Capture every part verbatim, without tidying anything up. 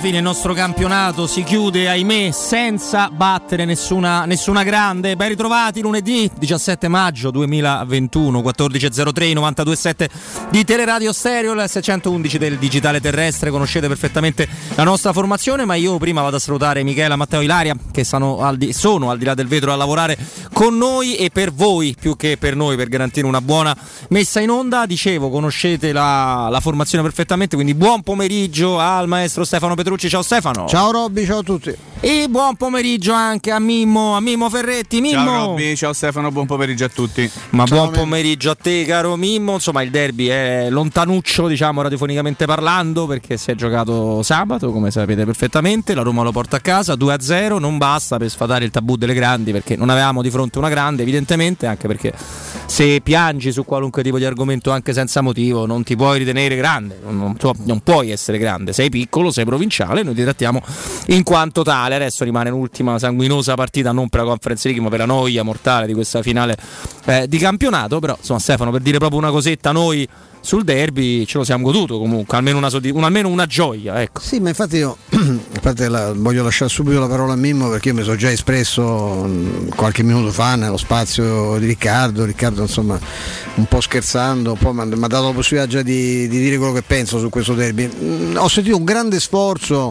fine il nostro campionato si chiude, ahimè, senza battere nessuna, nessuna grande. Ben ritrovati lunedì diciassette maggio duemilaventuno, quattordici e zero tre, novantadue sette di Teleradio Stereo, il seicentoundici del digitale terrestre. Conoscete perfettamente la nostra formazione, ma io prima vado a salutare Michela, Matteo, Ilaria, che sono al di, sono al di là del vetro a lavorare con noi e per voi più che per noi, per garantire una buona messa in onda. Dicevo, conoscete la, la formazione perfettamente, quindi buon pomeriggio al maestro Stefano Petrucci. Ciao Stefano. Ciao Robby, ciao a tutti. E buon pomeriggio anche a Mimmo, a Mimmo Ferretti. Mimmo. Ciao Robby, ciao Stefano, buon pomeriggio a tutti. Ma ciao, buon Mimmo. pomeriggio a te, caro Mimmo. Insomma, il derby è lontanuccio, diciamo, radiofonicamente parlando, perché si è giocato sabato, come sapete perfettamente. La Roma lo porta a casa due a zero, non basta per sfatare il tabù delle grandi, perché non avevamo di fronte una grande, evidentemente, anche perché se piangi su qualunque tipo di argomento anche senza motivo non ti puoi ritenere grande, non, non, non puoi essere grande, sei piccolo, sei provinciale, noi ti trattiamo in quanto tale. Adesso rimane l'ultima sanguinosa partita, non per la Conference League ma per la noia mortale di questa finale eh, di campionato. Però insomma, Stefano, per dire proprio una cosetta, noi sul derby ce lo siamo goduto comunque, almeno una, un, almeno una gioia, ecco. Sì, ma infatti io a parte la, voglio lasciare subito la parola a Mimmo, perché io mi sono già espresso mh, qualche minuto fa nello spazio di Riccardo. Riccardo insomma un po' scherzando, un po' mi ha dato la possibilità già di, di dire quello che penso su questo derby. Mh, ho sentito un grande sforzo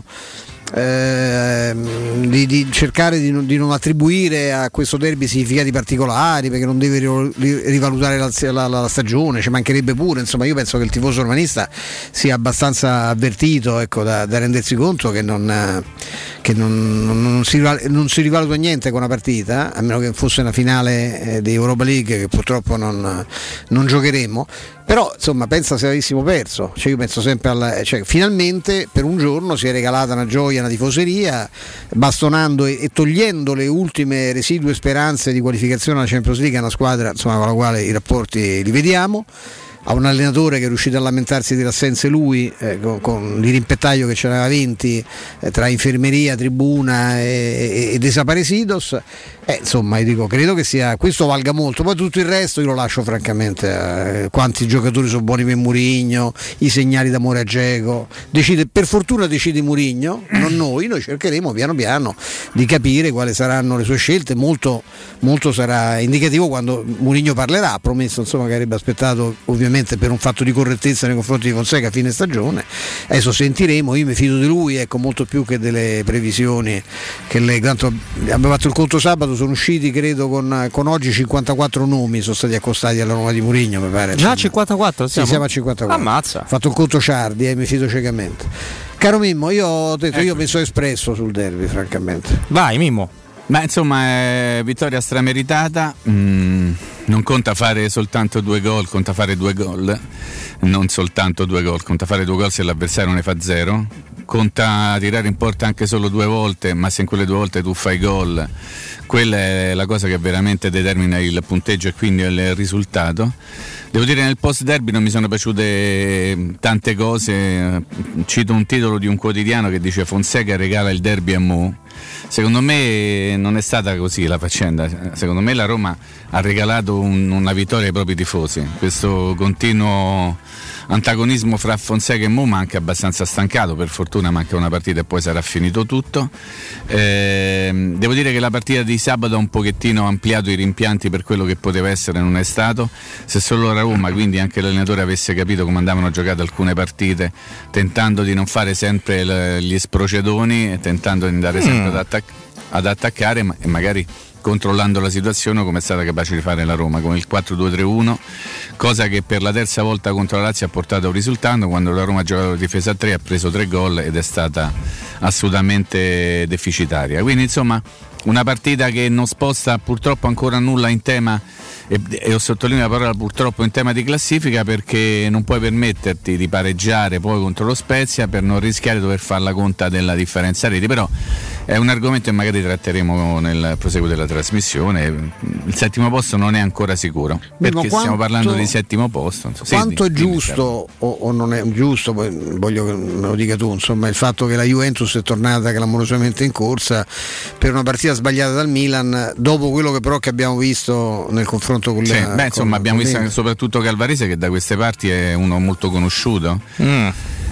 Eh, di, di cercare di, di non attribuire a questo derby significati particolari, perché non deve rivalutare la, la, la stagione, ci mancherebbe pure. Insomma, io penso che il tifoso romanista sia abbastanza avvertito, ecco, da, da rendersi conto che non, che non, non, non, si, non si rivaluta niente con una partita, a meno che fosse una finale di Europa League, che purtroppo non, non giocheremo. Però insomma, pensa se avessimo perso, cioè io penso sempre alla, cioè, finalmente per un giorno si è regalata una gioia, una tifoseria, bastonando e, e togliendo le ultime residue speranze di qualificazione alla Champions League, è una squadra insomma con la quale i rapporti li vediamo. Ha un allenatore che è riuscito a lamentarsi delle assenze lui, eh, con, con l'Irimpettaio che ce n'aveva venti, eh, tra infermeria, tribuna e, e, e desaparecidos. Eh, insomma, io dico, credo che sia, questo valga molto. Poi tutto il resto io lo lascio francamente, eh, quanti giocatori sono buoni per Mourinho, i segnali d'amore a Dzeko. Decide, per fortuna decide Mourinho, non noi. Noi cercheremo piano piano di capire quali saranno le sue scelte. Molto, molto sarà indicativo quando Mourinho parlerà. Ha promesso insomma che avrebbe aspettato ovviamente per un fatto di correttezza nei confronti di Fonseca a fine stagione. Adesso sentiremo, io mi fido di lui, ecco, molto più che delle previsioni che lei, tanto abbiamo fatto il conto sabato, sono usciti credo con, con oggi cinquantaquattro nomi sono stati accostati alla Roma di Mourinho, mi pare. Già cinquantaquattro? Siamo? Sì, siamo a cinquantaquattro. Ammazza. Ho fatto il conto Ciardi e eh, mi fido ciecamente. Caro Mimmo, io ho detto, ecco, io mi sono espresso sul derby francamente. Vai Mimmo. Ma insomma è vittoria strameritata, mm, non conta fare soltanto due gol, conta fare due gol, non soltanto due gol, conta fare due gol se l'avversario ne fa zero, conta tirare in porta anche solo due volte, ma se in quelle due volte tu fai gol, quella è la cosa che veramente determina il punteggio e quindi il risultato. Devo dire, nel post derby non mi sono piaciute tante cose. Cito un titolo di un quotidiano che dice: Fonseca regala il derby a Mo. Secondo me non è stata così la faccenda. Secondo me la Roma ha regalato un, una vittoria ai propri tifosi. Questo continuo antagonismo fra Fonseca e Mo manca abbastanza stancato. Per fortuna manca una partita e poi sarà finito tutto. Eh, devo dire che la partita di sabato ha un pochettino ampliato i rimpianti per quello che poteva essere, non è stato. Se solo la Roma, quindi anche l'allenatore, avesse capito come andavano giocate alcune partite, tentando di non fare sempre le, gli sprocedoni e tentando di andare sempre mm. ad, attac- ad attaccare ma- e magari controllando la situazione come è stata capace di fare la Roma con il quattro due tre uno, cosa che per la terza volta contro la Lazio ha portato a un risultato. Quando la Roma ha giocato la difesa a tre ha preso tre gol ed è stata assolutamente deficitaria. Quindi insomma una partita che non sposta purtroppo ancora nulla in tema, e, e ho sottolineato la parola purtroppo, in tema di classifica, perché non puoi permetterti di pareggiare poi contro lo Spezia per non rischiare di dover fare la conta della differenza reti. Però è un argomento che magari tratteremo nel proseguo della trasmissione. Il settimo posto non è ancora sicuro, perché quanto, stiamo parlando di settimo posto. So, quanto sì, è giusto o, o non è giusto, poi voglio che me lo dica tu, insomma, il fatto che la Juventus è tornata clamorosamente in corsa per una partita sbagliata dal Milan, dopo quello che però che abbiamo visto nel confronto con, sì, la, beh, insomma, con, abbiamo con visto soprattutto Calvarese, che da queste parti è uno molto conosciuto. Mm.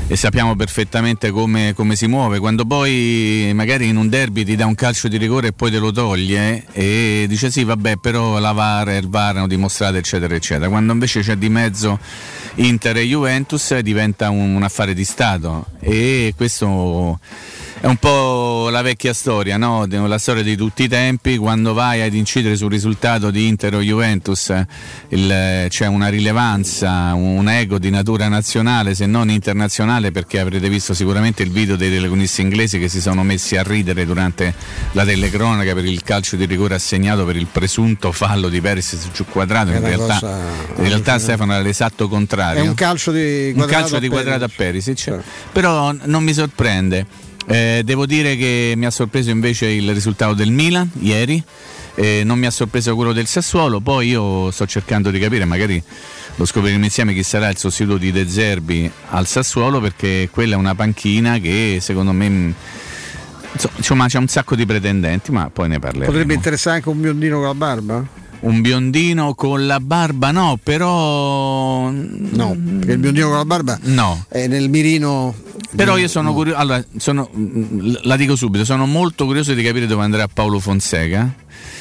e sappiamo perfettamente come, come si muove. Quando poi magari in un derby ti dà un calcio di rigore e poi te lo toglie e dice sì vabbè, però la V A R e il V A R hanno dimostrato eccetera eccetera, quando invece c'è di mezzo Inter e Juventus diventa un, un affare di Stato, e questo è un po' la vecchia storia, no? La storia di tutti i tempi. Quando vai ad incidere sul risultato di Inter o Juventus il, c'è una rilevanza, un ego di natura nazionale se non internazionale, perché avrete visto sicuramente il video dei telecronisti inglesi che si sono messi a ridere durante la telecronaca per il calcio di rigore assegnato per il presunto fallo di Perisic su Quadrato. In realtà, in realtà Stefano era l'esatto contrario, è un calcio di Quadrato, un calcio di Quadrato a Perisic, certo. Però non mi sorprende. Eh, devo dire che mi ha sorpreso invece il risultato del Milan ieri, eh, non mi ha sorpreso quello del Sassuolo. Poi io sto cercando di capire, magari lo scopriremo insieme, chi sarà il sostituto di De Zerbi al Sassuolo, perché quella è una panchina che secondo me insomma c'è un sacco di pretendenti, ma poi ne parleremo. Potrebbe interessare anche un biondino con la barba? Un biondino con la barba no, però no, perché il biondino con la barba no, è nel mirino. Però io sono curioso, allora, sono, la dico subito, sono molto curioso di capire dove andrà Paulo Fonseca.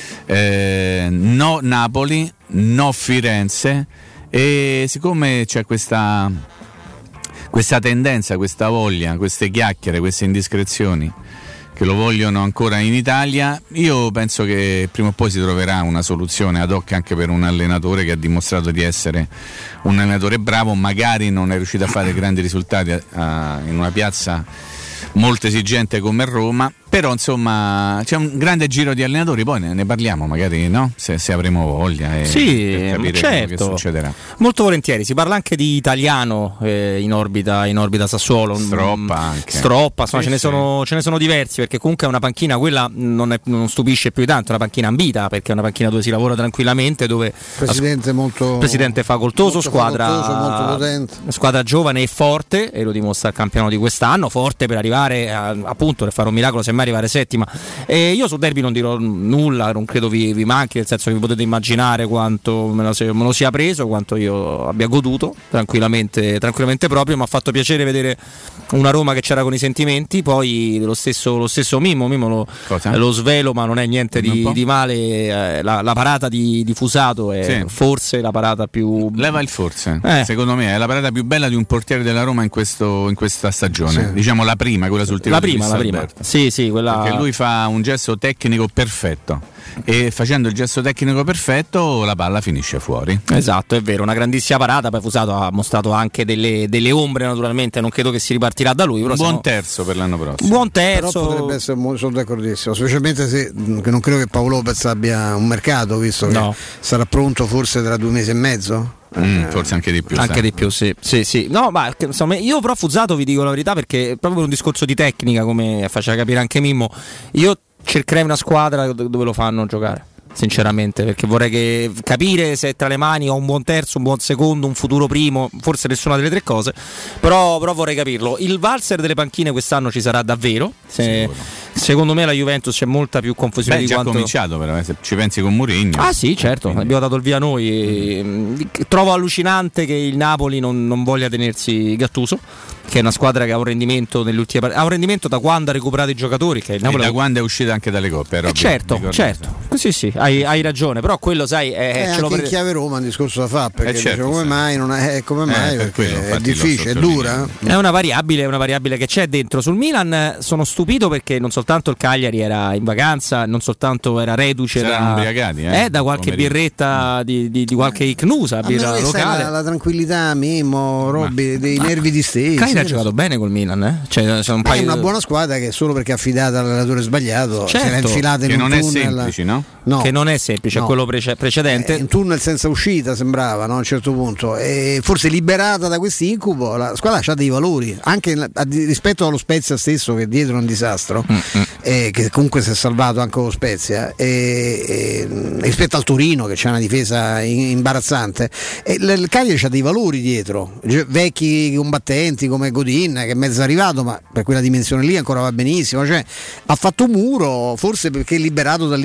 Eh, no Napoli, no Firenze, e siccome c'è questa questa tendenza, questa voglia, queste chiacchiere, queste indiscrezioni che lo vogliono ancora in Italia, io penso che prima o poi si troverà una soluzione ad hoc anche per un allenatore che ha dimostrato di essere un allenatore bravo. Magari non è riuscito a fare grandi risultati a, a, in una piazza molto esigente come Roma, però insomma c'è un grande giro di allenatori, poi ne, ne parliamo magari, no? Se, se avremo voglia e sì, per capire certo, che succederà. Molto volentieri. Si parla anche di italiano eh, in orbita in orbita Sassuolo, Stroppa anche. Stroppa, insomma, sì, ce, ne sì. sono, ce ne sono diversi, perché comunque è una panchina, quella non, è, non stupisce più di tanto, è una panchina ambita, perché è una panchina dove si lavora tranquillamente, dove presidente molto presidente facoltoso, molto squadra facoltoso, molto potente. Squadra giovane e forte, e lo dimostra il campionato di quest'anno, forte per arrivare a, appunto per fare un miracolo, semmai arrivare settima. E io sul derby non dirò nulla, non credo vi, vi manchi, nel senso che vi potete immaginare quanto me lo, me lo sia preso, quanto io abbia goduto tranquillamente, tranquillamente proprio. Mi ha fatto piacere vedere una Roma che c'era con i sentimenti. Poi lo stesso, lo stesso Mimmo, Mimmo lo, lo svelo, ma non è niente di, di male, eh, la, la parata di, di Fusato è sì. forse la parata più... Leva il forse, eh. secondo me è la parata più bella di un portiere della Roma in, questo, in questa stagione, sì. diciamo la prima, quella sul tiro la di prima, la prima. Sì, sì, quella... Perché lui fa un gesto tecnico perfetto e facendo il gesto tecnico perfetto la palla finisce fuori. Esatto, è vero, una grandissima parata. Poi Fusato ha mostrato anche delle, delle ombre, naturalmente non credo che si ripartirà da lui, però un buon no... terzo per l'anno prossimo. Buon terzo. Però potrebbe essere, sono d'accordissimo, specialmente se che non credo che Paolo Lopez abbia un mercato, visto che no. sarà pronto forse tra due mesi e mezzo. Mm, forse anche di più, anche sai. di più, sì, sì, sì. No, ma insomma, io però Fusato, vi dico la verità, perché proprio per un discorso di tecnica, come faceva capire anche Mimmo, io cercherei una squadra dove lo fanno giocare, sinceramente, perché vorrei che capire se tra le mani ho un buon terzo, un buon secondo, un futuro primo, forse nessuna delle tre cose, però, però vorrei capirlo. Il valzer delle panchine quest'anno ci sarà davvero, se, secondo me la Juventus c'è molta più confusione. Beh, di già quanto... cominciato però, eh, se ci pensi con Mourinho. Ah sì, certo, quindi... abbiamo dato il via noi. Mm. Trovo allucinante che il Napoli non, non voglia tenersi Gattuso, che è una squadra che ha un rendimento nelle ultime partite, ha un rendimento da quando ha recuperato i giocatori, che il Napoli e da quando è uscita anche dalle coppe, eh certo, certo. Sì, sì, hai, hai ragione, però quello sai è, è ce lo anche pre... in chiave Roma un discorso da fare, perché eh certo, dice, come sì. mai non è come mai eh, perché quello, è difficile, è dura. È una variabile, è una variabile che c'è dentro. Sul Milan sono stupito perché non soltanto il Cagliari era in vacanza, non soltanto era reduce da, eh, eh, da qualche pomeriggio. birretta di, di, di qualche Icnusa, birra locale. La, la tranquillità, Mimmo, Robby, dei ma, nervi di stesi. Cagliari ha giocato bene col Milan, eh? Cioè, sono un paio è una buona squadra che solo perché è affidata all'allenatore sbagliato certo. si era infilata in che un non tunnel. È semplice, no? No. Che non è semplice, no. è quello prece- precedente. È un tunnel senza uscita sembrava, no? A un certo punto, e forse liberata da questo incubo la squadra ha dei valori anche a, rispetto allo Spezia stesso, che dietro è un disastro, mm-hmm. e che comunque si è salvato anche lo Spezia, e, e, rispetto al Torino che c'è una difesa imbarazzante, e il, il Cagliari ha dei valori dietro, vecchi combattenti come Godin che è mezzo arrivato, ma per quella dimensione lì ancora va benissimo, cioè ha fatto un muro forse perché è liberato dall'incubo,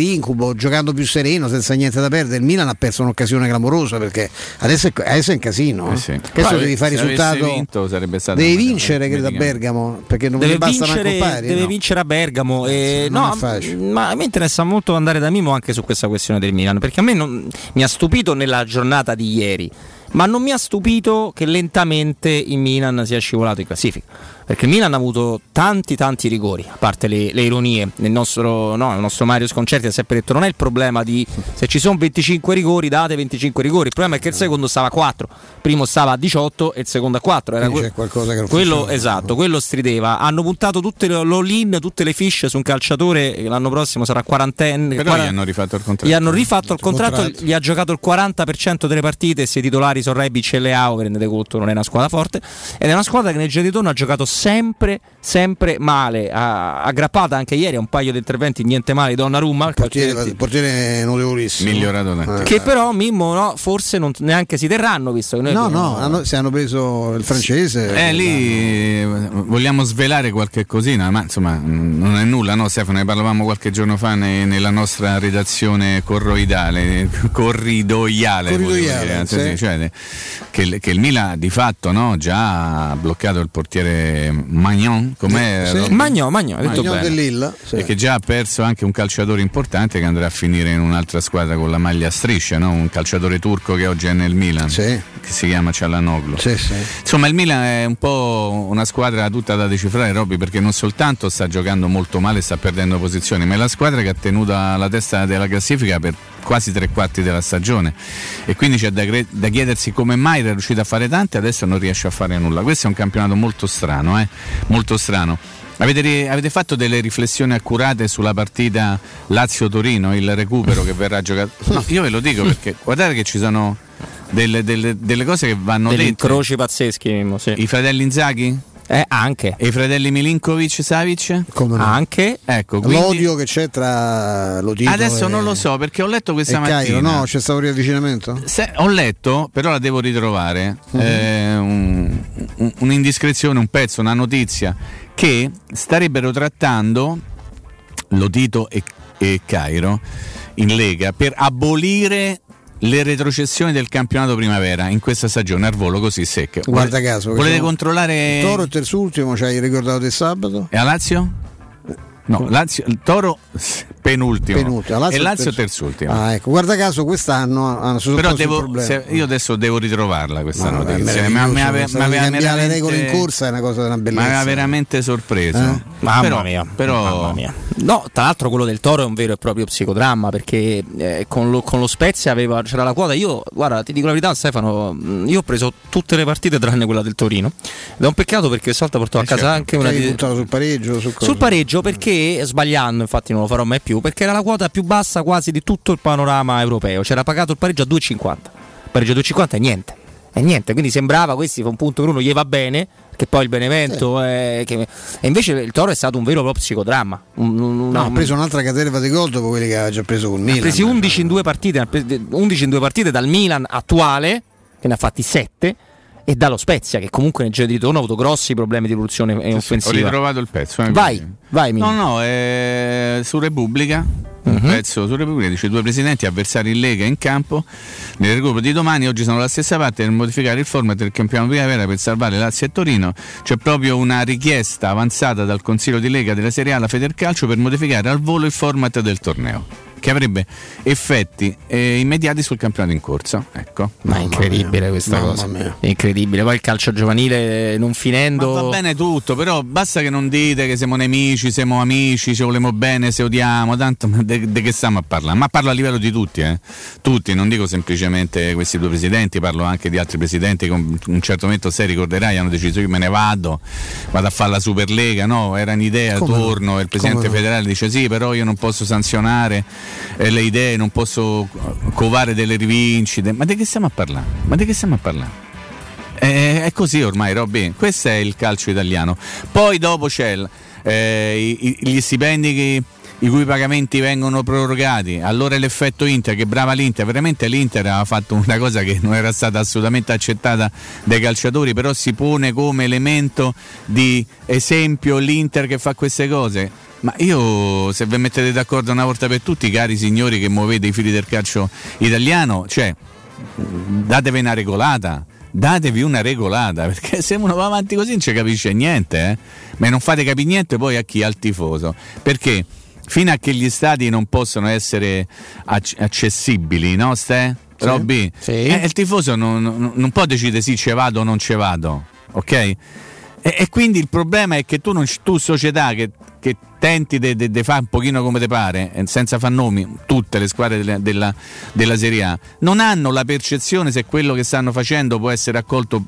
calmo, giocando più sereno, senza niente da perdere. Il Milan ha perso un'occasione clamorosa, perché adesso è, adesso è in casino. Eh sì. Adesso Poi, devi fare risultato, vinto, sarebbe stato devi vincere credo a Bergamo, perché non deve ti basta vincere, manco pari, deve no? vincere a Bergamo. E, sì, non no, è facile. ma a me interessa molto andare da Mimo anche su questa questione del Milan, perché a me non, mi ha stupito nella giornata di ieri, ma non mi ha stupito che lentamente il Milan sia scivolato in classifica, perché il Milan ha avuto tanti tanti rigori, a parte le, le ironie. Nel nostro, no, il nostro Mario Sconcerti ha sempre detto: non è il problema di se ci sono venticinque rigori, date venticinque rigori, il problema è che il secondo stava a quattro, il primo stava a diciotto e il secondo a quattro. Era que- c'è qualcosa che non quello funziona. Esatto, quello strideva. Hanno puntato tutte le all-in, tutte le fish su un calciatore che l'anno prossimo sarà quarantenne. Però quaranta, gli hanno rifatto il contratto. Gli hanno rifatto il contratto, contratto. gli ha giocato il quaranta per cento delle partite, se i titolari sono Rebic e Leao, vi rendete conto, non è una squadra forte, ed è una squadra che nel giro di ritorno ha giocato sempre sempre male, ha aggrappata anche ieri a un paio di interventi niente male di Donnarumma, il portiere, il portiere notevolissimo, migliorato eh, che però Mimmo no, forse non, neanche si terranno, visto che noi no abbiamo... no hanno, se hanno preso il francese eh lì vogliamo svelare qualche cosina, ma insomma non è nulla, no Stefano, ne parlavamo qualche giorno fa ne, nella nostra redazione corroidale corridoiale, corridoiale dire, sì. sì, cioè, che, che il Milan di fatto no, già ha bloccato il portiere Magnon, com'è? Sì, sì. Magno, Magno, ha detto Magnon bene. dell'Illa, sì. E che già ha perso anche un calciatore importante che andrà a finire in un'altra squadra con la maglia a strisce, no? Un calciatore turco che oggi è nel Milan, sì. che si chiama Cialanoglu. Sì, sì. Insomma, il Milan è un po' una squadra tutta da decifrare, Robby, perché non soltanto sta giocando molto male, sta perdendo posizioni, ma è la squadra che ha tenuto alla testa della classifica per quasi tre quarti della stagione, e quindi c'è da, cre- da chiedersi come mai era riuscito a fare tante e adesso non riesce a fare nulla. Questo è un campionato molto strano, eh? molto strano. Avete, avete fatto delle riflessioni accurate sulla partita Lazio-Torino, il recupero che verrà giocato? No, io ve lo dico perché guardate che ci sono delle, delle, delle cose che vanno degli dette. incroci pazzeschi, Mimmo, sì. I fratelli Inzaghi? Eh, anche. E i fratelli Milinkovic, Savic? Come no? Anche. Ecco, quindi... l'odio che c'è tra Lotito adesso e... non lo so perché ho letto questa e mattina. Cairo, no, c'è stato un riavvicinamento? Se, ho letto, però la devo ritrovare, uh-huh. eh, un, un, un'indiscrezione, un pezzo, una notizia che starebbero trattando Lotito e, e Cairo in Lega per abolire le retrocessioni del campionato primavera in questa stagione al volo così secche. Guarda caso, volete sono... controllare il Toro il terzultimo, ci hai ricordato del sabato? E a Lazio? No, Lazio, il Toro penultimo, penultimo. Lazio e Lazio terzo. terzultimo. Ah, ecco, guarda caso quest'anno hanno però devo, se, io adesso devo ritrovarla questa no, notizia. Ma mi aveva cambiare le regole in corsa è una cosa della bellezza. Mi aveva veramente sorpreso. Eh? Mamma però, mia, però... mamma mia. No, tra l'altro quello del Toro è un vero e proprio psicodramma, perché eh, con, lo, con lo Spezia aveva, c'era la quota. Io, guarda, ti dico la verità, Stefano, io ho preso tutte le partite tranne quella del Torino. Ed è un peccato perché stavolta portò a casa certo. anche una hai di... puntato sul pareggio, sul, sul pareggio, perché sbagliando, infatti non lo farò mai più, perché era la quota più bassa quasi di tutto il panorama europeo. C'era pagato il pareggio a due virgola cinquanta. Il pareggio a due virgola cinquanta è niente. È niente, quindi sembrava questi fa un punto per uno gli va bene, che poi il Benevento è, che... e invece il Toro è stato un vero e proprio psicodramma. Un, un, no, ha preso un'altra caterva di gol dopo quelli che aveva già preso con il Milan. Ha presi undici in due partite, undici in due partite dal Milan attuale, che ne ha fatti sette, e dallo Spezia, che comunque nel giro di ritorno ha avuto grossi problemi di evoluzione sì, offensiva. Ho ritrovato il pezzo. Eh, vai, vai. No, no, è su Repubblica. Un uh-huh. pezzo su Repubblica dice: due presidenti avversari in Lega in campo nel recupero di domani, oggi sono dalla stessa parte per modificare il format del campionato primavera per salvare Lazio e Torino. C'è proprio una richiesta avanzata dal Consiglio di Lega della Serie A alla Federcalcio per modificare al volo il format del torneo, che avrebbe effetti eh, immediati sul campionato in corsa. Ecco. Ma è incredibile mia. questa Mamma cosa. Mia. È incredibile. Poi il calcio giovanile non finendo. Ma va bene tutto, però basta che non dite che siamo nemici, siamo amici, ci volemo bene, se odiamo, tanto di che stiamo a parlare? Ma parlo a livello di tutti, eh. Tutti, non dico semplicemente questi due presidenti, parlo anche di altri presidenti che in un certo momento, se ricorderai, hanno deciso io me ne vado, vado a fare la Superlega, no? Era un'idea, Come torno, no? e il presidente Come federale no? dice sì, però io non posso sanzionare eh, le idee, non posso covare delle rivincite. Ma di che stiamo a parlare? Ma di che stiamo a parlare? È, è così ormai, Robby. Questo è il calcio italiano. Poi dopo c'è il, eh, i, gli stipendi che, i cui pagamenti vengono prorogati. Allora l'effetto Inter, che brava l'Inter, veramente l'Inter ha fatto una cosa che non era stata assolutamente accettata dai calciatori, però si pone come elemento di esempio l'Inter che fa queste cose. Ma io, se vi mettete d'accordo una volta per tutti, cari signori che muovete i fili del calcio italiano, cioè datevi una regolata, datevi una regolata, perché se uno va avanti così non ci capisce niente, eh? Ma non fate capire niente poi a chi? Al tifoso, perché fino a che gli stadi non possono essere acc- accessibili, no Ste? Sì. Robby? Sì. Eh, il tifoso non, non, non può decidere sì ce vado o non ce vado, ok? E, e quindi il problema è che tu, non, tu società che, che tenti di de, de fare un pochino come te pare, senza far nomi, tutte le squadre della, della, della Serie A non hanno la percezione se quello che stanno facendo può essere accolto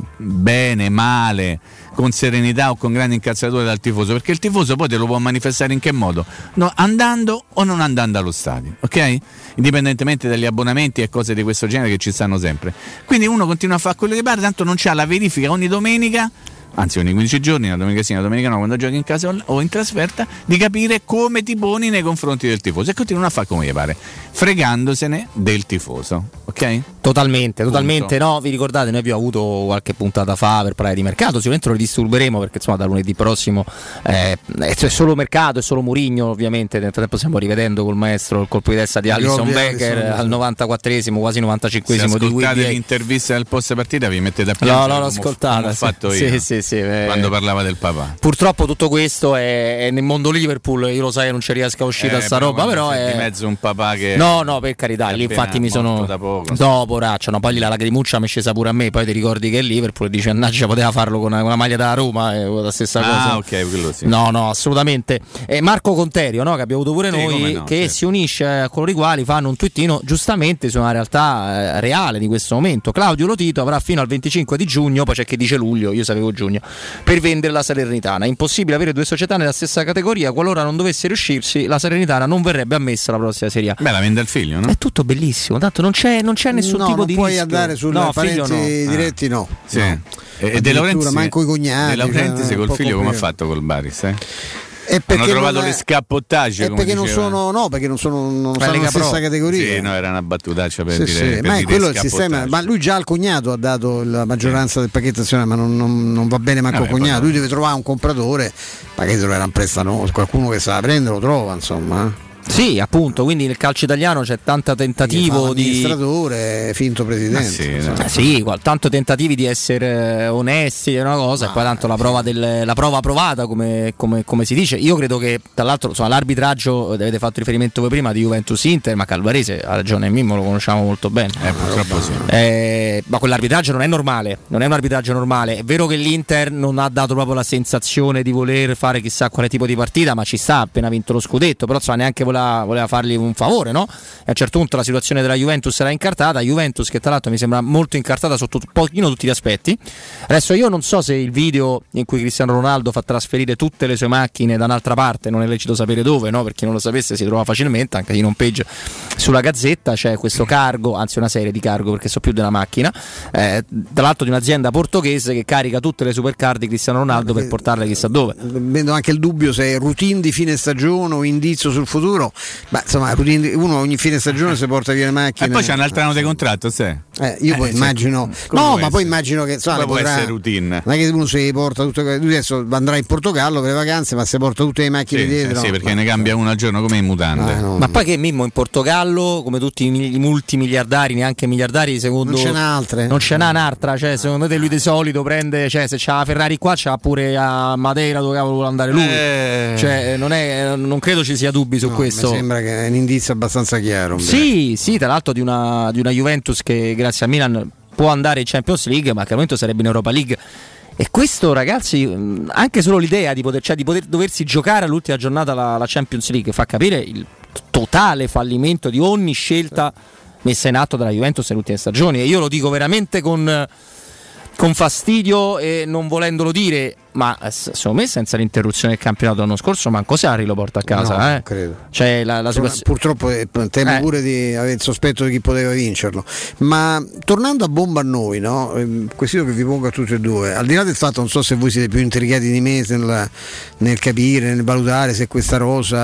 bene, male, con serenità o con grande incazzatura dal tifoso, perché il tifoso poi te lo può manifestare in che modo? No, andando o non andando allo stadio, ok? Indipendentemente dagli abbonamenti e cose di questo genere che ci stanno sempre. Quindi uno continua a fare quello che pare, tanto non c'ha la verifica ogni domenica, anzi ogni quindici giorni, una domenica sì, una domenica no, quando giochi in casa o in trasferta, di capire come ti poni nei confronti del tifoso, e continuano a fare come gli pare, fregandosene del tifoso, ok? Totalmente, totalmente. Punto. No, vi ricordate, noi abbiamo avuto qualche puntata fa per parlare di mercato, sicuramente lo disturberemo perché insomma da lunedì prossimo eh, è solo mercato, è solo Mourinho, ovviamente nel frattempo stiamo rivedendo col maestro il colpo di testa di Alisson Becker Alisson, al novantaquattresimo, quasi novantacinquesimo di Wii. Se ascoltate l'intervista del post partita vi mettete a piangere. No, no, l'ho ascoltata, ho fatto sì, io. Sì, sì, sì, eh, quando parlava del papà. Purtroppo tutto questo è, è nel mondo Liverpool, io lo sai che non ci riesco a uscire eh, da sta roba, però è di mezzo un papà che no, no, per carità, lì infatti mi sono da poco, dopo raccia, no, poi lì la lacrimuccia mi è scesa pure a me, poi ti ricordi che il Liverpool dice annaggia poteva farlo con una, con una maglia da Roma, è la stessa ah, cosa. Ah, ok, quello sì. No, no, assolutamente. E Marco Conterio, no, che abbiamo avuto pure sì, noi, no, che certo. si unisce a coloro i quali fanno un twittino giustamente su una realtà eh, reale di questo momento. Claudio Lotito avrà fino al venticinque di giugno, poi c'è chi dice luglio, io sapevo giugno, per vendere la Salernitana. È impossibile avere due società nella stessa categoria, qualora non dovesse riuscirsi la Salernitana non verrebbe ammessa alla prossima Serie A. Beh, la vende il figlio, no? È tutto bellissimo, tanto non c'è, non c'è nessun no, tipo non di puoi rischio. andare sulle no, parenti no. diretti, no. Sì. no. E De Laurentiis, manco i cognati. De Laurentiis cioè, col figlio come ha fatto col Baris, eh? E hanno trovato è, le scappottaggi, e come perché non diceva. sono no perché non sono non sono nella stessa categoria. Sì, no, era una battutaccia per sì, dire, sì. per ma dire è quello il sistema, ma lui già al cognato ha dato la maggioranza sì. del pacchetto azionale, ma non, non, non va bene manco il cognato, lui deve trovare un compratore, il pacchetto lo era un prestano, qualcuno che sa prendere lo trova, insomma. Eh. Sì, appunto, quindi nel calcio italiano c'è tanto tentativo di amministratore, finto presidente. Sì, no. eh, sì, tanto tentativi di essere onesti, è una cosa, ah, e poi tanto la prova, del, la prova provata, come, come, come si dice. Io credo che, tra l'altro, insomma, l'arbitraggio, avete fatto riferimento voi prima di Juventus Inter, ma Calvarese ha ragione, Mimmo lo conosciamo molto bene. Eh, purtroppo sì. Eh, ma quell'arbitraggio non è normale, non è un arbitraggio normale. È vero che l'Inter non ha dato proprio la sensazione di voler fare chissà quale tipo di partita, ma ci sta, appena vinto lo scudetto, però insomma neanche voleva, voleva fargli un favore, no? E a un certo punto la situazione della Juventus era incartata, Juventus che tra l'altro mi sembra molto incartata sotto un pochino tutti gli aspetti. Adesso io non so se il video in cui Cristiano Ronaldo fa trasferire tutte le sue macchine da un'altra parte, non è lecito sapere dove, no? Per chi non lo sapesse si trova facilmente anche in home page sulla Gazzetta, c'è questo cargo, anzi una serie di cargo perché so più di una macchina, eh, tra l'altro di un'azienda portoghese che carica tutte le supercar di Cristiano Ronaldo per portarle chissà dove. Vedo anche il dubbio se è routine di fine stagione o indizio sul futuro. Ma insomma, uno ogni fine stagione si porta via le macchine. E poi c'è un altro anno di contratto, sì. Eh, io eh, poi immagino. No, ma poi immagino che insomma, può potrà, essere routine. Non è che uno si porta tutte. Lui adesso andrà in Portogallo per le vacanze, ma si porta tutte le macchine sì, dietro. Eh sì, perché ma, ne cambia una al giorno come in mutande. No, no, ma poi che Mimmo in Portogallo, come tutti i multimiliardari, neanche miliardari, secondo. Non ce n'ha altre. Non ce n'ha un'altra. Cioè, secondo te lui di solito prende. Cioè, se c'ha la Ferrari qua, c'ha pure a Madeira dove cavolo vuole andare lui. Eh. Cioè, non è. Non credo ci sia dubbi su no, questo. Mi sembra che è un indizio abbastanza chiaro. Sì, sì, tra l'altro di una, di una Juventus che grazie a Milan può andare in Champions League, ma che al momento sarebbe in Europa League. E questo, ragazzi, anche solo l'idea di poter, cioè, di poter doversi giocare all'ultima giornata la, la Champions League fa capire il totale fallimento di ogni scelta messa in atto dalla Juventus nelle ultime stagioni. E io lo dico veramente con, con fastidio e non volendolo dire. ma secondo me senza l'interruzione del campionato l'anno scorso manco Sarri lo porta a casa. No, eh. credo. Cioè, la, la situazio- Purtroppo eh, temo eh. pure di avere il sospetto di chi poteva vincerlo. Ma tornando a bomba a noi, no? Eh, questo che vi pongo a tutti e due, al di là del fatto, non so se voi siete più intrigati di me nel, nel capire, nel valutare se questa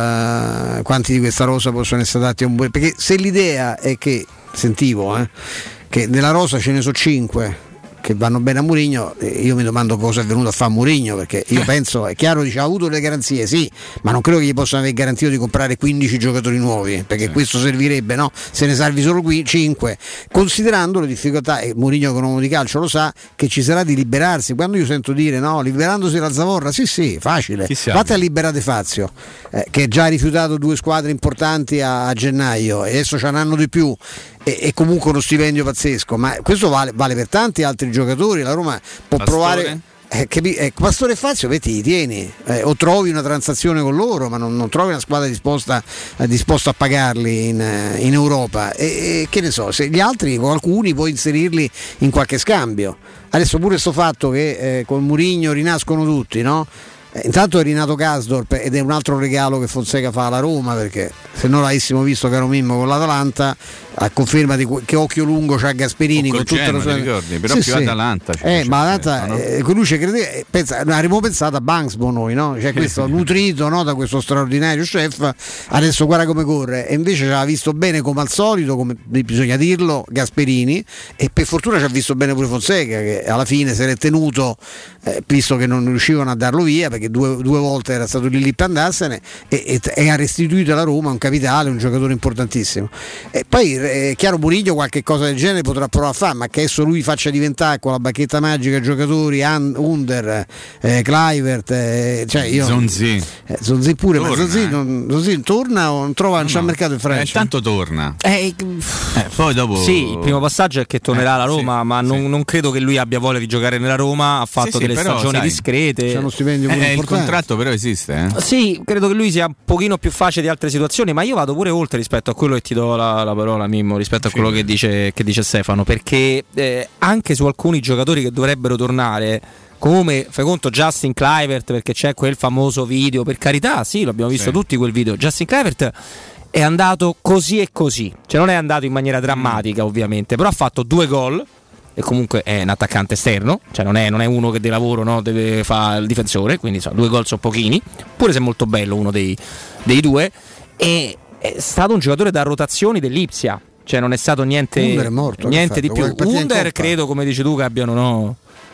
rosa, quanti di questa rosa possono essere adatti a un buon, perché se l'idea è che sentivo eh, che nella rosa ce ne sono cinque che vanno bene a Mourinho, io mi domando cosa è venuto a fare Mourinho, perché io penso, è chiaro, dice, ha avuto le garanzie, sì, ma non credo che gli possano aver garantito di comprare quindici giocatori nuovi, perché sì. questo servirebbe, no? Se ne salvi solo qui cinque, considerando le difficoltà, e Mourinho che è un uomo di calcio lo sa, che ci sarà di liberarsi. Quando io sento dire no, liberandosi dalla Zavorra, sì sì, facile, fate a liberare Fazio, eh, che già ha rifiutato due squadre importanti a, a gennaio e adesso c'ha un anno di più e, e comunque uno stipendio pazzesco, ma questo vale, vale per tanti altri giocatori. La Roma può Pastore. provare eh, capi- eh, Pastore e Fazio, vedi, ti tieni eh, o trovi una transazione con loro, ma non, non trovi una squadra disposta, eh, disposta a pagarli in, eh, in Europa e, e che ne so, se gli altri, alcuni puoi inserirli in qualche scambio. Adesso pure sto fatto che eh, con Mourinho rinascono tutti, no? Eh, intanto è rinato Kasdorp ed è un altro regalo che Fonseca fa alla Roma, perché se non l'avessimo visto caro Mimmo con l'Atalanta, a conferma di che occhio lungo c'ha Gasperini con tutta la sua, ricordi, però sì, più sì. Atalanta eh, ma Atalanta no? eh, con lui ci crede, pensa, avremmo pensato a Banksbo noi, no? Cioè questo nutrito, no, da questo straordinario chef, adesso guarda come corre, e invece ci ha visto bene come al solito, come bisogna dirlo, Gasperini, e per fortuna ci ha visto bene pure Fonseca, che alla fine se l'è tenuto, eh, visto che non riuscivano a darlo via perché due, due volte era stato lì lì per andarsene, e, e, e ha restituito alla Roma un capitale, un giocatore importantissimo. E poi è chiaro, Mourinho qualche cosa del genere potrà provare a fare, ma che adesso lui faccia diventare con la bacchetta magica giocatori Under, eh, Kluivert, eh, cioè io, Zonzi eh, Zonzi pure, torna, ma Zonzi, eh. non, Zonzi torna o non trova, non no, c'è mercato in Francia? Eh, tanto torna. Eh, eh, poi dopo sì, il primo passaggio è che tornerà alla Roma, sì, ma non, sì. non credo che lui abbia voglia di giocare nella Roma. Ha fatto sì, delle sì, però, stagioni sai, discrete. C'è uno stipendio pure eh, il importante. contratto però esiste, eh? Sì, credo che lui sia un pochino più facile di altre situazioni, ma io vado pure oltre rispetto a quello, e ti do la, la parola Mimmo, rispetto a quello che dice, che dice Stefano, perché eh, anche su alcuni giocatori che dovrebbero tornare, come fai conto Justin Kluivert, perché c'è quel famoso video, per carità, sì, l'abbiamo visto sì. tutti quel video. Justin Kluivert è andato così e così, cioè non è andato in maniera drammatica mm. ovviamente, però ha fatto due gol e comunque è un attaccante esterno, cioè non è, non è uno che di lavoro, no, deve fare il difensore, quindi so, due gol sono pochini, pure se è molto bello uno dei, dei due, e è stato un giocatore da rotazioni dell'Ipsia, cioè non è stato niente, è morto, niente di più. Under credo, come dici tu, che abbiano no,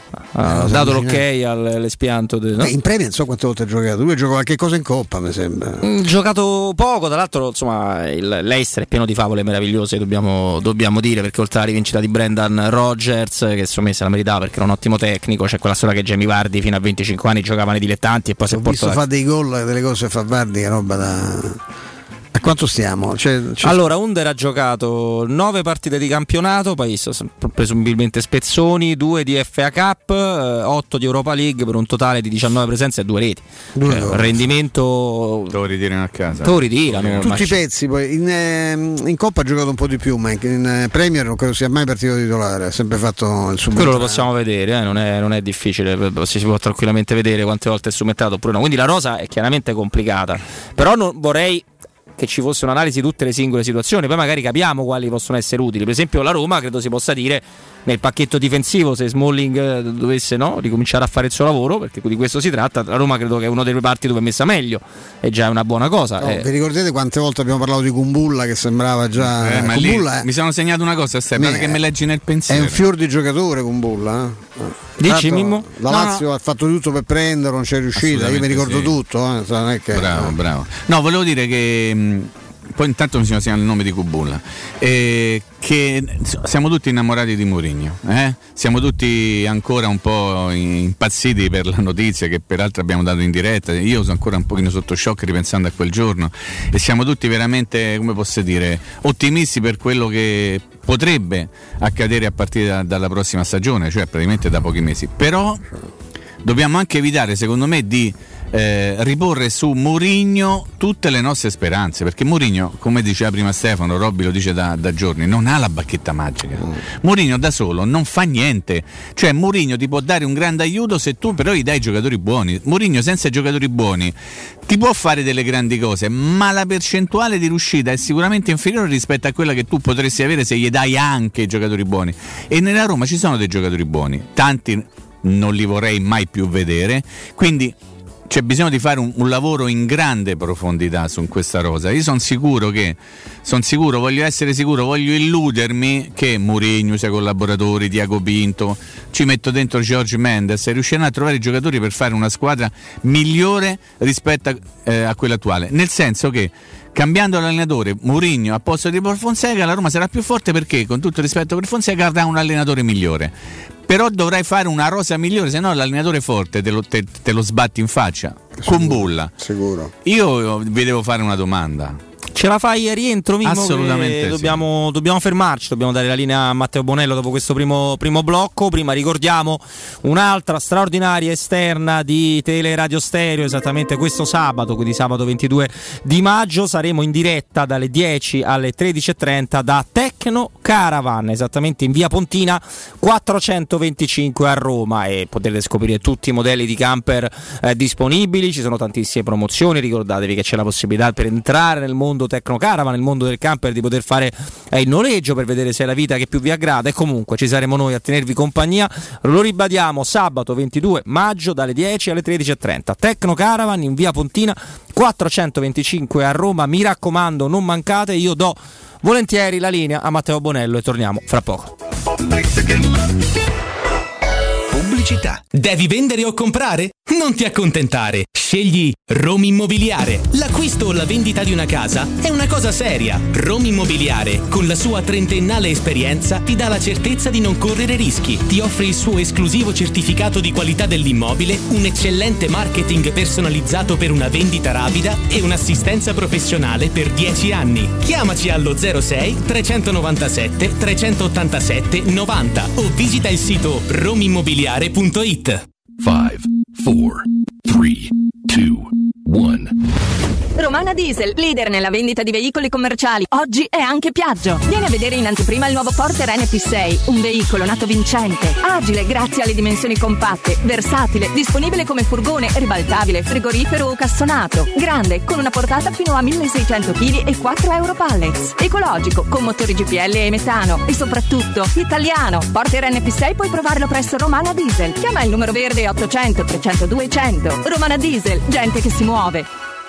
ha dato l'ok all'espianto de, no? Beh, in Premier non so quante volte ha giocato, lui ha giocato qualche cosa in Coppa mi sembra, mm, giocato poco, tra l'altro insomma il Leicester è pieno di favole meravigliose, dobbiamo, dobbiamo dire, perché oltre alla rivincita di Brendan Rodgers, che insomma se la meritava perché era un ottimo tecnico, c'è quella storia che Jamie Vardy fino a venticinque anni giocava nei dilettanti e poi si è portato, ho visto fa dei gol, delle cose fa Vardy, che roba da... A quanto stiamo? Cioè, allora, Under ha giocato nove partite di campionato, poi presumibilmente spezzoni, due di F A Cup, otto di Europa League, per un totale di diciannove presenze e due reti. Due cioè, un rendimento. Te lo ritirano a casa. Te lo ritirano. Tutti i pezzi. Poi in, in Coppa ha giocato un po' di più, ma in Premier non credo sia mai partito titolare. Ha sempre fatto il subentrato. Quello lo possiamo vedere, eh? non, è, non è difficile. Si può tranquillamente vedere quante volte è subentrato oppure no. Quindi la rosa è chiaramente complicata. Però non, vorrei che ci fosse un'analisi di tutte le singole situazioni, poi magari capiamo quali possono essere utili. Per esempio la Roma credo si possa dire nel pacchetto difensivo, se Smalling dovesse no, ricominciare a fare il suo lavoro, perché di questo si tratta, la Roma credo che è uno dei reparti dove è messa meglio, è già una buona cosa. No, eh. Vi ricordate quante volte abbiamo parlato di Kumbulla, che sembrava già eh, ma Kumbulla, lì, mi sono segnato una cosa, Stefano, che mi leggi nel pensiero. È un fior di giocatore Kumbulla, eh? Dici Mimmo? La Lazio no, no. ha fatto tutto per prenderlo, non c'è riuscita, io mi ricordo sì. tutto, eh? Non è che, bravo, eh. bravo. No, volevo dire che mh, poi intanto mi sono segnato il nome di Kumbulla, eh, che siamo tutti innamorati di Mourinho, eh? Siamo tutti ancora un po' impazziti per la notizia che peraltro abbiamo dato in diretta, io sono ancora un pochino sotto shock ripensando a quel giorno, e siamo tutti veramente, come posso dire, ottimisti per quello che potrebbe accadere a partire da, dalla prossima stagione, cioè praticamente da pochi mesi. Però dobbiamo anche evitare, secondo me, di eh, riporre su Mourinho tutte le nostre speranze, perché Mourinho, come diceva prima Stefano, Robby lo dice da, da giorni, non ha la bacchetta magica. Mm. Mourinho da solo non fa niente, cioè Mourinho ti può dare un grande aiuto se tu però gli dai giocatori buoni. Mourinho senza giocatori buoni ti può fare delle grandi cose, ma la percentuale di riuscita è sicuramente inferiore rispetto a quella che tu potresti avere se gli dai anche i giocatori buoni. E nella Roma ci sono dei giocatori buoni, tanti non li vorrei mai più vedere, quindi c'è bisogno di fare un, un lavoro in grande profondità su questa rosa. Io sono sicuro che, sono sicuro, voglio essere sicuro, voglio illudermi che Mourinho, i suoi collaboratori, Tiago Pinto, ci metto dentro George Mendes e riusciranno a trovare i giocatori per fare una squadra migliore rispetto a, eh, a quella attuale. Nel senso che cambiando l'allenatore, Mourinho a posto di Fonseca, la Roma sarà più forte perché, con tutto il rispetto per Fonseca, avrà un allenatore migliore. Però dovrai fare una rosa migliore, se no l'allenatore forte te lo, te, te lo sbatti in faccia, sicuro, con bolla. Sicuro. Io vi devo fare una domanda. Ce la fai a rientro, Mimmo? Assolutamente dobbiamo, sì. dobbiamo fermarci, dobbiamo dare la linea a Matteo Bonello dopo questo primo, primo blocco. Prima ricordiamo un'altra straordinaria esterna di Teleradio Stereo, esattamente questo sabato, quindi sabato ventidue di maggio, saremo in diretta dalle dieci alle tredici e trenta da Tecno Caravan, esattamente in via Pontina quattrocentoventicinque a Roma, e potete scoprire tutti i modelli di camper eh, disponibili. Ci sono tantissime promozioni, ricordatevi che c'è la possibilità per entrare nel mondo Tecno Caravan, nel mondo del camper, di poter fare eh, il noleggio per vedere se è la vita che più vi aggrada, e comunque ci saremo noi a tenervi compagnia. Lo ribadiamo, sabato ventidue maggio dalle dieci alle tredici e trenta, Tecno Caravan in via Pontina quattrocentoventicinque a Roma. Mi raccomando, non mancate. Io do volentieri la linea a Matteo Bonello e torniamo fra poco. Pubblicità. Devi vendere o comprare? Non ti accontentare. Scegli Roma Immobiliare. L'acquisto o la vendita di una casa è una cosa seria. Roma Immobiliare, con la sua trentennale esperienza, ti dà la certezza di non correre rischi. Ti offre il suo esclusivo certificato di qualità dell'immobile, un eccellente marketing personalizzato per una vendita rapida e un'assistenza professionale per dieci anni. Chiamaci allo zero sei trecentonovantasette trecentottantasette novanta o visita il sito romimmobiliare punto it. five, four, three, two, one. Romana Diesel, leader nella vendita di veicoli commerciali, oggi è anche Piaggio. Vieni a vedere in anteprima il nuovo Porter N P sei, un veicolo nato vincente, agile grazie alle dimensioni compatte, versatile, disponibile come furgone, ribaltabile, frigorifero o cassonato, grande, con una portata fino a milleseicento chili e quattro euro pallets, ecologico, con motori G P L e metano, e soprattutto italiano. Porter N P sei puoi provarlo presso Romana Diesel. Chiama il numero verde ottocento trecentodue cento. Romana Diesel, gente che si muove.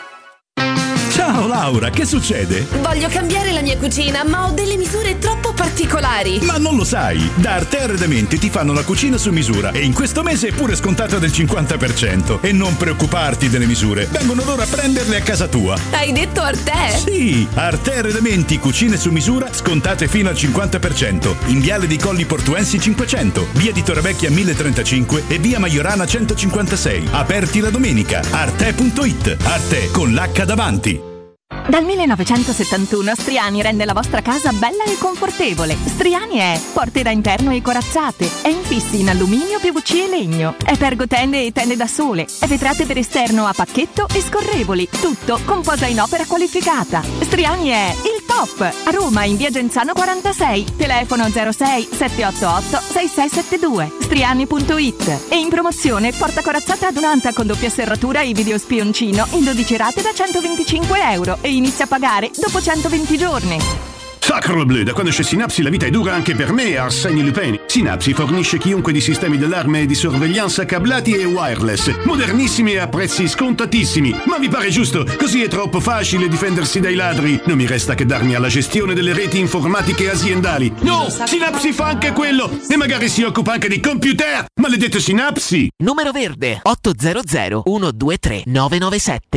Ciao Laura, che succede? Voglio cambiare la mia cucina, ma ho delle misure troppo particolari. Ma non lo sai, da Arte Arredamenti ti fanno la cucina su misura e in questo mese è pure scontata del cinquanta per cento. E non preoccuparti delle misure, vengono loro a prenderle a casa tua. Hai detto Arte? Sì, Arte Arredamenti, cucine su misura, scontate fino al cinquanta per cento. In Viale dei Colli Portuensi cinquecento, via di Torrevecchia mille trentacinque e via Maiorana centocinquantasei. Aperti la domenica. Arte punto it. Arte con l'H davanti. Dal millenovecentosettantuno Striani rende la vostra casa bella e confortevole. Striani è porte da interno e corazzate, è infissi in alluminio, P V C e legno, è pergotende e tende da sole, è vetrate per esterno a pacchetto e scorrevoli, tutto con posa in opera qualificata. Striani è il top! A Roma in via Genzano quarantasei, telefono zero sei sette otto otto sei sei sette due, striani punto it. E in promozione porta corazzata adunata con doppia serratura e video spioncino in dodici rate da centoventicinque euro e inizia a pagare dopo centoventi giorni. Sacre bleu, da quando c'è Synapsi la vita è dura anche per me, Arsène Lupin. Synapsi fornisce chiunque di sistemi d'allarme e di sorveglianza cablati e wireless, modernissimi e a prezzi scontatissimi. Ma vi pare giusto? Così è troppo facile difendersi dai ladri. Non mi resta che darmi alla gestione delle reti informatiche aziendali. No, Synapsi fa anche quello e magari si occupa anche di computer. Maledetto Synapsi! Numero verde otto zero zero uno due tre nove nove sette.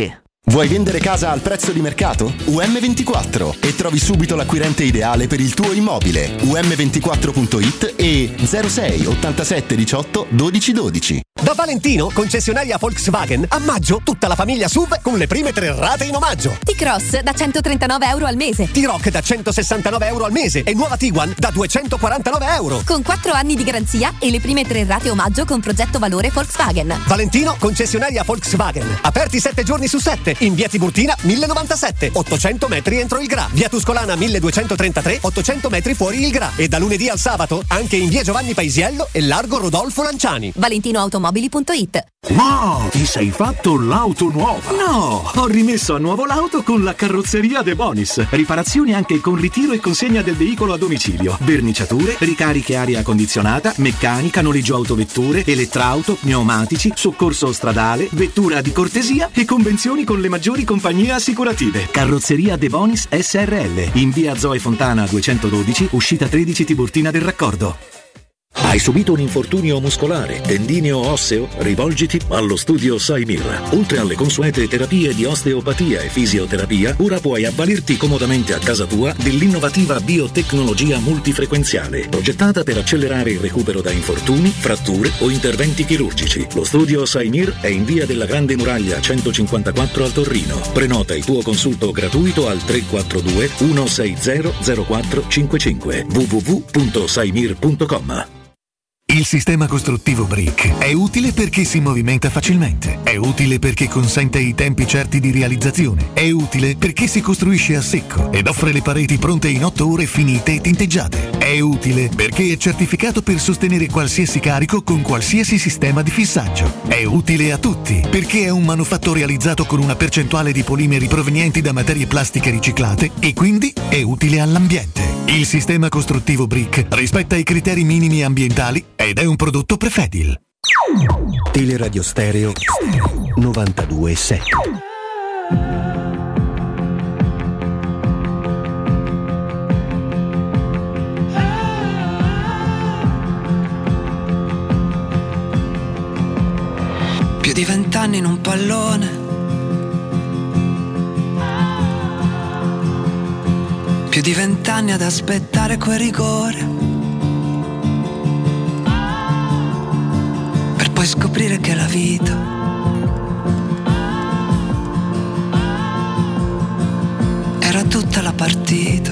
Vuoi vendere casa al prezzo di mercato? U M ventiquattro e trovi subito l'acquirente ideale per il tuo immobile. U M ventiquattro punto it e zero sei ottantasette diciotto dodici dodici. Da Valentino, concessionaria Volkswagen, a maggio tutta la famiglia S U V con le prime tre rate in omaggio. T-Cross da centotrentanove euro al mese. T-Roc da centosessantanove euro al mese e nuova Tiguan da duecentoquarantanove euro. Con quattro anni di garanzia e le prime tre rate omaggio con progetto valore Volkswagen. Valentino, concessionaria Volkswagen. Aperti sette giorni su sette. In via Tiburtina mille novantasette, ottocento metri entro il Gra. Via Tuscolana milleduecentotrentatré, ottocento metri fuori il Gra. E da lunedì al sabato anche in via Giovanni Paisiello e largo Rodolfo Lanciani. valentinoautomobili punto it. Wow, ti sei fatto l'auto nuova? No, ho rimesso a nuovo l'auto con la carrozzeria De Bonis. Riparazioni anche con ritiro e consegna del veicolo a domicilio. Verniciature, ricariche aria condizionata, meccanica, noleggio autovetture, elettrauto, pneumatici, soccorso stradale, vettura di cortesia e convenzioni con le maggiori compagnie assicurative. Carrozzeria De Bonis S R L in via Zoe Fontana duecentododici, uscita tredici Tiburtina del Raccordo. Hai subito un infortunio muscolare, tendineo o osseo? Rivolgiti allo studio Saimir. Oltre alle consuete terapie di osteopatia e fisioterapia, ora puoi avvalerti comodamente a casa tua dell'innovativa biotecnologia multifrequenziale, progettata per accelerare il recupero da infortuni, fratture o interventi chirurgici. Lo studio Saimir è in via della Grande Muraglia centocinquantaquattro al Torrino. Prenota il tuo consulto gratuito al tre quattro due uno sei zero zero quattro cinque cinque w w w punto saimir punto com. Il sistema costruttivo Brick è utile perché si movimenta facilmente, è utile perché consente i tempi certi di realizzazione, è utile perché si costruisce a secco ed offre le pareti pronte in otto ore finite e tinteggiate, è utile perché è certificato per sostenere qualsiasi carico con qualsiasi sistema di fissaggio, è utile a tutti perché è un manufatto realizzato con una percentuale di polimeri provenienti da materie plastiche riciclate e quindi è utile all'ambiente. Il sistema costruttivo Brick rispetta i criteri minimi ambientali ed è un prodotto Prefedil. Teleradio Stereo novantadue sette. Più di vent'anni in un pallone, più di vent'anni ad aspettare quel rigore, per poi scoprire che la vita era tutta la partita,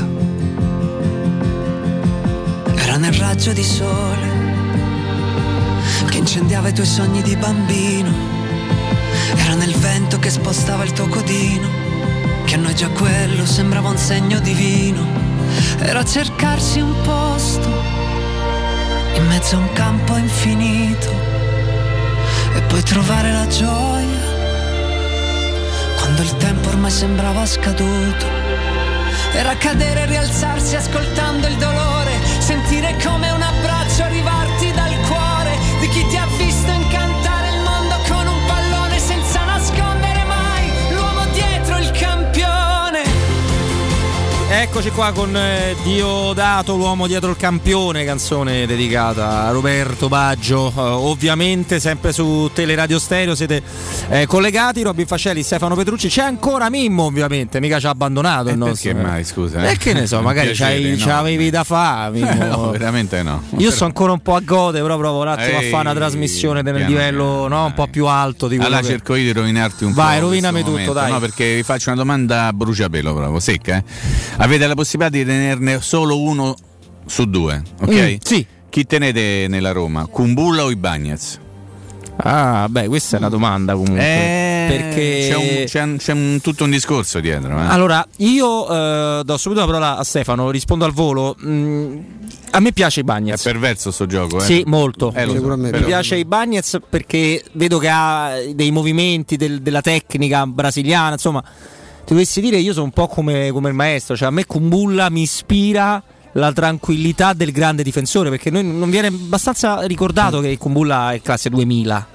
era nel raggio di sole che incendiava i tuoi sogni di bambino, era nel vento che spostava il tuo codino, che a noi già quello sembrava un segno divino, era cercarsi un posto in mezzo a un campo infinito e poi trovare la gioia quando il tempo ormai sembrava scaduto, era cadere e rialzarsi ascoltando il dolore, sentire come un abbraccio arrivarti dal cuore di chi ti ha visto incantare il mondo con un pallone senza nascondere mai l'uomo dietro il campione. Eccoci qua con eh, Diodato, l'uomo dietro il campione, canzone dedicata a Roberto Baggio, eh, ovviamente sempre su Teleradio Stereo siete eh, collegati. Robin Fascelli, Stefano Petrucci, c'è ancora Mimmo ovviamente, mica ci ha abbandonato eh il nostro. Perché mai, scusa? E eh, che ne so, magari piacere, no. C'avevi da fare. Eh, no, veramente no. Io sto ancora un po' a gode, però provo un attimo Ehi, a fare una trasmissione nel piano, livello piano, no, un po' più alto di quello. Allora che... cerco io di rovinarti un Vai, po'. Vai, rovinami tutto, momento, dai. No, perché vi faccio una domanda a bruciapelo proprio, secca, eh? Avete la possibilità di tenerne solo uno su due, ok? Mm, sì. Chi tenete nella Roma? Kumbulla o Ibañez? Ah, beh, questa è una domanda comunque. Eh, perché c'è, un, c'è, un, c'è un, tutto un discorso dietro. Eh? Allora, io eh, do subito la parola a Stefano, rispondo al volo. Mm, a me piace Ibañez. È perverso sto gioco, eh? Sì, molto. Eh, Sicuramente. Mi piace Ibañez perché vedo che ha dei movimenti del, della tecnica brasiliana, insomma. Ti dovessi dire, io sono un po' come, come il maestro, cioè a me Kumbulla mi ispira la tranquillità del grande difensore, perché noi non viene abbastanza ricordato che Kumbulla è classe duemila,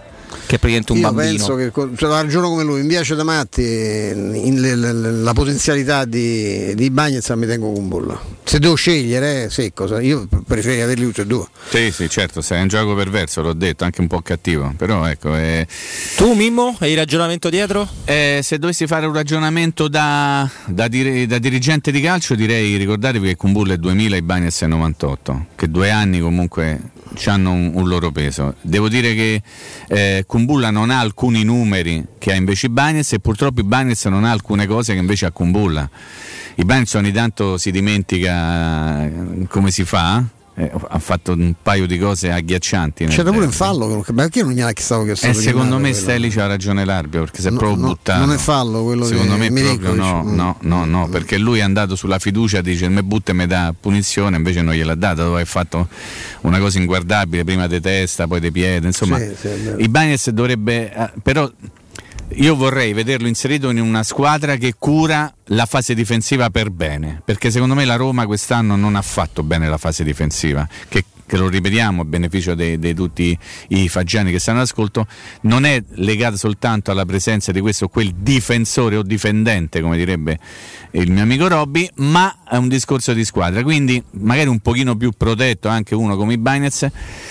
che è praticamente un Io bambino. penso che cioè, la ragiono come lui, mi piace da matti in le, le, la potenzialità di, di Bagnez, mi tengo con Bulla. Se devo scegliere, eh, secco, io preferirei averli tutti e due. Sì, sì, certo, sei un gioco perverso, l'ho detto, anche un po' cattivo, però ecco. Eh... Tu Mimmo, hai il ragionamento dietro? Eh, se dovessi fare un ragionamento da, da, dir- da dirigente di calcio, direi ricordatevi che Kumbulla è duemila e Bagnez è novantotto, che due anni comunque hanno un, un loro peso. Devo dire che eh, Kumbulla non ha alcuni numeri che ha invece Bagnez, e purtroppo Bagnez non ha alcune cose che invece ha Kumbulla. I Bagnez ogni tanto si dimentica come si fa. Eh, ha fatto un paio di cose agghiaccianti. C'era pure in fallo, perché non gliela chissavo che eh, secondo me Steli c'ha ragione l'arbitro, perché si è no, proprio no, buttato. Non è fallo quello secondo che me mi proprio dico, no, dice, no, no, no, mm. perché lui è andato sulla fiducia, dice me butta e mi dà punizione, invece non gliel'ha data, dove hai fatto una cosa inguardabile, prima di testa, poi di piede, insomma. Sì, sì, i Bagnez dovrebbe eh, però io vorrei vederlo inserito in una squadra che cura la fase difensiva per bene, perché secondo me la Roma quest'anno non ha fatto bene la fase difensiva, che, che lo ripetiamo a beneficio di tutti i fagiani che stanno all'ascolto, non è legata soltanto alla presenza di questo o quel difensore o difendente, come direbbe il mio amico Robby, ma è un discorso di squadra, quindi magari un pochino più protetto anche uno come i Bagnez,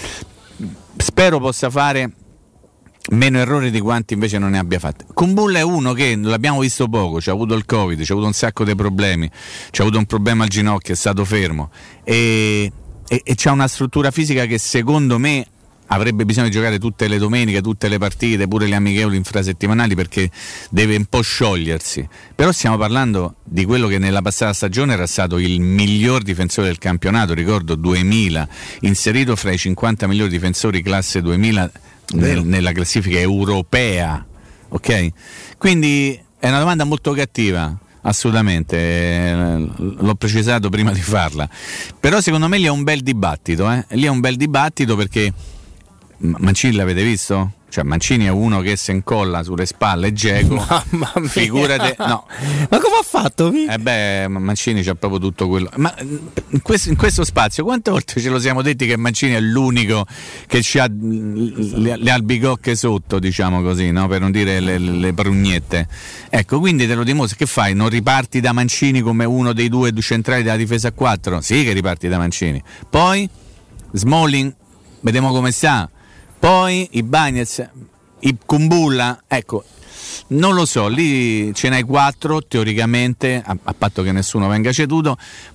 spero possa fare meno errori di quanti invece non ne abbia fatti. Kumbulla è uno che l'abbiamo visto poco, c'ha avuto il Covid, c'ha avuto un sacco di problemi, c'ha avuto un problema al ginocchio, è stato fermo e, e, e c'ha una struttura fisica che secondo me avrebbe bisogno di giocare tutte le domeniche, tutte le partite, pure le amichevoli infrasettimanali, perché deve un po' sciogliersi. Però stiamo parlando di quello che nella passata stagione era stato il miglior difensore del campionato, ricordo duemila, inserito fra i cinquanta migliori difensori classe duemila Nel, nella classifica europea, ok? Quindi è una domanda molto cattiva, assolutamente, eh, l'ho precisato prima di farla, però secondo me lì è un bel dibattito, eh? Lì è un bel dibattito perché Mancini l'avete visto? Cioè Mancini è uno che si incolla sulle spalle Dzeko, figurate, no. Ma come ha fatto? Eh beh, Mancini c'ha proprio tutto quello. Ma in questo, in questo spazio quante volte ce lo siamo detti che Mancini è l'unico che ha le, le albicocche sotto, diciamo così, no? Per non dire le, le prugnette. Ecco, quindi te lo dimostri, che fai? Non riparti da Mancini come uno dei due centrali della difesa a quattro? Sì che riparti da Mancini. Poi Smalling, vediamo come sta. Poi i Bagnez, i Kumbulla, ecco, non lo so, lì ce n'hai quattro teoricamente, a, a patto che nessuno venga ceduto,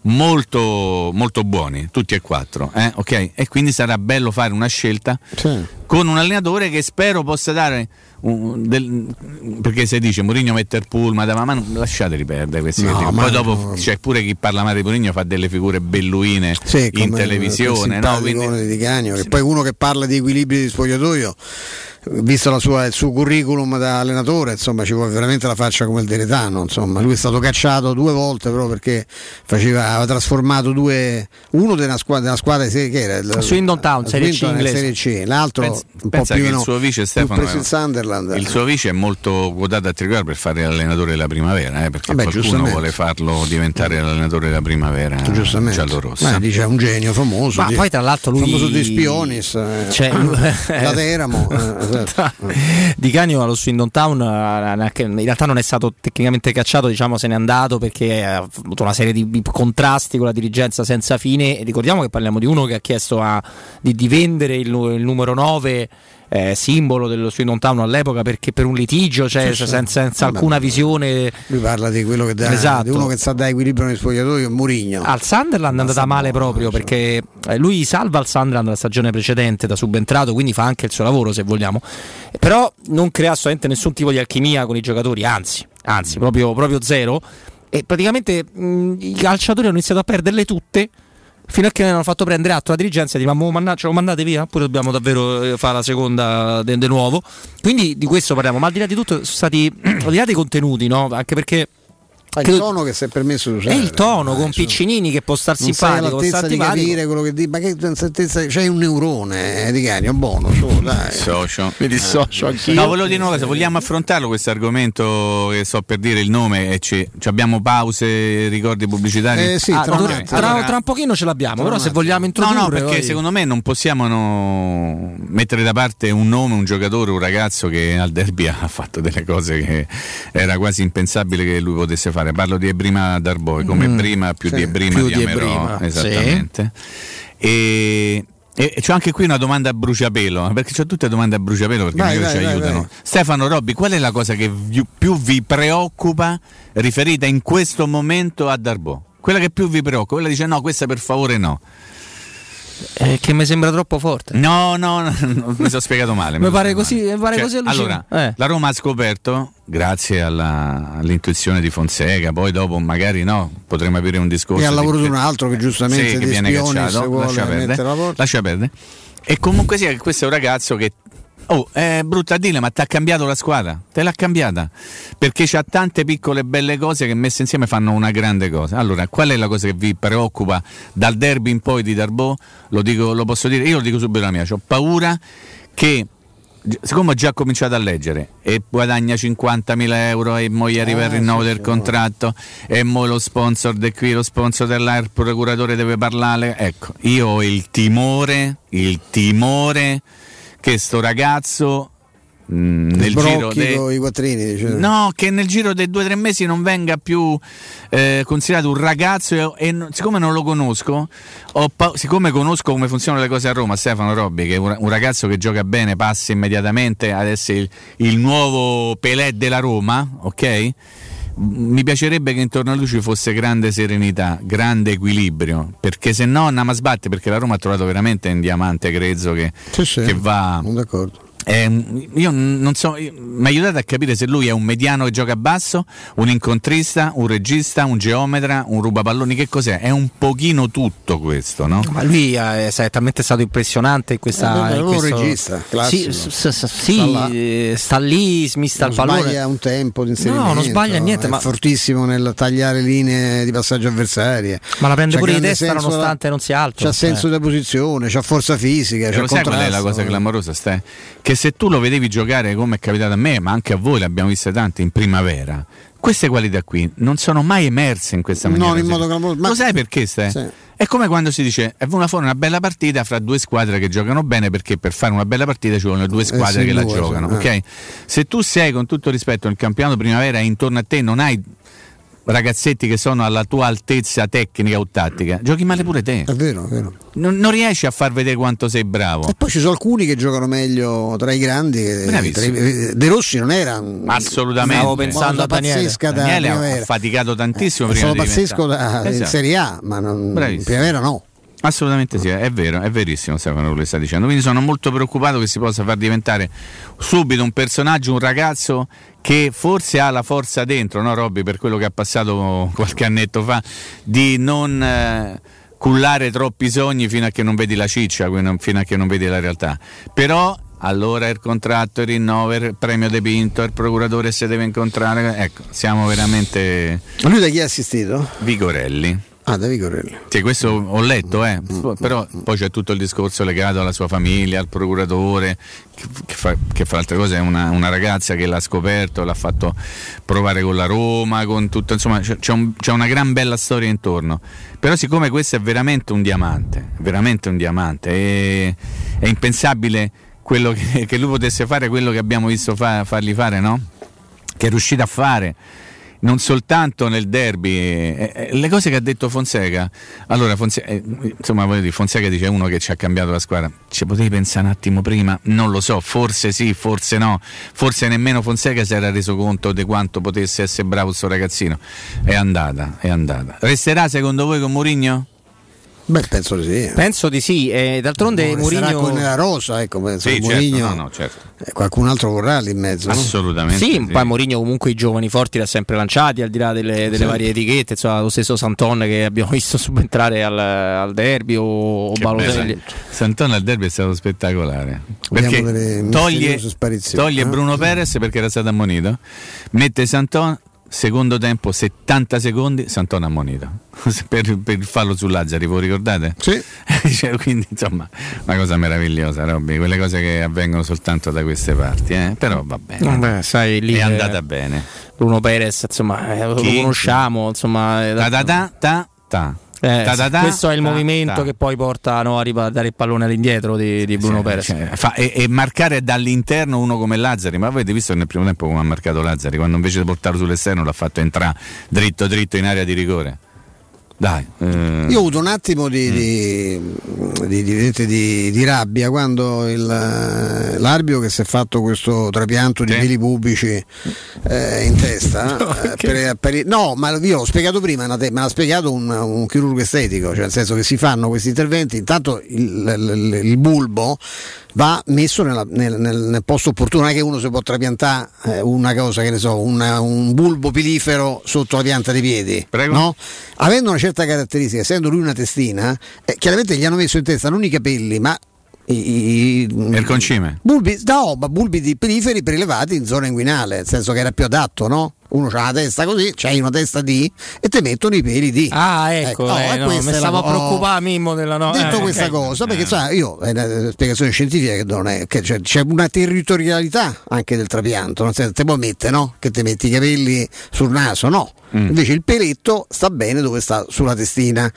molto, molto buoni, tutti e quattro, eh? Ok? E quindi sarà bello fare una scelta sì. con un allenatore che spero possa dare un, del, perché se dice Mourinho mette il pullman, ma non lasciateli perdere questi no, poi ma dopo no. c'è pure chi parla male di Mourinho, fa delle figure belluine sì, in televisione, no? Quindi, di Canio, sì. che poi uno che parla di equilibri di spogliatoio, visto la sua, il suo curriculum da allenatore, insomma ci vuole veramente la faccia come il Deretano, insomma lui è stato cacciato due volte proprio perché faceva, aveva trasformato due, uno della squadra, della squadra che era il Swindon Town, Serie C inglese, Serie C, l'altro pensa, un pensa po' più che no, il suo vice Stefano il Sunderland, il suo vice è molto quotato a Trigoria per fare l'allenatore della primavera, eh, perché Vabbè, qualcuno vuole farlo diventare l'allenatore della primavera giallorossa. Ma dice è un genio famoso, ma poi tra l'altro lui famoso di Spionis, cioè, da Teramo, eh, esatto. Di Canio allo Swindon Town in realtà non è stato tecnicamente cacciato, diciamo se n'è andato perché ha avuto una serie di contrasti con la dirigenza senza fine, e ricordiamo che parliamo di uno che ha chiesto a, di, di vendere il, il numero nove, eh, simbolo dello Swindon Town all'epoca, perché per un litigio, cioè sì, senza, senza vabbè, alcuna visione. Lui parla di quello che dà, esatto. di uno che sa dare equilibrio nei spogliatoi, Mourinho. Al Sunderland è andata male proprio cioè. perché lui salva il Sunderland la stagione precedente da subentrato, quindi fa anche il suo lavoro se vogliamo, però non crea assolutamente nessun tipo di alchimia con i giocatori, anzi, anzi proprio, proprio zero, e praticamente mh, i calciatori hanno iniziato a perderle tutte fino a che hanno fatto prendere atto la dirigenza di ma ce lo mandate via oppure dobbiamo davvero fare la seconda di nuovo. Quindi di questo parliamo, ma al di là di tutto sono stati al di là dei contenuti, no? Anche perché il Credo... tono che si è permesso di usare. È il tono eh, con cioè, Piccinini che può star simpatico, non sai di capire quello che dici, ma che certezza, c'hai un neurone eh, di cani, è buono, su, dai. Socio. Mi dissocio anch'io. No, volevo dire una cosa, vogliamo affrontarlo questo argomento che so per dire il nome e ci, ci abbiamo pause, ricordi pubblicitari? Eh sì, ah, tra, tra, un tra, allora, tra un pochino ce l'abbiamo, però se vogliamo introdurre. No, no, perché poi... secondo me non possiamo no, mettere da parte un nome, un giocatore, un ragazzo che al derby ha fatto delle cose che era quasi impensabile che lui potesse fare. Parlo di Ebrima Darboe, come mm, prima più sì, di Ebrima più di Amerò, esattamente. Sì. E E c'ho anche qui una domanda a bruciapelo, perché c'ho tutte domande a bruciapelo perché vai, vai, ci vai, aiutano. Vai. Stefano Robbi, qual è la cosa che vi, più vi preoccupa riferita in questo momento a Darboe? Quella che più vi preoccupa, quella dice no, questa per favore no. Eh, che mi sembra troppo forte. No, no, no, no mi sono spiegato male. mi pare così, mi pare cioè, così allora, eh. la Roma ha scoperto, grazie alla, all'intuizione di Fonseca, poi dopo magari no, potremmo avere un discorso. E al lavoro di un altro che giustamente sì, che viene cacciato, lascia perdere, lascia perdere. E comunque sia, questo è un ragazzo che oh, è brutto a dire, ma ti ha cambiato la squadra, te l'ha cambiata, perché c'ha tante piccole belle cose che messe insieme fanno una grande cosa. Allora, qual è la cosa che vi preoccupa dal derby in poi di Darboe? Lo dico, lo posso dire, io lo dico subito la mia, ho paura che, siccome ho già cominciato a leggere e guadagna cinquantamila euro e mo gli arriva il rinnovo del contratto e mo lo sponsor di qui, lo sponsor dell'A R, il procuratore deve parlare, ecco, io ho il timore, il timore che sto ragazzo mh, nel giro dei i quattrini, diciamo. no, che nel giro dei due o tre mesi non venga più eh, considerato un ragazzo e, e siccome non lo conosco, ho pa- siccome conosco come funzionano le cose a Roma, Stefano Robbi, che è un, un ragazzo che gioca bene, passa immediatamente ad essere il, il nuovo Pelé della Roma, ok? Mi piacerebbe che intorno a lui ci fosse grande serenità, grande equilibrio, perché se no andiamo a sbattere, perché la Roma ha trovato veramente un diamante grezzo che, sì, sì, che va d'accordo. Eh, io non so, mi aiutate a capire se lui è un mediano che gioca basso, un incontrista, un regista, un geometra, un rubapalloni, che cos'è? È un pochino tutto questo, no? Ma lui è, è talmente stato impressionante in questa è in un questo... regista classico. Sì, s- s- sì sta, sta lì, smista il pallone. Non sbaglia un tempo di inserimento. No, non sbaglia niente, è ma fortissimo nel tagliare linee di passaggio avversarie. Ma la prende c'ha pure di testa senso nonostante da, non sia alto. C'ha senso eh. della posizione, c'ha forza fisica, c'ha lo sai qual è la cosa clamorosa, Ste? Che se tu lo vedevi giocare come è capitato a me, ma anche a voi, le abbiamo viste tante in primavera, queste qualità qui non sono mai emerse in questa maniera. Non in modo clamoroso. Lo sai perché, Ste? Sì. È come quando si dice è venuta fuori una bella partita fra due squadre che giocano bene, perché per fare una bella partita ci vogliono due squadre eh sì, che due, la giocano, sì, ok? Eh. Se tu sei, con tutto rispetto, nel campionato primavera e intorno a te non hai ragazzetti che sono alla tua altezza tecnica o tattica, giochi male pure te. È vero, è vero. Non, non riesci a far vedere quanto sei bravo. E poi ci sono alcuni che giocano meglio tra i grandi. Tra i, De Rossi non era assolutamente. Stavo pensando a Daniele. Pazzesca da Daniele primavera. ha faticato tantissimo. Eh, prima è stato di pazzesco da, esatto. in Serie A, ma non, in primavera no. Assolutamente sì, è vero, è verissimo Stefano quello che sta dicendo. Quindi sono molto preoccupato che si possa far diventare subito un personaggio, un ragazzo che forse ha la forza dentro, no Robby, per quello che ha passato qualche annetto fa, di non eh, cullare troppi sogni fino a che non vedi la ciccia, fino a che non vedi la realtà. Però allora il contratto, il rinnovo, il premio De Pinto, il procuratore se deve incontrare, ecco, siamo veramente... Lui da chi ha assistito? Vigorelli. Ah, da Vigorelli. Sì, questo ho letto, eh. Però poi c'è tutto il discorso legato alla sua famiglia, al procuratore, che, che, fa, che fa altre cose, è una, una ragazza che l'ha scoperto, l'ha fatto provare con la Roma, con tutto, insomma c'è, un, c'è una gran bella storia intorno. Però siccome questo è veramente un diamante, veramente un diamante, e, è impensabile quello che, che lui potesse fare, quello che abbiamo visto fa, fargli fare, no? Che è riuscito a fare. Non soltanto nel derby, eh, eh, le cose che ha detto Fonseca. Allora, Fonseca, eh, insomma, voglio dire, Fonseca dice uno che ci ha cambiato la squadra. Ci potevi pensare un attimo prima? Non lo so, forse sì, forse no. Forse nemmeno Fonseca si era reso conto di quanto potesse essere bravo questo ragazzino. È andata, è andata. Resterà secondo voi con Mourinho? Beh, penso di sì. Penso di sì, e d'altronde no, Mourinho con la rosa, ecco, penso sì, Mourinho, certo, no, no, certo. eh, qualcun altro vorrà lì in mezzo. Assolutamente. No? Sì, sì, poi Mourinho comunque i giovani forti li ha sempre lanciati, al di là delle, delle sì. varie etichette, insomma, lo stesso Santon che abbiamo visto subentrare al, al derby, o, o Balotelli. Santon al derby è stato spettacolare. Perché toglie, toglie eh? Bruno Perez perché era stato ammonito, mette Santon, secondo tempo settanta secondi, Sant'Antonio ammonito per, per il fallo su Lazzari, voi ricordate? Sì. Cioè, quindi insomma una cosa meravigliosa, Robby, quelle cose che avvengono soltanto da queste parti, eh? Però va bene. Vabbè, sai, lì è eh, andata bene. Bruno Perez, insomma, eh, lo conosciamo, insomma, ta ta ta ta ta. Eh, ta ta ta, questo è il ta, movimento ta. che poi porta, no, a dare il pallone all'indietro di, di Bruno Sì, Perez. cioè, fa, e, e marcare dall'interno uno come Lazzari, ma avete visto nel primo tempo come ha marcato Lazzari, quando invece di portarlo sull'esterno l'ha fatto entrare dritto dritto in area di rigore. Dai, eh. Io ho avuto un attimo di, mm. di, di, di, di, di rabbia quando il, l'arbitro che si è fatto questo trapianto di sì. peli pubblici eh, in testa no, eh, per, per, no, ma io l'ho spiegato prima, me l'ha spiegato un, un chirurgo estetico, cioè nel senso che si fanno questi interventi, intanto il, il, il bulbo va messo nella, nel, nel, nel posto opportuno, non è che uno si può trapiantare eh, una cosa, che ne so, una, un bulbo pilifero sotto la pianta dei piedi. Prego. No? Avendo una certa caratteristica, essendo lui una testina, eh, chiaramente gli hanno messo in testa non i capelli, ma i, i il concime. Bulbi, no, ma bulbi di periferi prelevati in zona inguinale, nel senso che era più adatto, no? Uno c'ha la testa così, c'hai una testa D e te mettono i peli D. Ah, ecco, ecco oh, eh, no, mi stavo a preoccupare Mimmo della no. Detto eh, questa okay. cosa, perché sai, io è una spiegazione scientifica che non è che c'è, c'è una territorialità anche del trapianto, nel senso te puoi mettere, no? Che ti metti i capelli sul naso, no. Mm. Invece il peletto sta bene dove sta, sulla testina.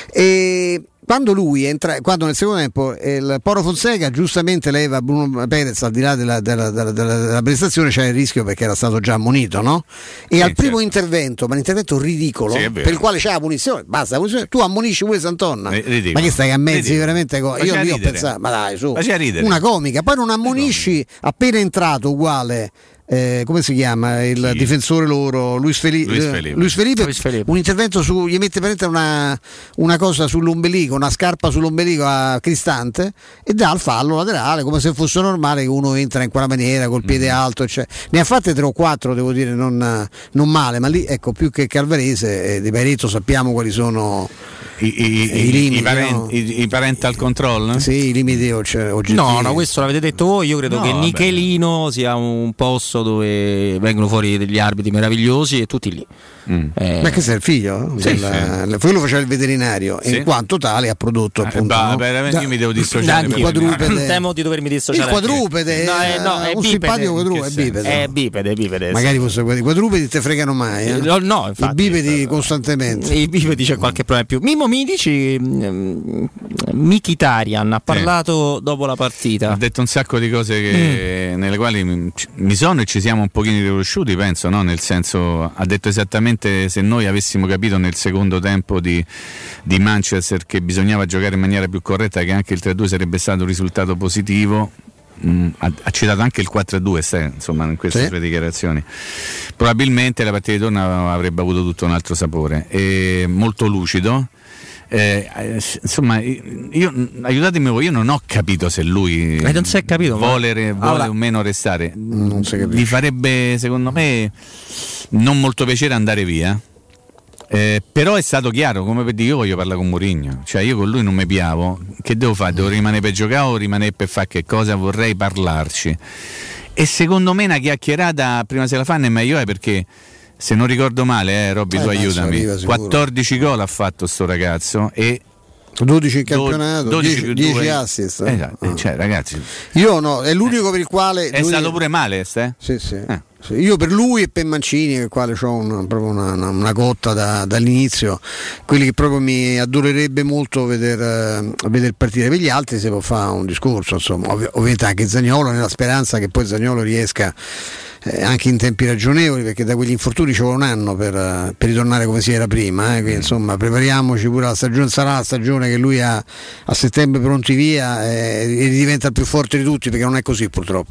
E quando lui entra, quando nel secondo tempo il Poro Fonseca giustamente leva Bruno Perez al di là della, della, della, della, della prestazione, c'era il rischio perché era stato già ammonito, no? E sì, al primo certo. intervento, ma un intervento ridicolo, sì, per il quale c'è la punizione, basta, tu ammonisci pure Sant'Anna, ma che stai a mezzi veramente? Co- io, io ho pensato, ma dai, su, una comica, poi non ammonisci appena entrato uguale. Eh, come si chiama il sì. difensore loro Luis, Feli- Luis, Felipe. Luis Felipe, Luis Felipe, un intervento su, gli mette per una, una cosa sull'ombelico, una scarpa sull'ombelico a Cristante e dà il fallo laterale come se fosse normale che uno entra in quella maniera col piede mm. alto, cioè. Ne ha fatte tre o quattro, devo dire, non, non male, ma lì ecco, più che Calvarese eh, di Paretto sappiamo quali sono i, i, i limiti, i, parent, no? i, i parental control? Sì, i limiti cioè, oggettivi. No, no, questo l'avete detto voi. Io credo no, che vabbè. Nichelino sia un posto dove vengono fuori degli arbitri meravigliosi e tutti lì. Mm. Eh, ma che sei il figlio? Sì, della, sì. Quello faceva il veterinario sì. e in quanto tale ha prodotto appunto. Eh, bah, veramente io mi devo dissociare. Il quadrupede. Temo di dovermi dissociare. Il quadrupede. No, è, no, è un bipede. simpatico quadrupede. È bipede. È bipede, bipede. Magari fosse i quadrupedi te fregano mai. Eh? No, no, infatti. I bipedi costantemente. I bipedi c'è qualche problema in più. Mimmo, mi dici um, Mkhitaryan ha parlato sì. dopo la partita. Ha detto un sacco di cose che, mm. nelle quali mi sono e ci siamo un pochino riconosciuti, penso, no? Nel senso, ha detto esattamente se noi avessimo capito nel secondo tempo di, di Manchester che bisognava giocare in maniera più corretta, che anche il tre a due sarebbe stato un risultato positivo. Mm, ha, ha citato anche il quattro a due, insomma, in queste sì. sue dichiarazioni. Probabilmente la partita di torno avrebbe avuto tutto un altro sapore, e molto lucido. Eh, insomma, io aiutatemi voi, io non ho capito se lui eh, non si è capito, vuole, vuole allora, o meno restare. Non si gli farebbe, secondo me, non molto piacere andare via. Eh, però è stato chiaro, come per dire, io voglio parlare con Mourinho, cioè io con lui non mi piavo, che devo fare? Devo rimanere per giocare o rimanere per fare che cosa? Vorrei parlarci. E secondo me una chiacchierata prima se la fanno è meglio, è perché se non ricordo male, eh, Robby, eh, tu aiutami, quattordici gol ha fatto sto ragazzo e dodici in campionato, dodici, dieci, dieci assist. Esatto, ah. Cioè ragazzi, io no, è l'unico per il quale è stato pure male, eh? Sì, sì. Eh. Sì, io per lui e per Mancini, per il quale ho un, proprio una, una, una cotta da, dall'inizio, quelli che proprio mi adorerebbe molto vedere veder partire. Per gli altri si può fare un discorso, insomma, Ov- ovviamente anche Zaniolo, nella speranza che poi Zaniolo riesca eh, anche in tempi ragionevoli, perché da quegli infortuni ci vuole un anno per, per ritornare come si era prima, eh, quindi insomma prepariamoci pure la stagione, sarà la stagione che lui ha a settembre pronti via eh, e diventa il più forte di tutti, perché non è così purtroppo.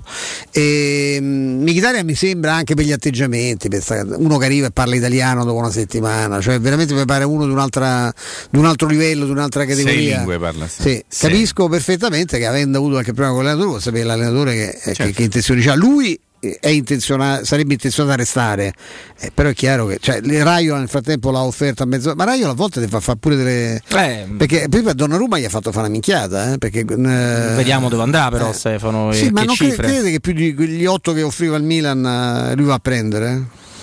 E Mkhitaryan mi sembra anche per gli atteggiamenti, per sta, uno che arriva e parla italiano dopo una settimana, cioè veramente mi pare uno di, un'altra, di un altro livello, di un'altra categoria. Sei lingue parla. Sì, sì. Capisco perfettamente che avendo avuto qualche problema con l'allenatore, vuol sapere l'allenatore che, certo. che, che intenzioni ha. Lui è intenzionato, sarebbe intenzionato a restare, eh, però è chiaro che cioè, Raiola nel frattempo l'ha offerta a mezzo, ma Raiola a volte ti fa fare pure delle eh, perché prima a Donnarumma gli ha fatto fare una minchiata, eh, perché eh, vediamo dove andrà però eh, Stefano, sì, e ma che non cifre. crede che più di quegli otto che offriva il Milan lui va a prendere?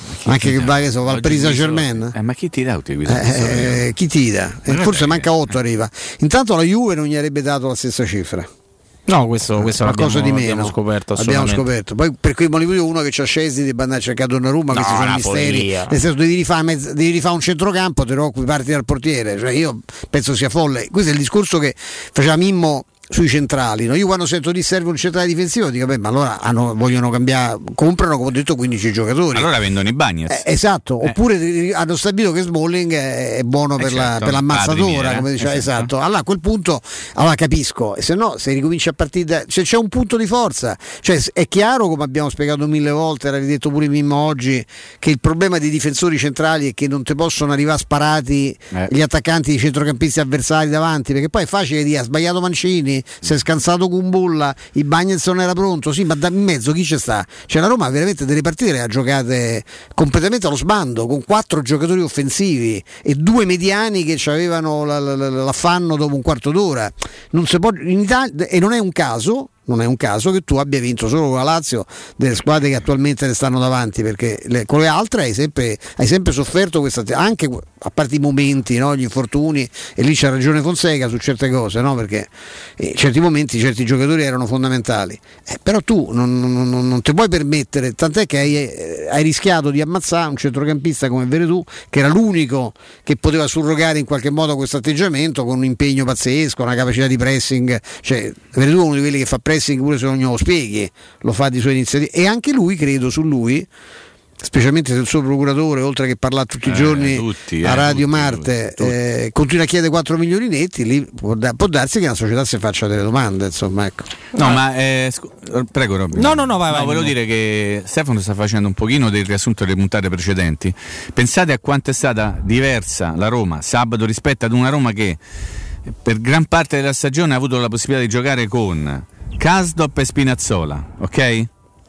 Anche che va che so, va al Paris Saint-Germain. Eh, ma chi ti dà tutti quei eh, eh, chi ti dà? Eh, forse manca otto arriva. Intanto la Juve non gli avrebbe dato la stessa cifra. No, questo, questo qualcosa l'abbiamo, di meno abbiamo scoperto. Abbiamo scoperto. Poi per quei motivi uno che c'ha scesi debba andare a cercare Donnarumma, no, questi sono misteri. Follia. Nel senso devi rifare, mezz- devi rifare un centrocampo, te lo occupi, parti dal portiere. Cioè io penso sia folle. Questo è il discorso che faceva Mimmo sui centrali, no? Io quando sento di serve un centrale difensivo dico beh, ma allora hanno, vogliono cambiare, comprano come ho detto quindici giocatori, allora vendono i Bagnets, eh, esatto, eh. Oppure hanno stabilito che Smalling è, è buono per, eh certo, la, per l'ammazzatura, come diceva, esatto. esatto allora a quel punto allora capisco, e se no se ricomincia a partire da, se c'è un punto di forza, cioè è chiaro, come abbiamo spiegato mille volte, era ridetto pure Mimmo oggi, che il problema dei difensori centrali è che non ti possono arrivare sparati eh. gli attaccanti, i centrocampisti avversari davanti, perché poi è facile dire ha sbagliato Mancini, si è scansato Kumbulla, i Bagnets non era pronto, sì, ma da in mezzo chi ci sta? Cioè la Roma veramente delle partite le ha giocate completamente allo sbando, con quattro giocatori offensivi e due mediani che avevano l'affanno dopo un quarto d'ora. Non si può, in Italia, e non è un caso non è un caso che tu abbia vinto solo con la Lazio delle squadre che attualmente le stanno davanti, perché le, con le altre hai sempre, hai sempre sofferto questa, anche a parte i momenti, no, gli infortuni, e lì c'ha ragione Fonseca su certe cose, no, perché in certi momenti certi giocatori erano fondamentali, eh, però tu non, non, non ti puoi permettere, tant'è che hai, hai rischiato di ammazzare un centrocampista come Veretù, che era l'unico che poteva surrogare in qualche modo questo atteggiamento con un impegno pazzesco, una capacità di pressing, cioè Veretù è uno di quelli che fa pressing pure se non glielo spieghi, lo fa di sue iniziative, e anche lui, credo, su lui, specialmente se il suo procuratore, oltre che parlare tutti i giorni eh, tutti, a Radio tutti, Marte, tutti. Eh, continua a chiedere quattro milioni netti, lì può, da, può darsi che la società si faccia delle domande, insomma, ecco. No, ah. ma eh, scu- prego Robby. No, no, no, vai, vai. No, volevo dire che Stefano sta facendo un pochino del riassunto delle puntate precedenti. Pensate a quanto è stata diversa la Roma sabato rispetto ad una Roma che per gran parte della stagione ha avuto la possibilità di giocare con Kasdorp e Spinazzola, ok?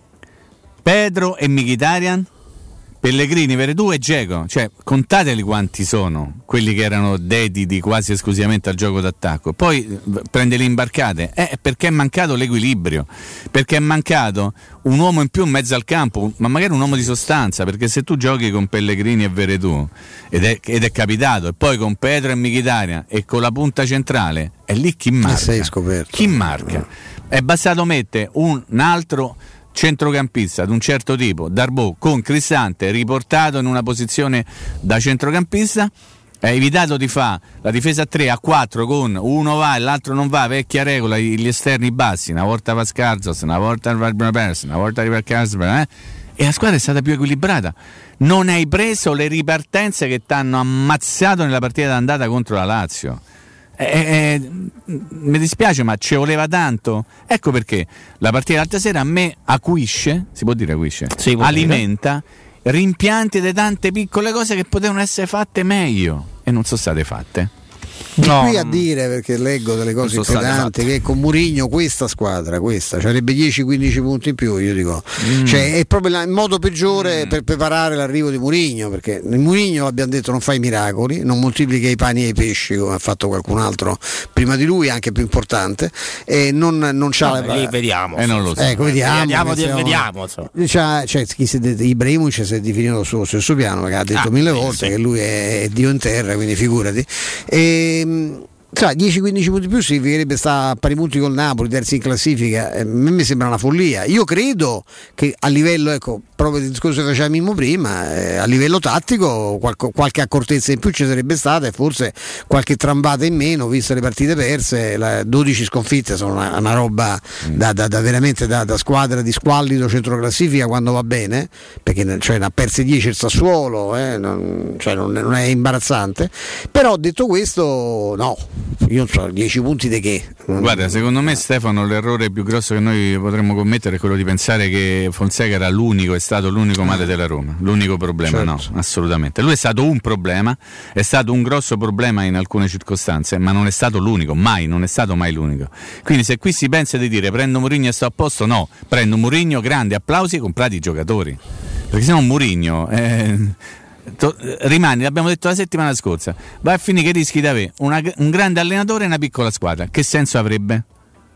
Pedro e Mkhitaryan, Pellegrini, Veretù e Dzeko, cioè contateli quanti sono quelli che erano dediti quasi esclusivamente al gioco d'attacco. Poi prende le imbarcate, eh, perché è mancato l'equilibrio, perché è mancato un uomo in più in mezzo al campo, ma magari un uomo di sostanza, perché se tu giochi con Pellegrini e Veretù ed è, ed è capitato, e poi con Pedro e Mkhitaryan e con la punta centrale, è lì chi marca, sei scoperto. Chi marca? È bastato mettere un, un altro centrocampista ad un certo tipo, Darboe, con Cristante riportato in una posizione da centrocampista, ha evitato di fare la difesa a tre, a quattro, con uno va e l'altro non va, vecchia regola, gli esterni bassi, una volta Vascarzos, una volta Persi, una volta Rivercasper, eh? E la squadra è stata più equilibrata. Non hai preso le ripartenze che ti hanno ammazzato nella partita d'andata contro la Lazio. Eh, eh, mi dispiace, ma ci voleva tanto. Ecco perché la partita dell'altra sera a me acuisce, si può dire acuisce, sì, alimenta dire. rimpianti di tante piccole cose che potevano essere fatte meglio e non sono state fatte. No, qui a dire, perché leggo delle cose inquietanti, che con Mourinho questa squadra, questa avrebbe dieci quindici punti in più, io dico, mm. cioè è proprio il modo peggiore mm. per preparare l'arrivo di Mourinho, perché nel Mourinho abbiamo detto non fai miracoli, non moltiplica i pani e i pesci come ha fatto qualcun altro prima di lui, anche più importante, e non, non c'ha no, la... lì vediamo, eh, non lo so. Ecco, vediamo, vediamo, vediamo, vediamo so. c'ha, cioè, chi si de- Ibrahimovic si è definito sullo stesso piano, perché ha detto ah, mille volte sì. che lui è, è Dio in terra, quindi figurati. E, cioè, dieci quindici punti più significherebbe stare a pari punti col Napoli, terzi in classifica. A me mi sembra una follia. Io credo che a livello, ecco, proprio il discorso che facevamo prima, eh, a livello tattico qualche, qualche accortezza in più ci sarebbe stata, e forse qualche trambata in meno, viste le partite perse. La, dodici sconfitte sono una, una roba da, da, da veramente da, da squadra di squallido centroclassifica quando va bene, perché cioè, ne ha perse dieci il Sassuolo, eh, non, cioè, non, non è imbarazzante. Però detto questo, no, io non so, dieci punti di che? Guarda, secondo me Stefano l'errore più grosso che noi potremmo commettere è quello di pensare che Fonseca era l'unico, è stato l'unico male della Roma, l'unico problema, certo. No, assolutamente. Lui è stato un problema, è stato un grosso problema in alcune circostanze, ma non è stato l'unico, mai, non è stato mai l'unico. Quindi se qui si pensa di dire prendo Mourinho e sto a posto, no, prendo Mourinho, grande applausi, comprati i giocatori, perché sennò Mourinho eh, to- rimani, l'abbiamo detto la settimana scorsa, vai a finire che rischi di avere una, un grande allenatore e una piccola squadra. Che senso avrebbe?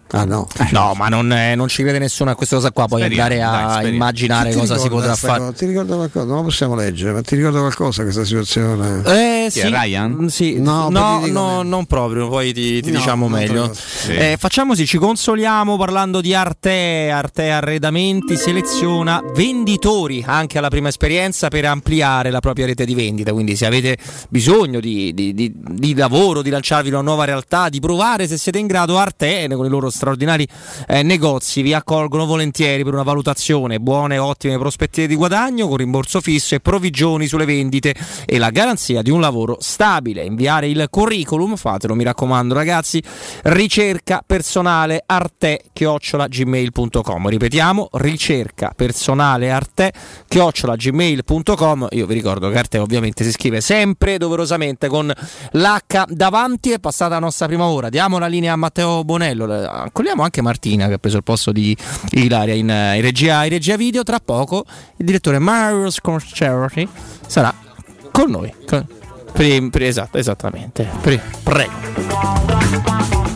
Ah no, no, ma non, eh, non ci crede nessuno a questa cosa qua. Puoi Speriamo, andare a dai, immaginare Ti cosa si ricorda potrà sta fare. cosa? Ti ricorda qualcosa? Non lo possiamo leggere, ma ti ricorda qualcosa questa situazione? Eh, Chi sì. è Ryan? Sì. No, No, poi ti dico no, meno. non proprio, poi ti, ti No, diciamo un'altra meglio. cosa. Sì. Eh, facciamo così, ci consoliamo parlando di Arte. Arte Arredamenti seleziona venditori anche alla prima esperienza per ampliare la propria rete di vendita. Quindi se avete bisogno di, di, di, di lavoro, di lanciarvi una nuova realtà, di provare se siete in grado, Arte con i loro straordinari eh, negozi vi accolgono volentieri per una valutazione, buone ottime prospettive di guadagno con rimborso fisso e provvigioni sulle vendite e la garanzia di un lavoro stabile. Inviare il curriculum, fatelo mi raccomando ragazzi, ricerca personale arte chiocciola gmail punto com. Ripetiamo, ricerca personale arte chiocciola gmail punto com. Io vi ricordo che Arte ovviamente si scrive sempre doverosamente con l'H davanti. È passata la nostra prima ora, diamo la linea a Matteo Bonello, accogliamo anche Martina che ha preso il posto di Ilaria in, in, regia, in regia video. Tra poco il direttore Mario Scorcherati sarà con noi. Con, pre, pre, esatto, esattamente. Pre, prego.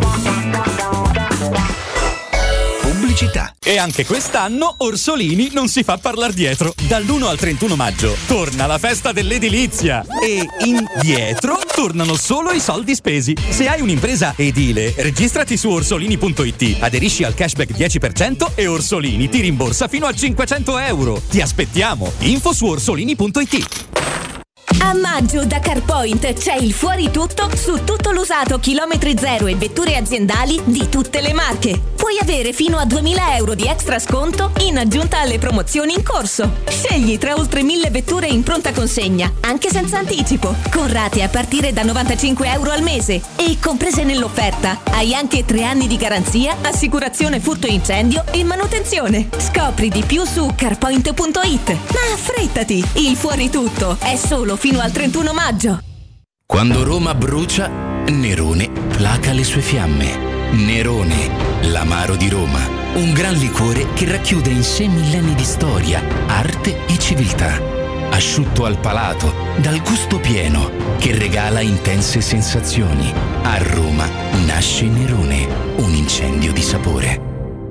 Pubblicità. E anche quest'anno Orsolini non si fa parlar dietro. Dall'primo al trentuno maggio torna la festa dell'edilizia e indietro tornano solo i soldi spesi. Se hai un'impresa edile, registrati su orsolini punto it, aderisci al cashback dieci per cento e Orsolini ti rimborsa fino a cinquecento euro. Ti aspettiamo. Info su orsolini punto it. A maggio da CarPoint c'è il fuori tutto su tutto l'usato chilometri zero e vetture aziendali di tutte le marche. Puoi avere fino a duemila euro di extra sconto in aggiunta alle promozioni in corso. Scegli tra oltre mille vetture in pronta consegna, anche senza anticipo, con rate a partire da novantacinque euro al mese. E comprese nell'offerta hai anche tre anni di garanzia, assicurazione furto incendio e manutenzione. Scopri di più su carpoint punto it. Ma affrettati, il fuori tutto è solo fino al trentuno maggio. Quando Roma brucia, Nerone placa le sue fiamme. Nerone, l'amaro di Roma, un gran liquore che racchiude in sé millenni di storia, arte e civiltà. Asciutto al palato, dal gusto pieno, che regala intense sensazioni. A Roma nasce Nerone, un incendio di sapore.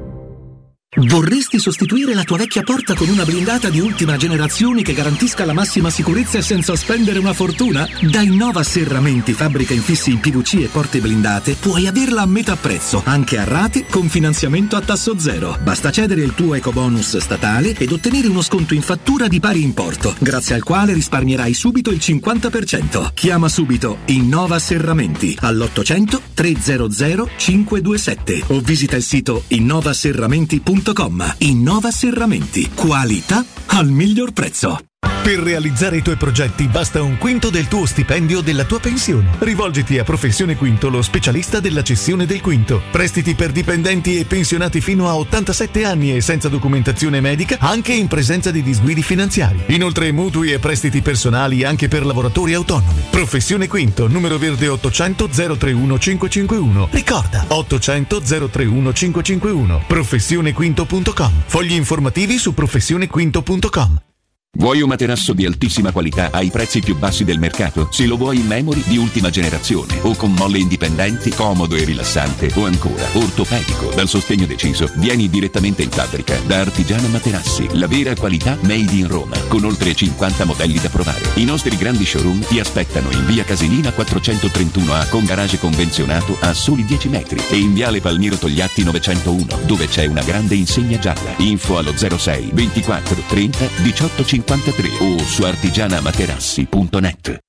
Vorresti sostituire la tua vecchia porta con una blindata di ultima generazione che garantisca la massima sicurezza e senza spendere una fortuna? Da Innova Serramenti, fabbrica infissi in P V C e porte blindate, puoi averla a metà prezzo, anche a rate con finanziamento a tasso zero. Basta cedere il tuo ecobonus statale ed ottenere uno sconto in fattura di pari importo, grazie al quale risparmierai subito il cinquanta per cento. Chiama subito Innova Serramenti all'ottocento trecento cinquecentoventisette o visita il sito innovaserramenti punto com. Innova Serramenti, qualità al miglior prezzo. Per realizzare i tuoi progetti basta un quinto del tuo stipendio o della tua pensione. Rivolgiti a Professione Quinto, lo specialista della cessione del quinto. Prestiti per dipendenti e pensionati fino a ottantasette anni e senza documentazione medica, anche in presenza di disguidi finanziari. Inoltre mutui e prestiti personali anche per lavoratori autonomi. Professione Quinto, numero verde ottocento zero trentuno cinquecentocinquantuno. Ricorda, ottocento zero trentuno cinquecentocinquantuno. professione quinto punto com. Fogli informativi su professione quinto punto com. Vuoi un materasso di altissima qualità ai prezzi più bassi del mercato? Se lo vuoi in memory di ultima generazione o con molle indipendenti, comodo e rilassante, o ancora ortopedico dal sostegno deciso, vieni direttamente in fabbrica da Artigiana Materassi, la vera qualità made in Roma, con oltre cinquanta modelli da provare. I nostri grandi showroom ti aspettano in via Casilina quattrocentotrentuno A con garage convenzionato a soli dieci metri e in viale Palmiro Togliatti novecentouno, dove c'è una grande insegna gialla. Info allo zero sei ventiquattro trenta diciotto cinquantatré o su artigianamaterassi punto net.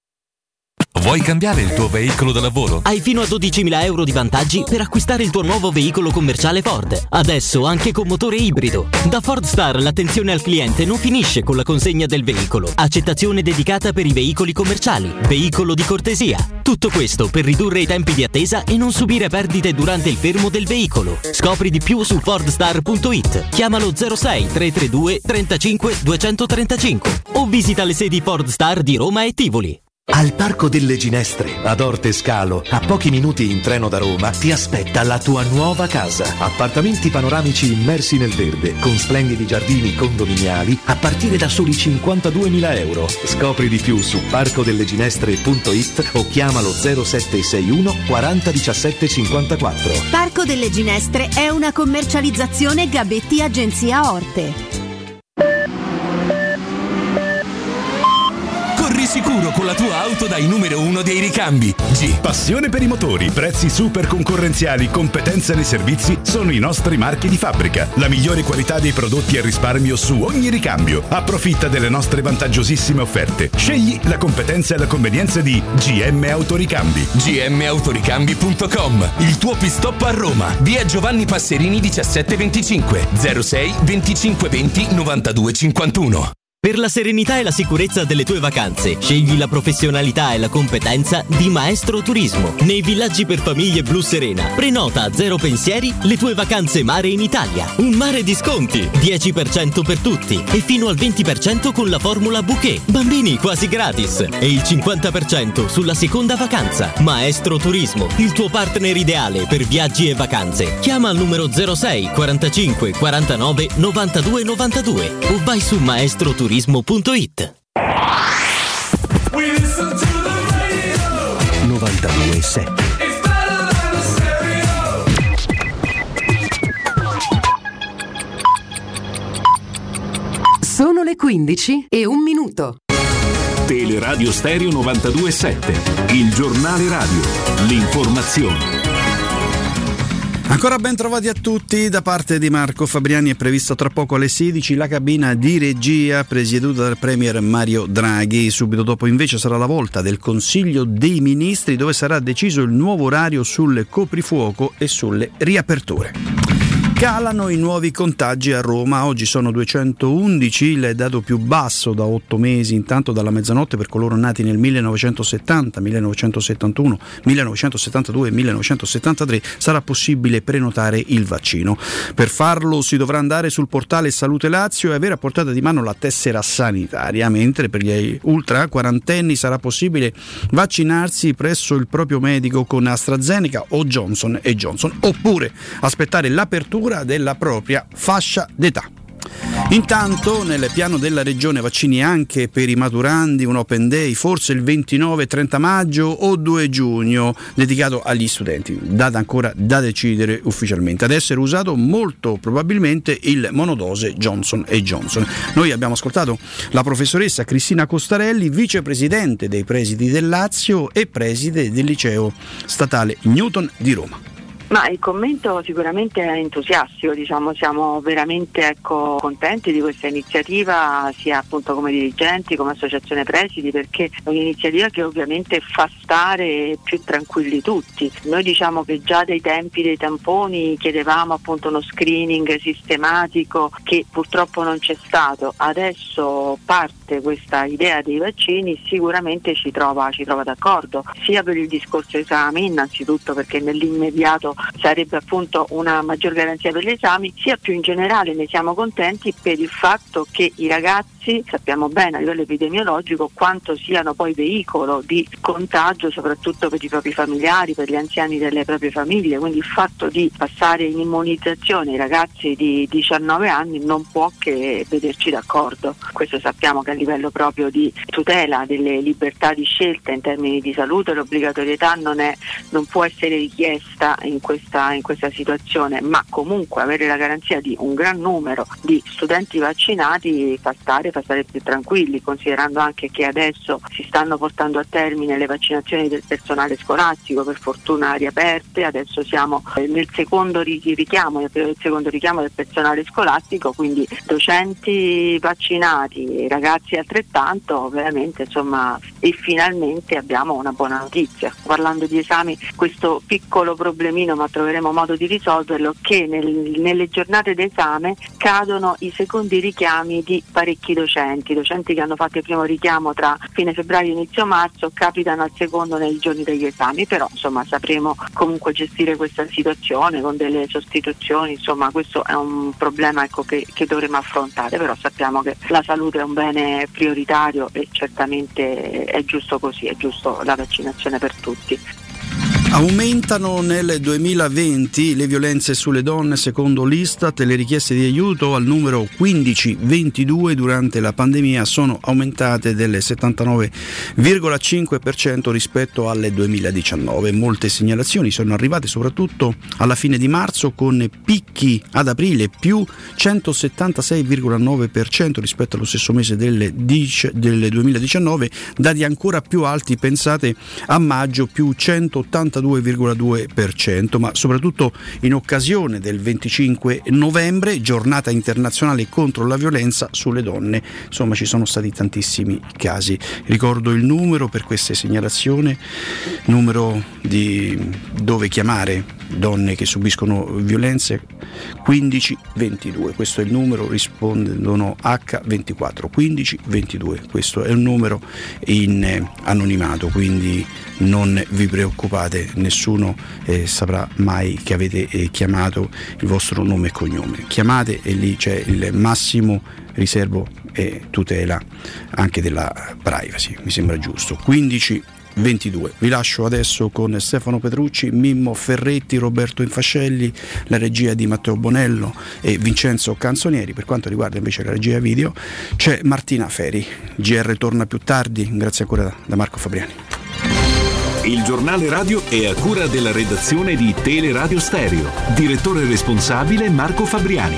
Vuoi cambiare il tuo veicolo da lavoro? Hai fino a dodicimila euro di vantaggi per acquistare il tuo nuovo veicolo commerciale Ford. Adesso anche con motore ibrido. Da Ford Star l'attenzione al cliente non finisce con la consegna del veicolo. Accettazione dedicata per i veicoli commerciali. Veicolo di cortesia. Tutto questo per ridurre i tempi di attesa e non subire perdite durante il fermo del veicolo. Scopri di più su fordstar punto it. Chiamalo zero sei trecentotrentadue trentacinque duecentotrentacinque o visita le sedi Ford Star di Roma e Tivoli. Al Parco delle Ginestre, ad Orte Scalo, a pochi minuti in treno da Roma, ti aspetta la tua nuova casa. Appartamenti panoramici immersi nel verde, con splendidi giardini condominiali, a partire da soli cinquantaduemila euro. Scopri di più su parco delle ginestre punto it o chiamalo zero sette sei uno quaranta diciassette cinquantaquattro. Parco delle Ginestre è una commercializzazione Gabetti Agenzia Orte. Corri sicuro con la tua auto dai numero uno dei ricambi. G. Passione per i motori, prezzi super concorrenziali, competenza nei servizi sono i nostri marchi di fabbrica. La migliore qualità dei prodotti e risparmio su ogni ricambio. Approfitta delle nostre vantaggiosissime offerte. Scegli la competenza e la convenienza di G M Autoricambi. G M autoricambi punto com, il tuo pit stop a Roma. Via Giovanni Passerini diciassette venticinque, zero sei venticinque venti novantadue cinquantuno. Per la serenità e la sicurezza delle tue vacanze, scegli la professionalità e la competenza di Maestro Turismo. Nei villaggi per famiglie Blu Serena, prenota a zero pensieri le tue vacanze mare in Italia. Un mare di sconti, dieci per cento per tutti e fino al venti per cento con la formula bouquet. Bambini quasi gratis e il cinquanta per cento sulla seconda vacanza. Maestro Turismo, il tuo partner ideale per viaggi e vacanze. Chiama al numero zero sei quarantacinque quarantanove novantadue novantadue o vai su maestro turismo punto it. novantadue sette. Sono le quindici e un minuto. Teleradio Stereo novantadue sette, il giornale radio, l'informazione. Ancora ben trovati a tutti da parte di Marco Fabriani. È previsto tra poco alle sedici la cabina di regia presieduta dal Premier Mario Draghi. Subito dopo invece sarà la volta del Consiglio dei Ministri, dove sarà deciso il nuovo orario sul coprifuoco e sulle riaperture. Calano i nuovi contagi a Roma, oggi sono duecentoundici, il dato più basso da otto mesi. Intanto dalla mezzanotte per coloro nati nel millenovecentosettanta, millenovecentosettantuno, millenovecentosettantadue e millenovecentosettantatré sarà possibile prenotare il vaccino. Per farlo si dovrà andare sul portale Salute Lazio e avere a portata di mano la tessera sanitaria, mentre per gli ultra quarantenni sarà possibile vaccinarsi presso il proprio medico con AstraZeneca o Johnson e Johnson, oppure aspettare l'apertura della propria fascia d'età. Intanto nel piano della regione vaccini anche per i maturandi, un open day forse il ventinove e trenta maggio o due giugno dedicato agli studenti, data ancora da decidere ufficialmente. Ad essere usato molto probabilmente il monodose Johnson e Johnson. Noi abbiamo ascoltato la professoressa Cristina Costarelli, vicepresidente dei presidi del Lazio e preside del liceo statale Newton di Roma. Ma il commento sicuramente è entusiastico, diciamo, siamo veramente ecco, contenti di questa iniziativa, sia appunto come dirigenti, come associazione presidi, perché è un'iniziativa che ovviamente fa stare più tranquilli tutti. Noi diciamo che già dai tempi dei tamponi chiedevamo appunto uno screening sistematico che purtroppo non c'è stato, adesso parte questa idea dei vaccini, sicuramente ci trova, ci trova d'accordo, sia per il discorso esami, innanzitutto perché nell'immediato sarebbe appunto una maggior garanzia per gli esami, sia più in generale ne siamo contenti per il fatto che i ragazzi sappiamo bene a livello epidemiologico quanto siano poi veicolo di contagio soprattutto per i propri familiari, per gli anziani delle proprie famiglie, quindi il fatto di passare in immunizzazione i ragazzi di diciannove anni non può che vederci d'accordo. Questo sappiamo che a livello proprio di tutela delle libertà di scelta in termini di salute l'obbligatorietà non è, non può essere richiesta in questa, in questa situazione, ma comunque avere la garanzia di un gran numero di studenti vaccinati fa stare, fa stare più tranquilli, considerando anche che adesso si stanno portando a termine le vaccinazioni del personale scolastico, per fortuna riaperte, adesso siamo nel secondo richiamo, nel secondo richiamo del personale scolastico, quindi docenti vaccinati, ragazzi altrettanto, veramente insomma, e finalmente abbiamo una buona notizia. Parlando di esami, questo piccolo problemino, ma troveremo modo di risolverlo, che nel, nelle giornate d'esame cadono i secondi richiami di parecchi docenti docenti, docenti che hanno fatto il primo richiamo tra fine febbraio e inizio marzo, capitano al secondo nei giorni degli esami, però insomma sapremo comunque gestire questa situazione con delle sostituzioni, insomma questo è un problema, ecco, che, che dovremo affrontare, però sappiamo che la salute è un bene prioritario e certamente è giusto così, è giusto la vaccinazione per tutti. Aumentano nel duemilaventi le violenze sulle donne secondo l'Istat e le richieste di aiuto al numero quindici ventidue durante la pandemia sono aumentate del settantanove virgola cinque per cento rispetto al duemiladiciannove. Molte segnalazioni sono arrivate soprattutto alla fine di marzo con picchi ad aprile più centosettantasei virgola nove per cento rispetto allo stesso mese del, del duemiladiciannove, dati ancora più alti, pensate, a maggio più centottantadue virgola due per cento, ma soprattutto in occasione del venticinque novembre, giornata internazionale contro la violenza sulle donne. Insomma, ci sono stati tantissimi casi. Ricordo il numero per queste segnalazioni, numero di dove chiamare donne che subiscono violenze, quindici ventidue, questo è il numero, rispondono acca ventiquattro, quindici ventidue, questo è un numero in anonimato, quindi non vi preoccupate, nessuno eh, saprà mai che avete eh, chiamato il vostro nome e cognome. Chiamate e lì c'è il massimo riservo e tutela anche della privacy, mi sembra giusto. quindici ventidue. Vi lascio adesso con Stefano Petrucci, Mimmo Ferretti, Roberto Infascelli, la regia di Matteo Bonello e Vincenzo Canzonieri. Per quanto riguarda invece la regia video c'è Martina Feri. G R torna più tardi, grazie ancora da Marco Fabriani. Il giornale radio è a cura della redazione di Teleradio Stereo. Direttore responsabile Marco Fabriani.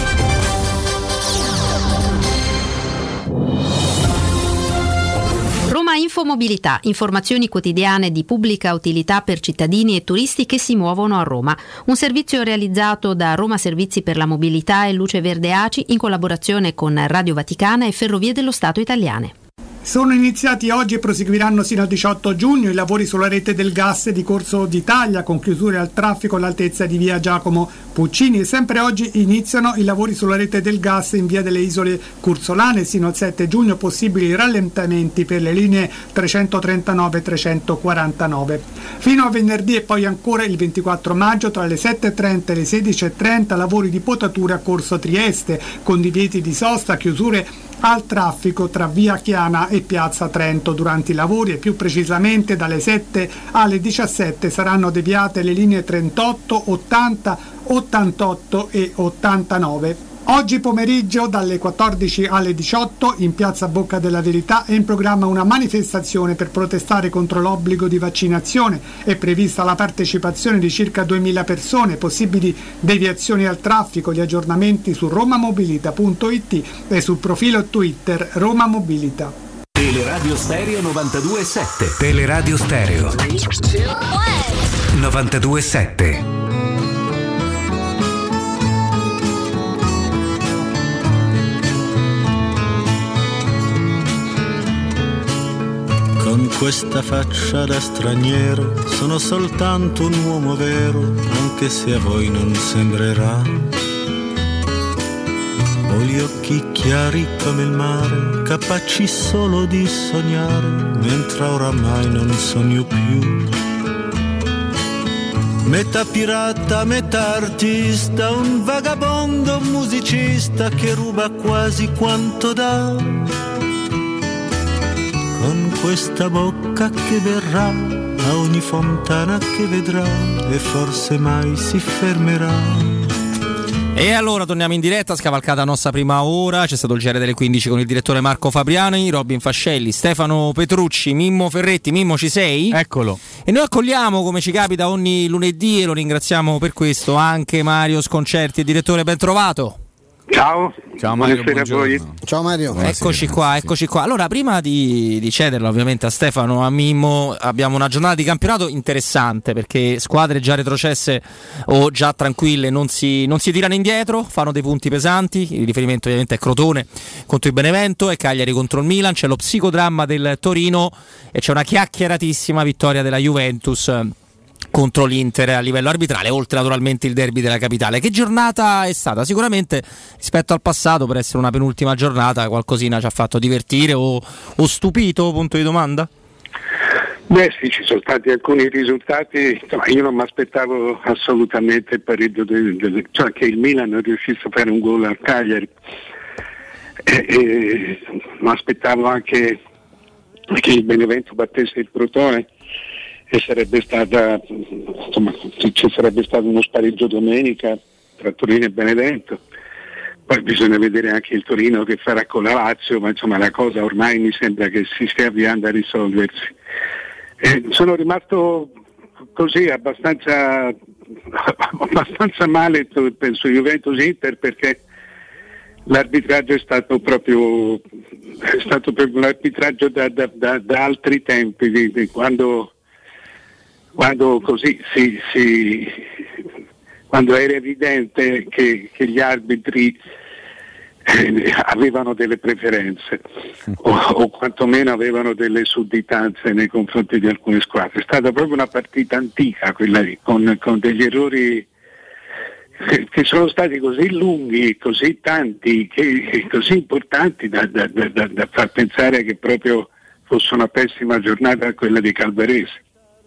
Roma Infomobilità, informazioni quotidiane di pubblica utilità per cittadini e turisti che si muovono a Roma. Un servizio realizzato da Roma Servizi per la Mobilità e Luce Verde A C I in collaborazione con Radio Vaticana e Ferrovie dello Stato italiane. Sono iniziati oggi e proseguiranno sino al diciotto giugno i lavori sulla rete del gas di Corso d'Italia, con chiusure al traffico all'altezza di via Giacomo Puccini, e sempre oggi iniziano i lavori sulla rete del gas in via delle Isole Cursolane. Sino al sette giugno possibili rallentamenti per le linee trecentotrentanove e trecentoquarantanove. Fino a venerdì e poi ancora il ventiquattro maggio tra le sette e trenta e le sedici e trenta lavori di potatura a Corso Trieste, con divieti di sosta, chiusure al traffico tra via Chiana e piazza Trento. Durante i lavori, e più precisamente dalle sette alle diciassette, saranno deviate le linee trentotto, ottanta, ottantotto e ottantanove. Oggi pomeriggio dalle quattordici alle diciotto in piazza Bocca della Verità è in programma una manifestazione per protestare contro l'obbligo di vaccinazione. È prevista la partecipazione di circa duemila persone, possibili deviazioni al traffico. Gli aggiornamenti su romamobilita punto it e sul profilo Twitter Roma Mobilita. Teleradio Stereo novantadue virgola sette. Teleradio Stereo novantadue virgola sette. Con questa faccia da straniero sono soltanto un uomo vero, anche se a voi non sembrerà. Ho gli occhi chiari come il mare, capaci solo di sognare, mentre oramai non sogno più. Metà pirata, metà artista, un vagabondo musicista che ruba quasi quanto dà. Con questa bocca che verrà a ogni fontana che vedrà e forse mai si fermerà. E allora torniamo in diretta, scavalcata la nostra prima ora, c'è stato il G R delle quindici con il direttore Marco Fabriani, Robin Fascelli, Stefano Petrucci, Mimmo Ferretti. Mimmo, ci sei? Eccolo. E noi accogliamo, come ci capita ogni lunedì, e lo ringraziamo per questo, anche Mario Sconcerti, il direttore, ben trovato. Ciao, ciao Mario, buonasera a voi. Ciao Mario. Buonasera, eccoci qua, eccoci qua. Allora, prima di, di cederla ovviamente a Stefano, a Mimmo, abbiamo una giornata di campionato interessante, perché squadre già retrocesse o già tranquille non si, non si tirano indietro, fanno dei punti pesanti. Il riferimento ovviamente è Crotone contro il Benevento e Cagliari contro il Milan. C'è lo psicodramma del Torino e c'è una chiacchieratissima vittoria della Juventus contro l'Inter a livello arbitrale, oltre naturalmente il derby della capitale. Che giornata è stata? Sicuramente rispetto al passato, per essere una penultima giornata, qualcosina ci ha fatto divertire o, o stupito, punto di domanda? Beh sì, ci sono stati alcuni risultati, insomma, io non mi aspettavo assolutamente il pareggio del, del, cioè che il Milan non riuscisse a fare un gol al Cagliari, e, e, mi aspettavo anche che il Benevento battesse il Crotone e sarebbe stata, insomma, ci sarebbe stato uno spareggio domenica tra Torino e Benevento. Poi bisogna vedere anche il Torino che farà con la Lazio, ma insomma la cosa ormai mi sembra che si stia avviando a risolversi. Eh, sono rimasto così abbastanza abbastanza male penso Juventus Inter, perché l'arbitraggio è stato proprio è stato proprio un arbitraggio da, da, da, da altri tempi, di, di quando quando così si, si quando era evidente che, che gli arbitri Eh, avevano delle preferenze o, o quantomeno avevano delle sudditanze nei confronti di alcune squadre. È stata proprio una partita antica quella lì, con, con degli errori che, che sono stati così lunghi, così tanti, che, così importanti da, da, da, da far pensare che proprio fosse una pessima giornata quella di Calvarese.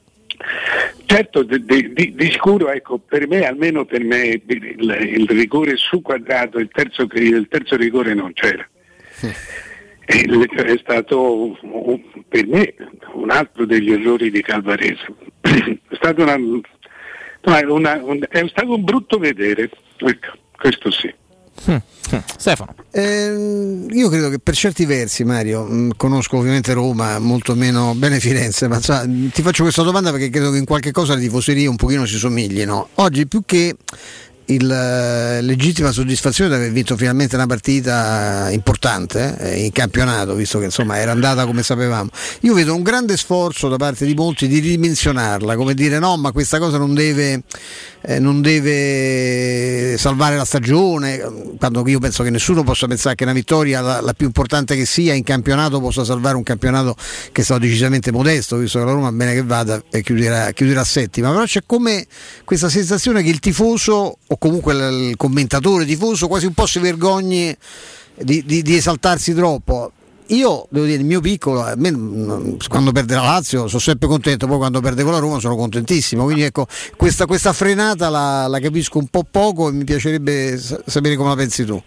Certo, di, di, di sicuro, ecco, per me, almeno per me, il, il rigore su quadrato, il terzo, il terzo rigore non c'era. Sì. E è stato per me un altro degli errori di Calvarese. È stato, una, una, un, è stato un brutto vedere, ecco, questo sì. Hmm. Stefano. Eh, io credo che per certi versi, Mario, mh, conosco ovviamente Roma, molto meno bene Firenze, ma sa, ti faccio questa domanda perché credo che in qualche cosa le tifoserie un pochino si somiglino. Oggi più che il uh, legittima soddisfazione di aver vinto finalmente una partita importante eh, in campionato, visto che insomma era andata come sapevamo, io vedo un grande sforzo da parte di molti di ridimensionarla, come dire no, ma questa cosa non deve eh, non deve salvare la stagione, quando io penso che nessuno possa pensare che una vittoria, la, la più importante che sia in campionato, possa salvare un campionato che è stato decisamente modesto, visto che la Roma, bene che vada, chiuderà, chiuderà settima. Però c'è come questa sensazione che il tifoso o comunque il commentatore tifoso quasi un po' si vergogni di, di, di esaltarsi troppo. Io devo dire, il mio piccolo, a me, quando perde la Lazio sono sempre contento, poi quando perde con la Roma sono contentissimo, quindi ecco, questa, questa frenata la, la capisco un po' poco e mi piacerebbe sapere come la pensi tu.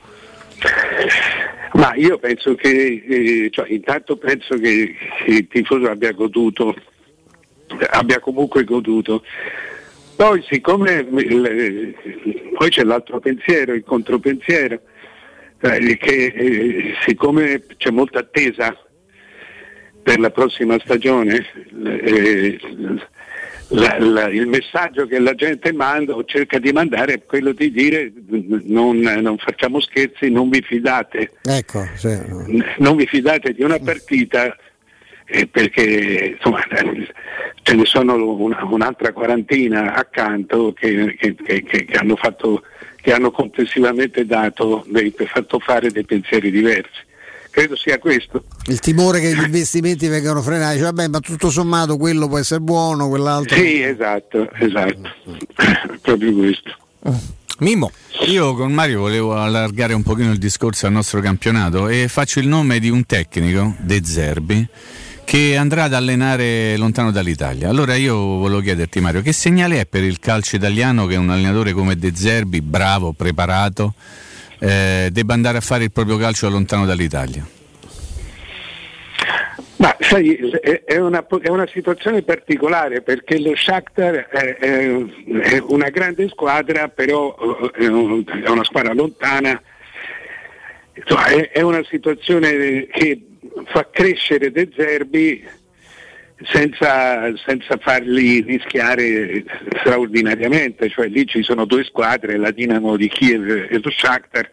Ma io penso che eh, cioè, intanto penso che, che il tifoso abbia goduto, abbia comunque goduto. Poi siccome il, poi c'è l'altro pensiero, il contropensiero, eh, che eh, siccome c'è molta attesa per la prossima stagione, eh, la, la, il messaggio che la gente manda o cerca di mandare è quello di dire non, non facciamo scherzi, non vi fidate, ecco, sì. non vi fidate di una partita. Eh, perché insomma ce ne sono una, un'altra quarantina accanto che, che, che, che hanno fatto che hanno complessivamente dato dei, fatto fare dei pensieri diversi. Credo sia questo. Il timore che gli investimenti vengano frenati, cioè, vabbè, ma tutto sommato quello può essere buono, quell'altro. Sì, esatto, esatto. Proprio questo. Mimmo. Io con Mario volevo allargare un pochino il discorso al nostro campionato e faccio il nome di un tecnico, De Zerbi, che andrà ad allenare lontano dall'Italia. Allora io volevo chiederti, Mario, che segnale è per il calcio italiano che un allenatore come De Zerbi, bravo, preparato, eh, debba andare a fare il proprio calcio lontano dall'Italia? Ma sai, è una, è una situazione particolare, perché lo Shakhtar è, è, è una grande squadra, però è, un, è una squadra lontana. Insomma, è, è una situazione che fa crescere De Zerbi senza, senza farli rischiare straordinariamente, cioè lì ci sono due squadre, la Dinamo di Kiev e lo Shakhtar,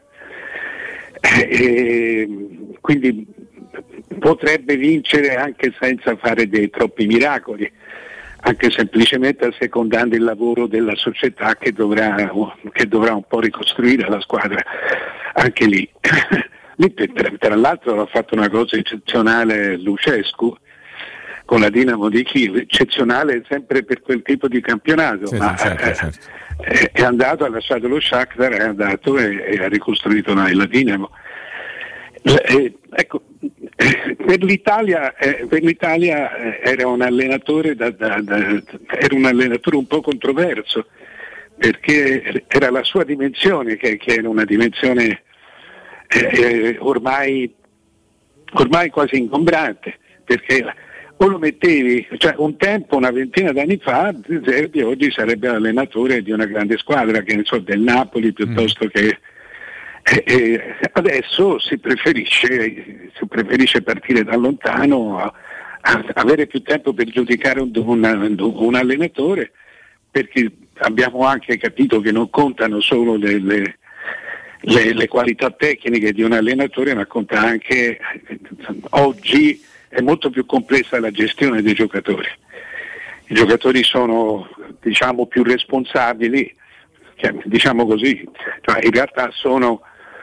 e quindi potrebbe vincere anche senza fare dei troppi miracoli, anche semplicemente assecondando il lavoro della società che dovrà, che dovrà un po' ricostruire la squadra anche lì. Lì tra, tra l'altro ha fatto una cosa eccezionale Lucescu con la Dinamo di Kiev, eccezionale sempre per quel tipo di campionato, sì, ma certo, eh, certo. È, è andato, ha lasciato lo Shakhtar, è andato e, e ha ricostruito la, la Dinamo. Eh, ecco, per l'Italia, eh, per l'Italia eh, era un allenatore da, da, da, era un allenatore un po' controverso, perché era la sua dimensione che, che era una dimensione eh, ormai, ormai quasi ingombrante, perché o lo mettevi, cioè un tempo, una ventina d'anni fa, Zerbi oggi sarebbe allenatore di una grande squadra, che ne so, del Napoli piuttosto mm. che E, e adesso si preferisce, si preferisce partire da lontano, a, a avere più tempo per giudicare un, un, un allenatore, perché abbiamo anche capito che non contano solo le, le, le, le qualità tecniche di un allenatore, ma conta anche, oggi è molto più complessa la gestione dei giocatori. I giocatori sono, diciamo, più responsabili, diciamo così, cioè in realtà sono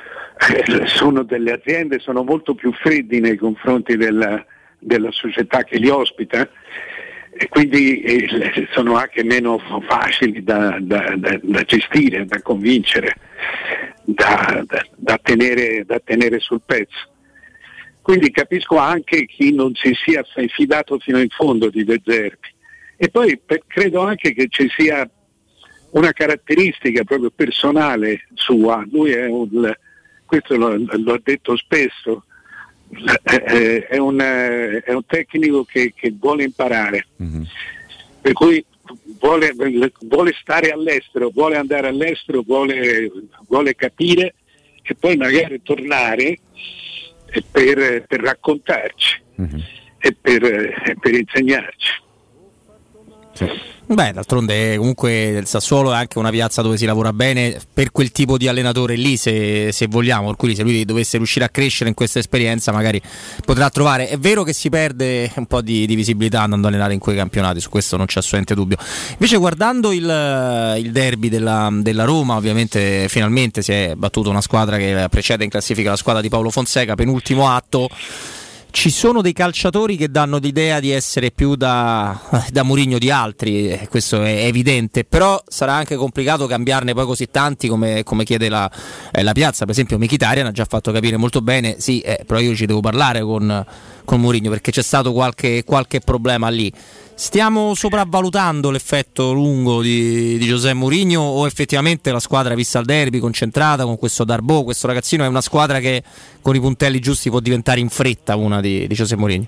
sono delle aziende, sono molto più freddi nei confronti della, della società che li ospita, e quindi eh, sono anche meno facili da, da, da, da gestire, da convincere, da, da, da, tenere, da tenere sul pezzo. Quindi capisco anche chi non si sia fidato fino in fondo di De Zerbi, e poi per, credo anche che ci sia una caratteristica proprio personale sua. Lui è un, questo lo, lo ha detto spesso, è, è, un, è un tecnico che, che vuole imparare, mm-hmm. per cui vuole, vuole stare all'estero, vuole andare all'estero, vuole, vuole capire e poi magari tornare per, per raccontarci, mm-hmm. e per, e per insegnarci. Sì. Beh, d'altronde comunque il Sassuolo è anche una piazza dove si lavora bene per quel tipo di allenatore lì, se, se vogliamo, per cui se lui dovesse riuscire a crescere in questa esperienza magari potrà trovare. È vero che si perde un po' di, di visibilità andando a allenare in quei campionati, su questo non c'è assolutamente dubbio. Invece guardando il, il derby della, della Roma, ovviamente finalmente si è battuta una squadra che precede in classifica la squadra di Paolo Fonseca, penultimo atto. Ci sono dei calciatori che danno l'idea di essere più da, da Mourinho di altri, questo è evidente, però sarà anche complicato cambiarne poi così tanti come, come chiede la, eh, la piazza. Per esempio Mkhitaryan ha già fatto capire molto bene, sì, eh, però io ci devo parlare con, con Mourinho perché c'è stato qualche, qualche problema lì. Stiamo sopravvalutando l'effetto lungo di, di José Mourinho, o effettivamente la squadra, vista il derby, concentrata con questo Darboe, questo ragazzino, è una squadra che con i puntelli giusti può diventare in fretta una di, di José Mourinho?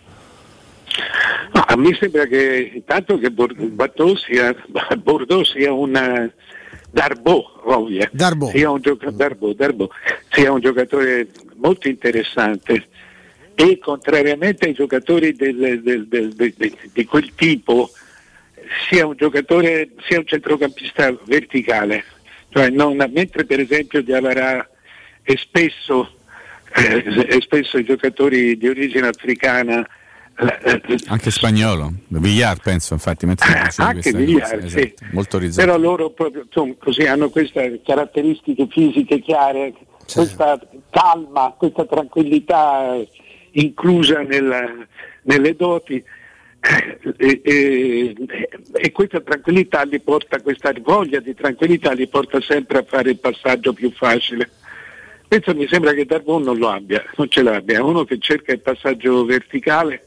No, a me sembra che intanto che Bordeaux sia, Bordeaux sia un Darboe, ovvio, Darboe. Sia, un gioca- Darboe, Darboe, sia un giocatore molto interessante. E contrariamente ai giocatori del, del, del, del, del, di quel tipo, sia un giocatore, sia un centrocampista verticale, cioè non, mentre per esempio Diawara è spesso, eh, è spesso i giocatori di origine africana, eh, anche spagnolo, Villar penso, infatti, anche Villar, cosa, sì. Esatto, molto orizzonte. Però loro proprio insomma, così hanno queste caratteristiche fisiche chiare, sì. Questa calma, questa tranquillità inclusa nella, nelle doti, e, e, e questa tranquillità li porta, questa voglia di tranquillità li porta sempre a fare il passaggio più facile. Questo mi sembra che Darboe non lo abbia, non ce l'abbia, è uno che cerca il passaggio verticale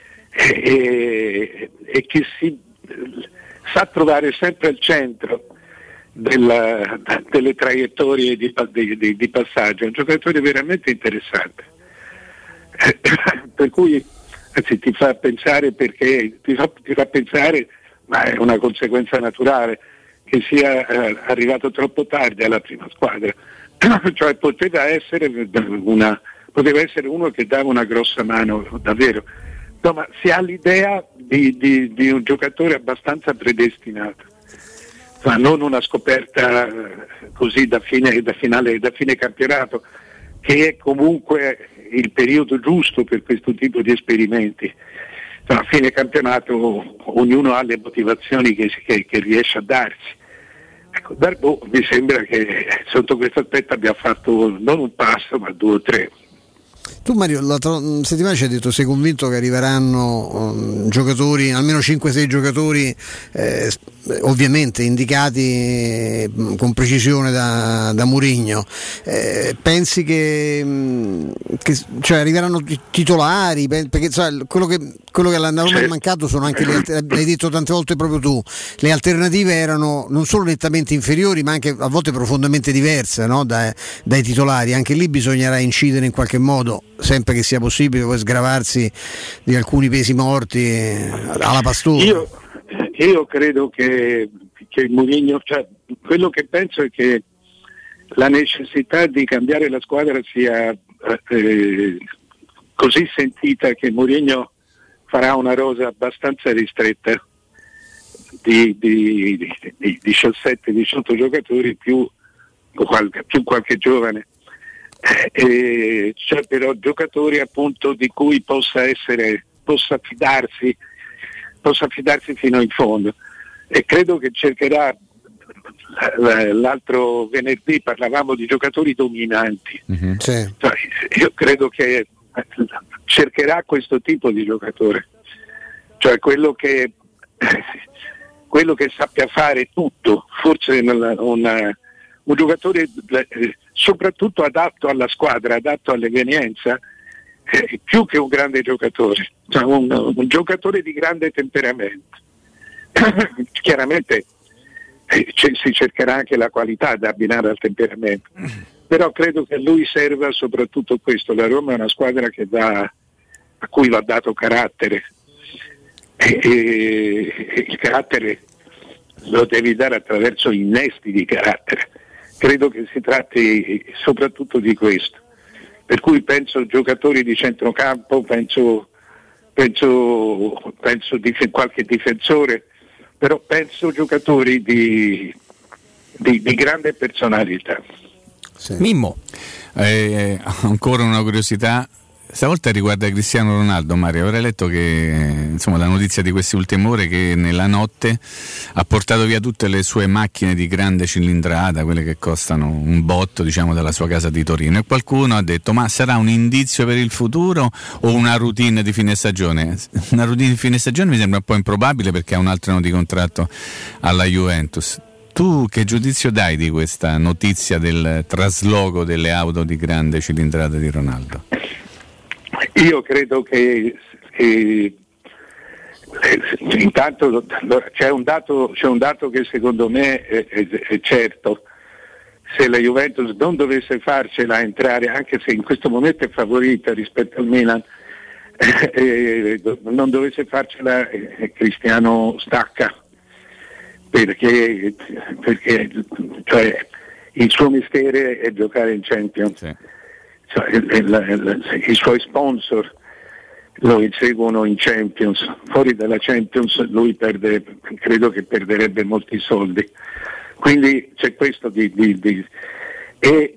e, e che si sa trovare sempre al centro della, delle traiettorie di, di, di passaggio, è un giocatore veramente interessante. Per cui anzi, ti fa pensare perché ti fa, ti fa pensare, ma è una conseguenza naturale, che sia eh, arrivato troppo tardi alla prima squadra. Cioè poteva essere una poteva essere uno che dava una grossa mano davvero. Insomma, si ha l'idea di, di, di un giocatore abbastanza predestinato, ma non una scoperta così da fine, da finale, da fine campionato, che è comunque il periodo giusto per questo tipo di esperimenti. A fine campionato ognuno ha le motivazioni che, che, che riesce a darsi. Ecco, Darboe mi sembra che sotto questo aspetto abbia fatto non un passo ma due o tre. Tu Mario, l'altra settimana ci hai detto sei convinto che arriveranno um, giocatori, almeno cinque sei giocatori eh, ovviamente indicati eh, con precisione da, da Mourinho. Eh, pensi che, mh, che cioè, arriveranno titolari? Perché sai, quello che quello che alla Roma è mancato sono anche le alter- l'hai detto tante volte proprio tu, le alternative erano non solo nettamente inferiori ma anche a volte profondamente diverse, no? dai, dai titolari. Anche lì bisognerà incidere in qualche modo, sempre che sia possibile, poi sgravarsi di alcuni pesi morti eh, alla Pastore. Io, io credo che, che Mourinho, cioè, quello che penso è che la necessità di cambiare la squadra sia eh, così sentita che Mourinho farà una rosa abbastanza ristretta di, di, di, di diciassette diciotto giocatori più qualche, più qualche giovane. Eh, cioè però giocatori appunto di cui possa essere possa fidarsi possa fidarsi fino in fondo, e credo che cercherà. L'altro venerdì parlavamo di giocatori dominanti, mm-hmm. sì. Cioè, io credo che cercherà questo tipo di giocatore, cioè quello che quello che sappia fare tutto, forse una, una, un giocatore eh, soprattutto adatto alla squadra, adatto all'evenienza, eh, più che un grande giocatore, cioè un, un giocatore di grande temperamento. Chiaramente eh, c- si cercherà anche la qualità da abbinare al temperamento, però credo che a lui serva soprattutto questo. La Roma è una squadra che va, a cui va dato carattere, e, e il carattere lo devi dare attraverso innesti di carattere. Credo che si tratti soprattutto di questo, per cui penso giocatori di centrocampo, penso, penso, penso di qualche difensore, però penso giocatori di, di, di grande personalità. Sì. Mimmo, eh, ancora una curiosità. Stavolta riguarda Cristiano Ronaldo, Mario. Avrei letto che, insomma, la notizia di queste ultime ore, che nella notte ha portato via tutte le sue macchine di grande cilindrata, quelle che costano un botto, diciamo, dalla sua casa di Torino, e qualcuno ha detto: ma sarà un indizio per il futuro o una routine di fine stagione? Una routine di fine stagione mi sembra un po' improbabile, perché ha un altro anno di contratto alla Juventus. Tu che giudizio dai di questa notizia del trasloco delle auto di grande cilindrata di Ronaldo? Io credo che, che eh, intanto c'è un dato, c'è un dato che secondo me è, è, è certo: se la Juventus non dovesse farcela entrare, anche se in questo momento è favorita rispetto al Milan, eh, eh, non dovesse farcela, eh, Cristiano stacca, perché, perché cioè, il suo mestiere è giocare in Champions. Sì. Cioè, il, il, il, i suoi sponsor lo inseguono in Champions, fuori dalla Champions lui perde, credo che perderebbe molti soldi, quindi c'è questo di, di, di e,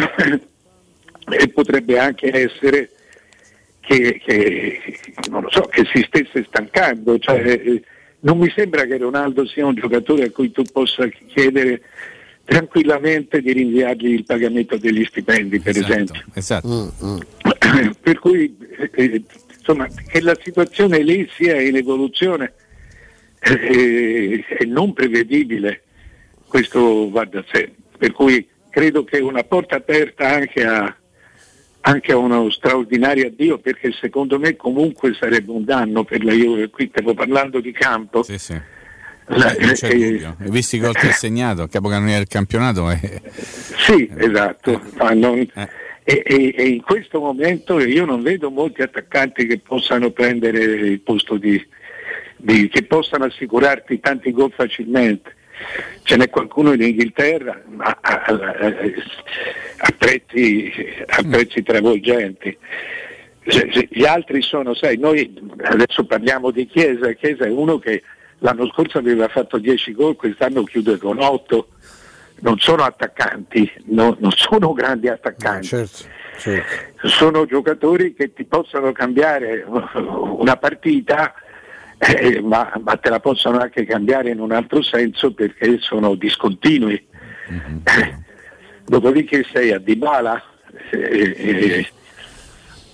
e potrebbe anche essere che, che non lo so, che si stesse stancando, cioè, non mi sembra che Ronaldo sia un giocatore a cui tu possa chiedere tranquillamente di rinviargli il pagamento degli stipendi, per esatto, esempio. Esatto. Mm, mm. Per cui eh, insomma, che la situazione lì sia in evoluzione eh, e non prevedibile, questo va da sé. Per cui credo che una porta aperta anche a, anche a uno straordinario addio, perché secondo me comunque sarebbe un danno per la Juve. Qui stiamo parlando di campo. Sì, sì. La, non c'è eh, dubbio. E visti i gol che ha segnato a capocannoniere del campionato, eh. sì, esatto. Ma non, eh. e, e, e in questo momento io non vedo molti attaccanti che possano prendere il posto di, di che possano assicurarti tanti gol facilmente. Ce n'è qualcuno in Inghilterra, ma a, a, a, prezzi, a prezzi travolgenti. Gli altri sono, sai, noi adesso parliamo di Chiesa. Chiesa è uno che l'anno scorso aveva fatto dieci gol, quest'anno chiude con otto. Non sono attaccanti, no, non sono grandi attaccanti, certo, certo. Sono giocatori che ti possono cambiare una partita, eh, ma, ma te la possono anche cambiare in un altro senso, perché sono discontinui. Mm-hmm. Dopodiché sei a Dybala, eh, eh,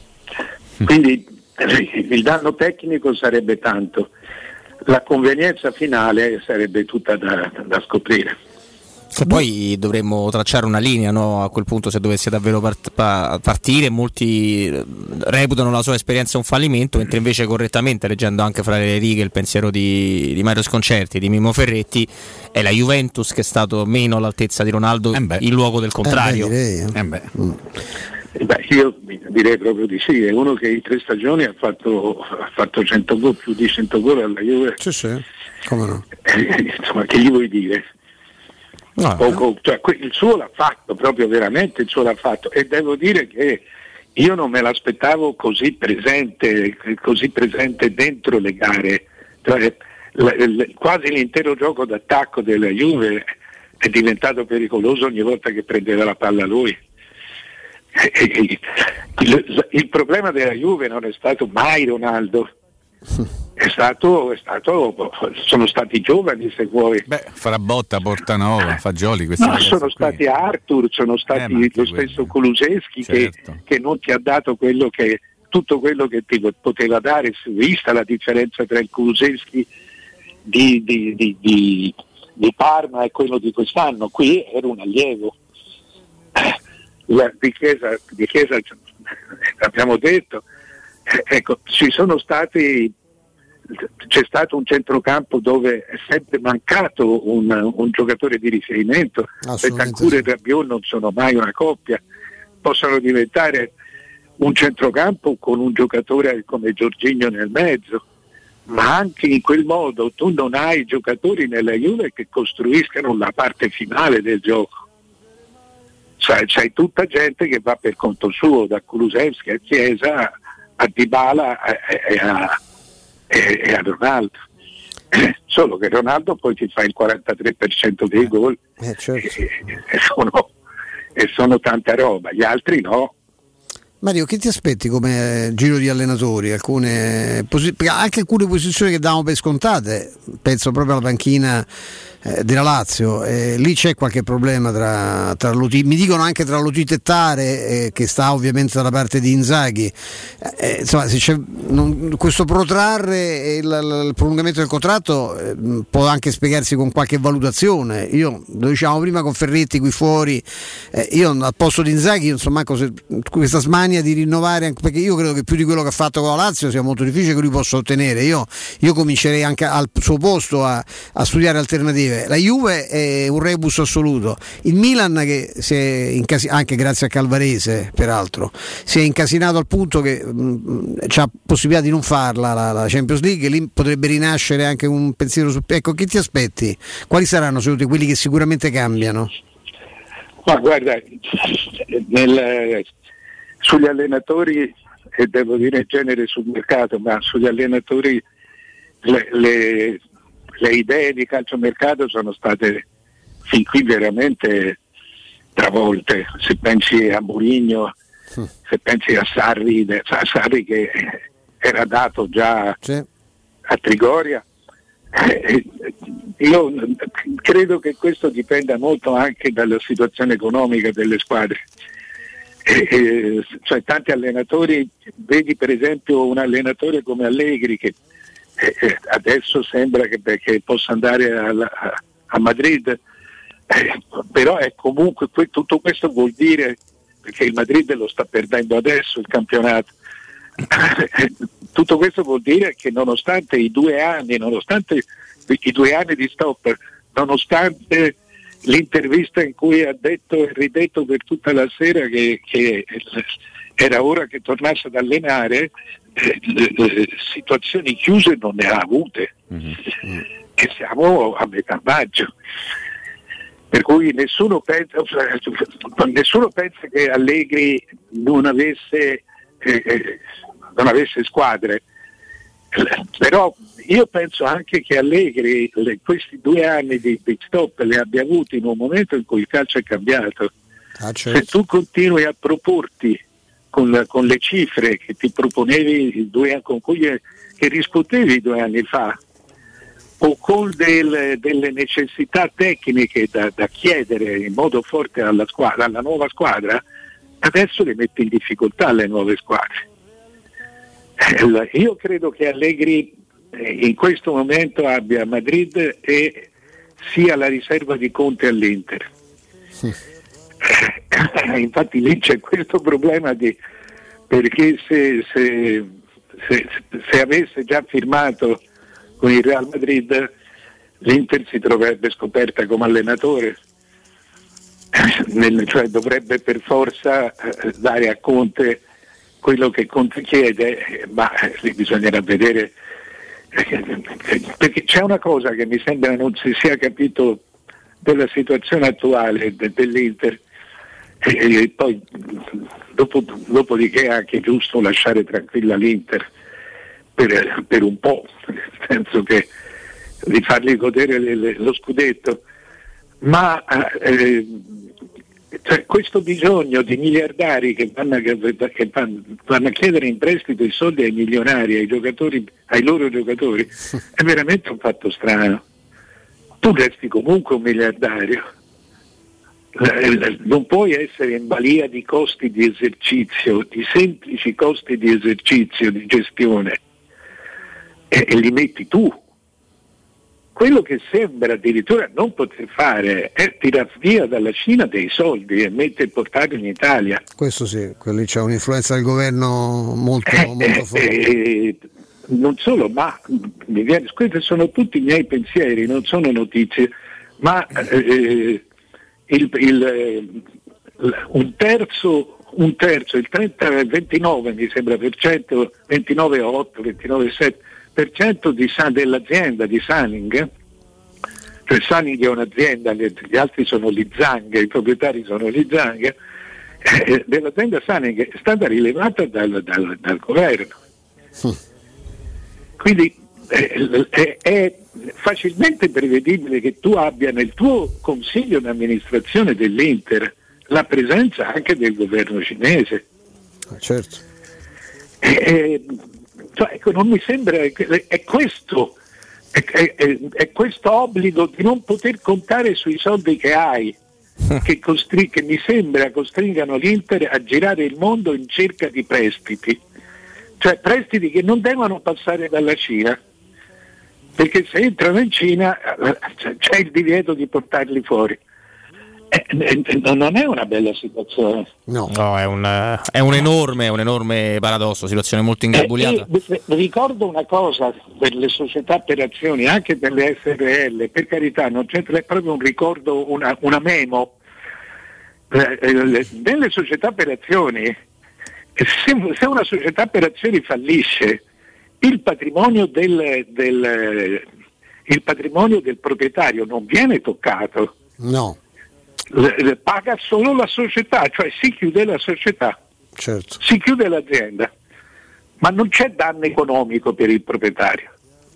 Quindi il danno tecnico sarebbe tanto, la convenienza finale sarebbe tutta da, da scoprire. Che poi dovremmo tracciare una linea, no? A quel punto, se dovesse davvero part- pa- partire, molti reputano la sua esperienza un fallimento, mentre invece correttamente, leggendo anche fra le righe il pensiero di, di Mario Sconcerti, di Mimmo Ferretti, è la Juventus che è stato meno all'altezza di Ronaldo eh in luogo del contrario. Eh beh, direi, eh. Eh beh. Mm. Beh, io direi proprio di sì, è uno che in tre stagioni ha fatto, ha fatto cento gol, più di cento gol alla Juve. Sì, sì, come no. Eh, insomma, che gli vuoi dire? No, Poco, cioè, il suo l'ha fatto, proprio veramente il suo l'ha fatto, e devo dire che io non me l'aspettavo così presente, così presente dentro le gare. Cioè, l- l- quasi l'intero gioco d'attacco della Juve è diventato pericoloso ogni volta che prendeva la palla lui. Il, il problema della Juve non è stato mai Ronaldo, è stato, è stato sono stati i giovani, se vuoi. Beh, Frabotta, Portanova, Fagioli, questi no, sono qui. stati Arthur, sono stati eh, lo stesso Kulusevski, certo. che, che non ti ha dato quello che tutto quello che ti poteva dare. Vista la differenza tra il Kulusevski di, di, di, di, di Parma e quello di quest'anno, qui era un allievo. La, di, Chiesa, di Chiesa abbiamo detto, ecco, ci sono stati, c'è stato un centrocampo dove è sempre mancato un, un giocatore di riferimento. Bentancur e Rabiot non sono mai una coppia, possono diventare un centrocampo con un giocatore come Jorginho nel mezzo, ma anche in quel modo tu non hai giocatori nella Juve che costruiscano la parte finale del gioco. Cioè, c'hai tutta gente che va per conto suo, da Kulusevski a Chiesa a Dybala e a, e, e a Ronaldo. Solo che Ronaldo poi ti fa il quarantatré per cento dei gol eh, certo. e, e, sono, e sono tanta roba, gli altri no. Mario, che ti aspetti come giro di allenatori? Alcune posi- anche alcune posizioni che davamo per scontate, penso proprio alla panchina eh, della Lazio, eh, lì c'è qualche problema tra, tra Loti, mi dicono anche tra Lotito e Tare, eh, che sta ovviamente dalla parte di Inzaghi, eh, insomma se c'è non, questo protrarre il, il prolungamento del contratto eh, può anche spiegarsi con qualche valutazione. Io lo diciamo prima con Ferretti qui fuori, eh, io al posto di Inzaghi non so manco se questa smania di rinnovare, anche perché io credo che più di quello che ha fatto con la Lazio sia molto difficile che lui possa ottenere. Io, io comincerei anche al suo posto a, a studiare alternative. La Juve è un rebus assoluto, il Milan che si è incasi- anche grazie a Calvarese peraltro si è incasinato al punto che c'ha possibilità di non farla la, la Champions League, lì potrebbe rinascere anche un pensiero su. Ecco, che ti aspetti? Quali saranno secondo te quelli che sicuramente cambiano? Ma guarda, nel sugli allenatori, e devo dire in genere sul mercato, ma sugli allenatori le, le, le idee di calciomercato sono state fin qui veramente travolte. Se pensi a Mourinho, mm. se pensi a Sarri, a Sarri che era dato già sì. a Trigoria, eh, io credo che questo dipenda molto anche dalla situazione economica delle squadre. Eh, cioè tanti allenatori, vedi per esempio un allenatore come Allegri che eh, adesso sembra che, che possa andare a, a, a Madrid, eh, però è comunque tutto questo vuol dire, perché il Madrid lo sta perdendo adesso il campionato, tutto questo vuol dire che nonostante i due anni nonostante i due anni di stop, nonostante l'intervista in cui ha detto e ridetto per tutta la sera che, che era ora che tornasse ad allenare, eh, eh, situazioni chiuse non ne ha avute, mm-hmm. e siamo a metà maggio, per cui nessuno pensa, nessuno pensa che Allegri non avesse, eh, non avesse squadre, però io penso anche che Allegri le, questi due anni di pit stop li abbia avuti in un momento in cui il calcio è cambiato. Ah, certo. Se tu continui a proporti con, con le cifre che ti proponevi due, con cui che riscuotevi due anni fa, o con del, delle necessità tecniche da, da chiedere in modo forte alla squadra, alla nuova squadra, adesso le metti in difficoltà le nuove squadre. Io credo che Allegri in questo momento abbia Madrid e sia la riserva di Conte all'Inter. Sì. Infatti lì c'è questo problema di, perché se, se, se, se avesse già firmato con il Real Madrid, l'Inter si troverebbe scoperta come allenatore, Nel, cioè dovrebbe per forza eh, dare a Conte quello che Conte chiede, ma eh, lì bisognerà vedere, eh, perché c'è una cosa che mi sembra non si sia capito della situazione attuale de, dell'Inter, e, e poi dopo, dopodiché è anche giusto lasciare tranquilla l'Inter per, per un po', nel senso che di fargli godere le, le, lo scudetto, ma eh, cioè, questo bisogno di miliardari che vanno, a, che vanno, vanno a chiedere in prestito i soldi ai milionari, ai giocatori, ai loro giocatori, è veramente un fatto strano. Tu resti comunque un miliardario, non puoi essere in balia di costi di esercizio, di semplici costi di esercizio, di gestione, e, e li metti tu. Quello che sembra addirittura non poter fare è tirar via dalla Cina dei soldi e mettere portarli in Italia. Questo sì, lì c'è un'influenza del governo molto, eh, molto forte. Eh, non solo, ma mi viene, questi sono tutti i miei pensieri, non sono notizie, ma eh, il, il, un terzo, un terzo, il trenta, ventinove mi sembra per cento, ventinove virgola otto, ventinove virgola sette per cento di, dell'azienda di Sanning, cioè Sanning è un'azienda, gli altri sono gli Zang, i proprietari sono gli Zang, eh, dell'azienda Sanning è stata rilevata dal, dal, dal governo. Sì. Quindi eh, è, è facilmente prevedibile che tu abbia nel tuo consiglio di amministrazione dell'Inter la presenza anche del governo cinese. Certo. Eh, cioè, ecco, non mi sembra, è questo, è, è, è questo obbligo di non poter contare sui soldi che hai che, costri- che mi sembra costringano l'Inter a girare il mondo in cerca di prestiti, cioè prestiti che non devono passare dalla Cina, perché se entrano in Cina c'è il divieto di portarli fuori. Eh, non è una bella situazione. No, no è, un, è un enorme, un enorme paradosso, situazione molto ingarbugliata. Eh, ricordo una cosa per le società per azioni, anche per le S R L, per carità, non c'è, è proprio un ricordo, una, una memo. Eh, eh, nelle società per azioni, se, se una società per azioni fallisce, il patrimonio del, del, il patrimonio del proprietario non viene toccato. No. Paga solo la società, cioè si chiude la società, certo. Si chiude l'azienda, ma non c'è danno economico per il proprietario.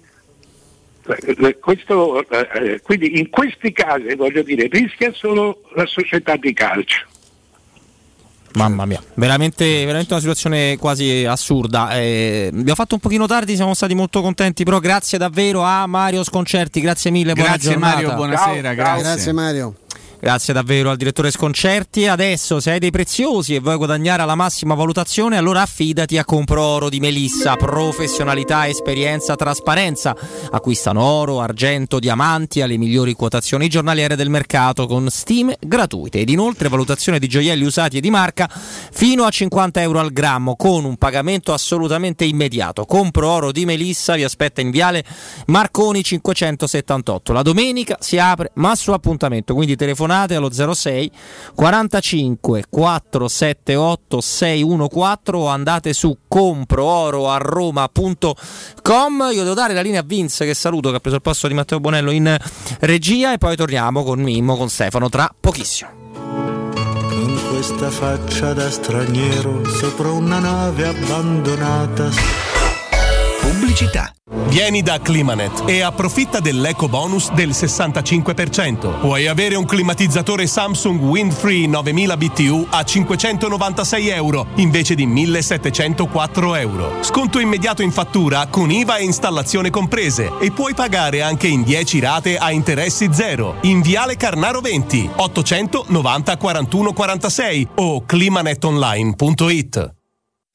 Questo, eh, quindi in questi casi, voglio dire, rischia solo la società di calcio. Mamma mia, veramente, veramente una situazione quasi assurda. Eh, abbiamo fatto un pochino tardi, siamo stati molto contenti, però grazie davvero a Mario Sconcerti, grazie mille, buona grazie giornata. Mario, buonasera, ciao, grazie. Grazie Mario. Grazie davvero al direttore Sconcerti. Adesso, se hai dei preziosi e vuoi guadagnare alla massima valutazione, allora affidati a Compro Oro di Melissa. Professionalità, esperienza, trasparenza. Acquistano oro, argento, diamanti alle migliori quotazioni giornaliere del mercato con stime gratuite ed inoltre valutazione di gioielli usati e di marca fino a cinquanta euro al grammo con un pagamento assolutamente immediato. Compro Oro di Melissa vi aspetta in viale Marconi cinquecentosettantotto. La domenica si apre ma su appuntamento, quindi telefonate allo zero sei quarantacinque quattrocentosettantotto seicentoquatordici o andate su comprooro a roma punto com. Io devo dare la linea a Vince, che saluto, che ha preso il posto di Matteo Bonello in regia, e poi torniamo con Mimmo, con Stefano tra pochissimo. Con questa faccia da straniero sopra una nave abbandonata. Pubblicità. Vieni da Climanet e approfitta dell'eco bonus del sessantacinque per cento. Puoi avere un climatizzatore Samsung Windfree novemila B T U a cinquecentonovantasei euro invece di millesettecentoquattro euro. Sconto immediato in fattura con I V A e installazione comprese, e puoi pagare anche in dieci rate a interessi zero. In Viale Carnaro venti, ottocentonovanta quarantuno quarantasei o climanetonline punto it.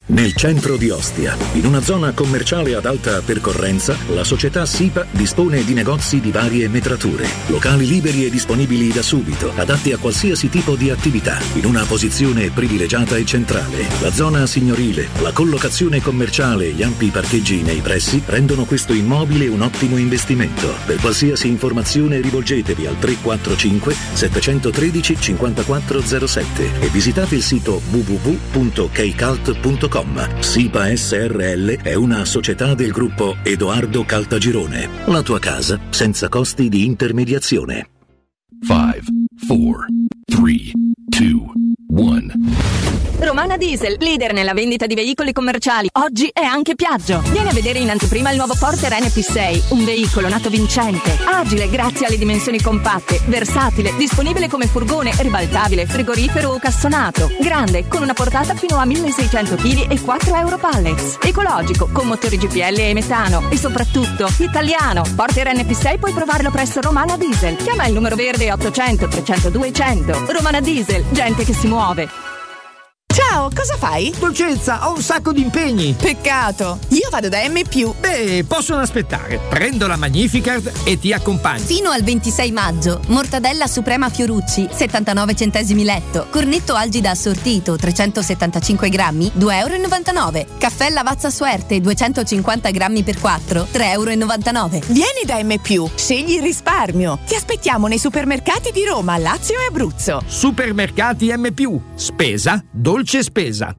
Nel centro di Ostia, in una zona commerciale ad alta percorrenza, la società SIPA dispone di negozi di varie metrature, locali liberi e disponibili da subito, adatti a qualsiasi tipo di attività, in una posizione privilegiata e centrale. La zona signorile, la collocazione commerciale e gli ampi parcheggi nei pressi rendono questo immobile un ottimo investimento. Per qualsiasi informazione rivolgetevi al tre quattro cinque sette uno tre cinquantaquattro zero sette e visitate il sito w w w punto keycult punto com. SIPA S R L è una società del gruppo Edoardo Caltagirone. La tua casa senza costi di intermediazione. five, four, three, two, one. Romana Diesel, leader nella vendita di veicoli commerciali. Oggi è anche Piaggio. Vieni a vedere in anteprima il nuovo Porter N P sei, un veicolo nato vincente, agile grazie alle dimensioni compatte, versatile, disponibile come furgone, ribaltabile, frigorifero o cassonato, grande, con una portata fino a milleseicento chili e quattro euro pallets, ecologico, con motori G P L e metano e soprattutto italiano. Porter N P sei puoi provarlo presso Romana Diesel. Chiama il numero verde ottocento trecentodue cento. Romana Diesel, gente che si muove. Ciao, cosa fai? Dolcezza, ho un sacco di impegni. Peccato, io vado da M più. Beh, possono aspettare. Prendo la Magnificard e ti accompagno. Fino al ventisei maggio, mortadella suprema Fiorucci, settantanove centesimi letto. Cornetto Algida assortito, trecentosettantacinque grammi, due e novantanove euro. Caffè Lavazza Suerte, duecentocinquanta grammi per quattro, tre e novantanove euro. Vieni da M più, scegli il risparmio. Ti aspettiamo nei supermercati di Roma, Lazio e Abruzzo. Supermercati M più. Spesa, dolce spesa.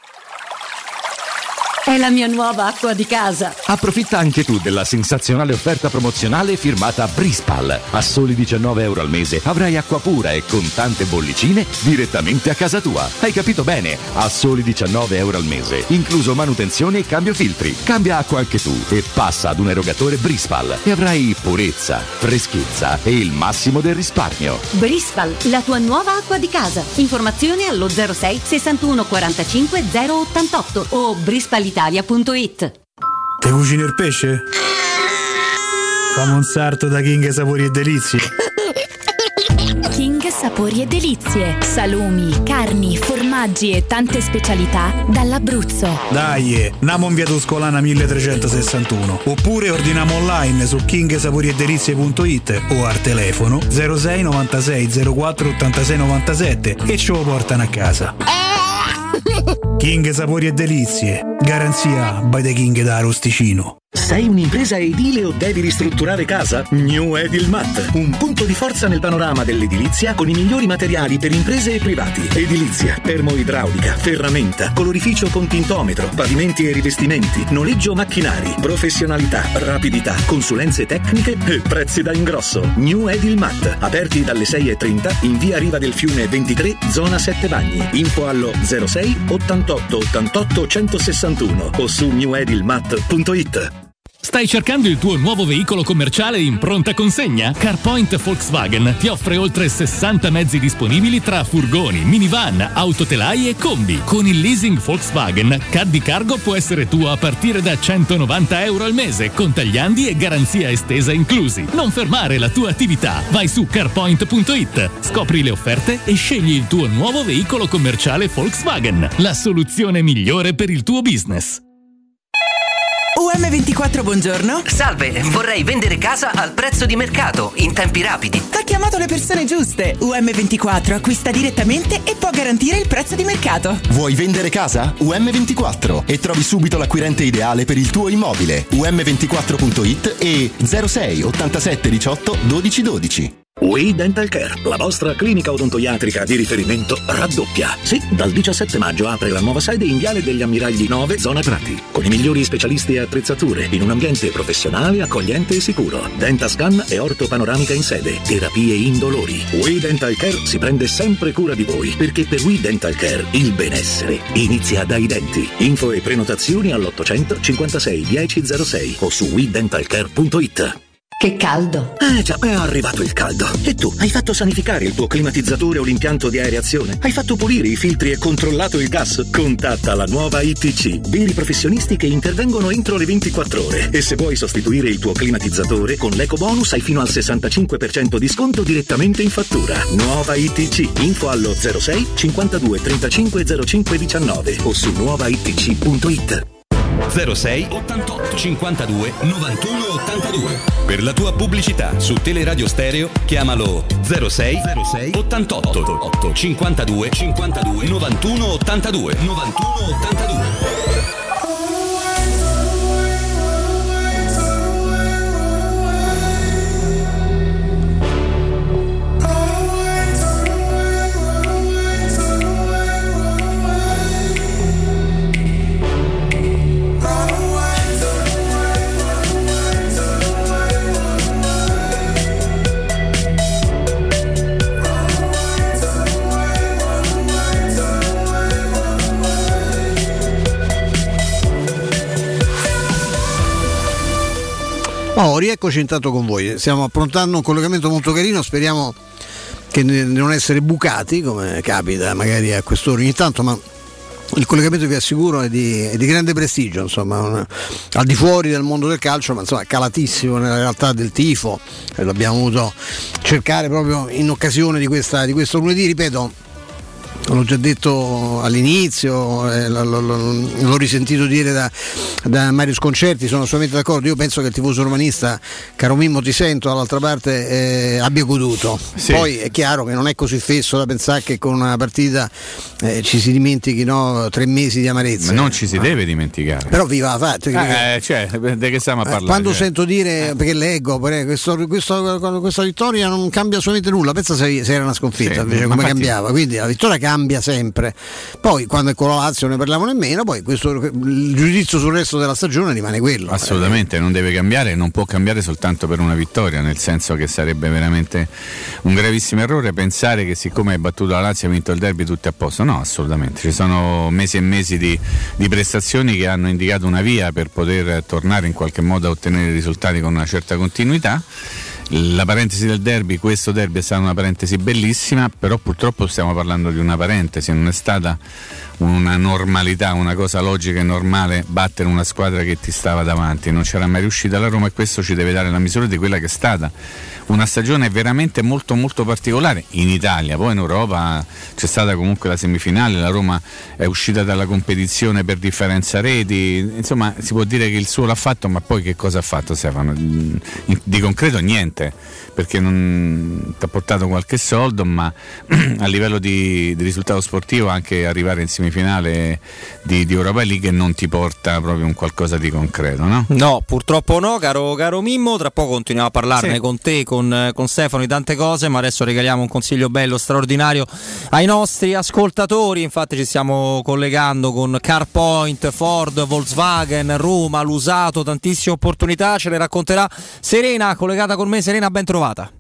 È la mia nuova acqua di casa. Approfitta anche tu della sensazionale offerta promozionale firmata Brispal. A soli diciannove euro al mese avrai acqua pura e con tante bollicine direttamente a casa tua. Hai capito bene? A soli diciannove euro al mese, incluso manutenzione e cambio filtri. Cambia acqua anche tu e passa ad un erogatore Brispal e avrai purezza, freschezza e il massimo del risparmio. Brispal, la tua nuova acqua di casa. Informazioni allo zero sei sessantuno quarantacinque zero ottantotto o brispalitalia punto it. Te cucini il pesce? Fammi un sarto da King Sapori e Delizie. King Sapori e Delizie. Salumi, carni, formaggi e tante specialità dall'Abruzzo. Dai, namo in via Tuscolana milletrecentosessantuno. Oppure ordiniamo online su king sapori e delizie punto it o al telefono zero sei novantasei zero quattro ottantasei novantasette e ce lo portano a casa. King Sapori e Delizie. Garanzia by the King da Arosticino. Sei un'impresa edile o devi ristrutturare casa? New Edilmat, un punto di forza nel panorama dell'edilizia con i migliori materiali per imprese e privati. Edilizia, termoidraulica, ferramenta, colorificio con tintometro, pavimenti e rivestimenti, noleggio macchinari, professionalità, rapidità, consulenze tecniche e prezzi da ingrosso. New Edilmat, aperti dalle sei e trenta in via Riva del Fiume ventitré, zona Sette Bagni. Info allo zero sei ottantotto ottantotto centosessantuno o su new edilmat punto it. Stai cercando il tuo nuovo veicolo commerciale in pronta consegna? CarPoint Volkswagen ti offre oltre sessanta mezzi disponibili tra furgoni, minivan, autotelai e combi. Con il leasing Volkswagen, Caddy Cargo può essere tuo a partire da centonovanta euro al mese, con tagliandi e garanzia estesa inclusi. Non fermare la tua attività. Vai su carpoint punto it, scopri le offerte e scegli il tuo nuovo veicolo commerciale Volkswagen. La soluzione migliore per il tuo business. U M ventiquattro, buongiorno. Salve, vorrei vendere casa al prezzo di mercato, in tempi rapidi. Ha chiamato le persone giuste. U M ventiquattro acquista direttamente e può garantire il prezzo di mercato. Vuoi vendere casa? U M ventiquattro e trovi subito l'acquirente ideale per il tuo immobile. u m ventiquattro punto it e zero sei ottantasette diciotto dodici dodici. We Dental Care, la vostra clinica odontoiatrica di riferimento, raddoppia. Sì, dal diciassette maggio apre la nuova sede in Viale degli Ammiragli nove, zona Prati, con i migliori specialisti e attrezzature, in un ambiente professionale, accogliente e sicuro. Dentascan e ortopanoramica in sede, terapie indolori. We Dental Care si prende sempre cura di voi, perché per We Dental Care il benessere inizia dai denti. Info e prenotazioni all'ottocento cinquantasei dieci zero sei o su we dental care punto it. Che caldo! Eh già, è arrivato il caldo. E tu, hai fatto sanificare il tuo climatizzatore o l'impianto di areazione? Hai fatto pulire i filtri e controllato il gas? Contatta la nuova I T C, veri professionisti che intervengono entro le ventiquattro ore. E se vuoi sostituire il tuo climatizzatore, con l'eco bonus hai fino al sessantacinque per cento di sconto direttamente in fattura. Nuova I T C, info allo zero sei cinquantadue trentacinque zero cinque diciannove o su nuova I T C punto it. zero sei ottantotto cinquantadue novantuno ottantadue. Per la tua pubblicità su Teleradio Stereo chiamalo zero sei ottantotto cinquantadue cinquantadue novantuno ottantadue novantuno ottantadue. Oh, rieccoci intanto con voi. Stiamo approntando un collegamento molto carino, speriamo che ne, non essere bucati, come capita magari a quest'ora ogni tanto, ma il collegamento, vi assicuro, è di, è di grande prestigio, insomma, un, al di fuori del mondo del calcio, ma insomma calatissimo nella realtà del tifo, e l'abbiamo voluto cercare proprio in occasione di, questa, di questo lunedì, ripeto. L'ho già detto all'inizio, eh, l- l- l- l'ho risentito dire da, da Mario Sconcerti, sono assolutamente d'accordo. Io penso che il tifoso romanista, caro Mimmo, ti sento dall'altra parte, eh, abbia goduto. Sì. Poi è chiaro che non è così fesso da pensare che con una partita eh, ci si dimentichino tre mesi di amarezza. Ma non ci si ah. deve dimenticare. Però viva la fatto. Eh, eh, cioè, di che stiamo a parlare? Quando cioè. sento dire, perché leggo, questo, questo, questa vittoria non cambia assolutamente nulla, pensa se, se era una sconfitta, sì, invece come infatti... cambiava. Quindi la vittoria cambia cambia sempre. Poi quando è con la Lazio ne parliamo nemmeno, poi questo, il giudizio sul resto della stagione rimane quello. Assolutamente, eh. non deve cambiare, non può cambiare soltanto per una vittoria, nel senso che sarebbe veramente un gravissimo errore pensare che siccome hai battuto la Lazio e hai vinto il derby tutto è a posto. No, assolutamente, ci sono mesi e mesi di, di prestazioni che hanno indicato una via per poter tornare in qualche modo a ottenere risultati con una certa continuità. La parentesi del derby, questo derby è stata una parentesi bellissima, però purtroppo stiamo parlando di una parentesi, non è stata una normalità, una cosa logica e normale battere una squadra che ti stava davanti, non c'era mai riuscita la Roma e questo ci deve dare la misura di quella che è stata una stagione veramente molto molto particolare in Italia. Poi in Europa c'è stata comunque la semifinale, la Roma è uscita dalla competizione per differenza reti, insomma si può dire che il suo l'ha fatto, ma poi che cosa ha fatto Stefano? Di concreto niente, perché non ti ha portato qualche soldo, ma a livello di, di risultato sportivo anche arrivare in semifinale di, di Europa League non ti porta proprio un qualcosa di concreto, no? No, purtroppo no, caro, caro Mimmo, tra poco continuiamo a parlarne sì. con te, con, con Stefano, di tante cose, ma adesso regaliamo un consiglio bello, straordinario ai nostri ascoltatori. Infatti ci stiamo collegando con CarPoint, Ford, Volkswagen, Roma, l'usato, tantissime opportunità, ce le racconterà Serena, collegata con me. Serena, ben trovata.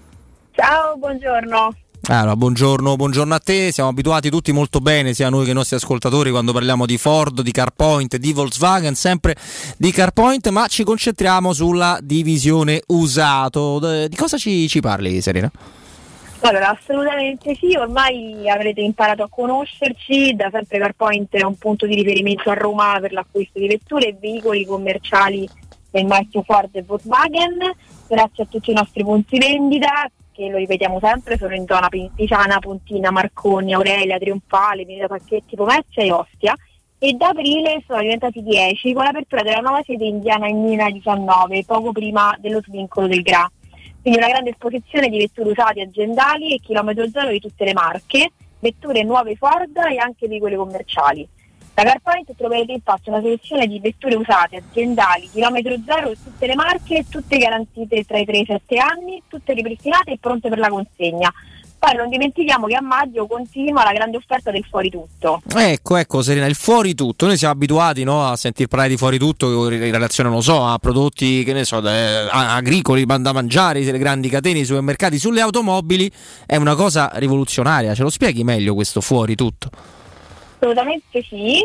Ciao, buongiorno. Allora, buongiorno, buongiorno a te. Siamo abituati tutti molto bene, sia noi che i nostri ascoltatori, quando parliamo di Ford, di CarPoint, di Volkswagen, sempre di CarPoint, ma ci concentriamo sulla divisione usato. Di cosa ci, ci parli, Serena? Allora, assolutamente sì, ormai avrete imparato a conoscerci, da sempre CarPoint è un punto di riferimento a Roma per l'acquisto di vetture e veicoli commerciali del marchio Ford e Volkswagen, grazie a tutti i nostri punti vendita, che lo ripetiamo sempre, sono in zona Pisana, Pontina, Marconi, Aurelia, Trionfale, Pineta Pacchetti, Pomezia e Ostia, e da aprile sono diventati dieci con l'apertura della nuova sede indiana in Mina diciannove, poco prima dello svincolo del Gra. Quindi una grande esposizione di vetture usate aziendali e chilometro zero di tutte le marche, vetture nuove Ford e anche veicoli commerciali. Da CarPoint troverete infatti una selezione di vetture usate, aziendali, chilometro zero di tutte le marche, tutte garantite tra i tre e i sette anni, tutte ripristinate e pronte per la consegna. Poi non dimentichiamo che a maggio continua la grande offerta del fuori tutto. Ecco, ecco Serena, il fuori tutto. Noi siamo abituati, no, a sentir parlare di fuori tutto in relazione, non so, a prodotti, che ne so, da, a, agricoli, da mangiare, le grandi catene, i supermercati. Sulle automobili è una cosa rivoluzionaria. Ce lo spieghi meglio questo fuori tutto? Assolutamente sì.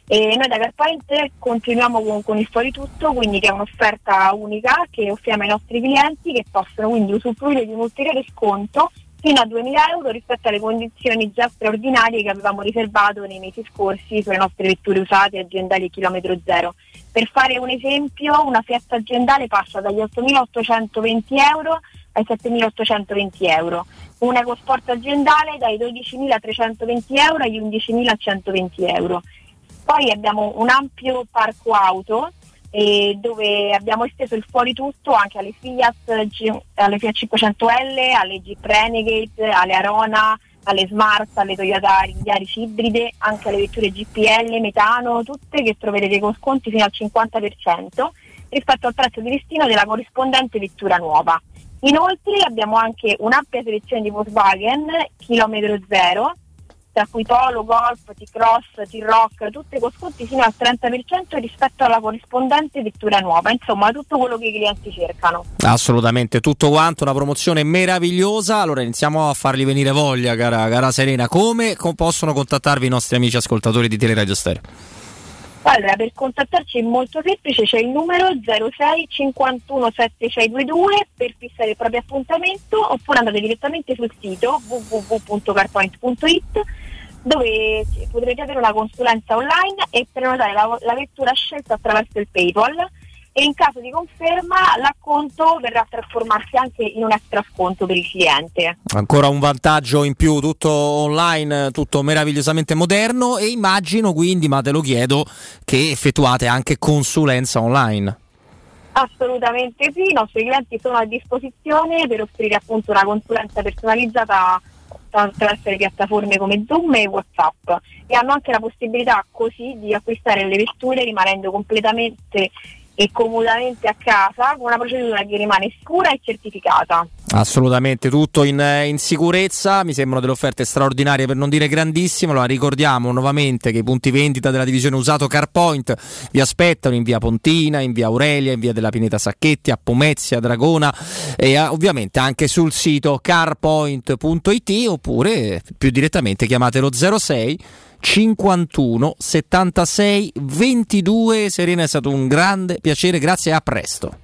E noi da CarPoint continuiamo con, con il fuori tutto, quindi che è un'offerta unica che offriamo ai nostri clienti, che possono quindi usufruire di un ulteriore sconto fino a duemila euro rispetto alle condizioni già straordinarie che avevamo riservato nei mesi scorsi sulle nostre vetture usate aziendali a chilometro zero. Per fare un esempio, una Fiat aziendale passa dagli ottomilaottocentoventi euro ai settemilaottocentoventi euro, un EcoSport aziendale dai dodicimilatrecentoventi euro agli undicimilacentoventi euro. Poi abbiamo un ampio parco auto eh, dove abbiamo esteso il fuori tutto anche alle Fiat, alle Fiat cinquecento L, alle Jeep Renegade, alle Arona, alle Smart, alle Toyota Yaris ibride, anche alle vetture G P L, metano, tutte che troverete con sconti fino al cinquanta per cento rispetto al prezzo di listino della corrispondente vettura nuova. Inoltre abbiamo anche un'ampia selezione di Volkswagen chilometro zero, tra cui Polo, Golf, T-Cross, T-Rock, tutte con sconti fino al trenta per cento rispetto alla corrispondente vettura nuova, insomma tutto quello che i clienti cercano. Assolutamente, tutto quanto, una promozione meravigliosa. Allora iniziamo a fargli venire voglia, cara, cara Serena. Come possono contattarvi i nostri amici ascoltatori di Teleradio Stereo? Allora, per contattarci è molto semplice, c'è il numero zero sei cinquantuno settantasei ventidue per fissare il proprio appuntamento, oppure andate direttamente sul sito w w w punto carpoint punto i t dove potrete avere una consulenza online e prenotare la, la vettura scelta attraverso il PayPal, e in caso di conferma l'acconto verrà a trasformarsi anche in un extra sconto per il cliente. Ancora un vantaggio in più, tutto online, tutto meravigliosamente moderno, e immagino quindi, ma te lo chiedo, che effettuate anche consulenza online. Assolutamente sì, i nostri clienti sono a disposizione per offrire appunto una consulenza personalizzata attraverso le piattaforme come Zoom e WhatsApp, e hanno anche la possibilità così di acquistare le vetture rimanendo completamente e comodamente a casa, con una procedura che rimane sicura e certificata. Assolutamente, tutto in, in sicurezza. Mi sembrano delle offerte straordinarie, per non dire grandissime. Allora ricordiamo nuovamente che i punti vendita della divisione usato CarPoint vi aspettano in via Pontina, in via Aurelia, in via della Pineta Sacchetti, a Pomezia, Dragona, e a, ovviamente anche sul sito carpoint punto i t, oppure più direttamente chiamatelo zero sei cinquantuno settantasei ventidue. Serena, è stato un grande piacere, grazie e a presto.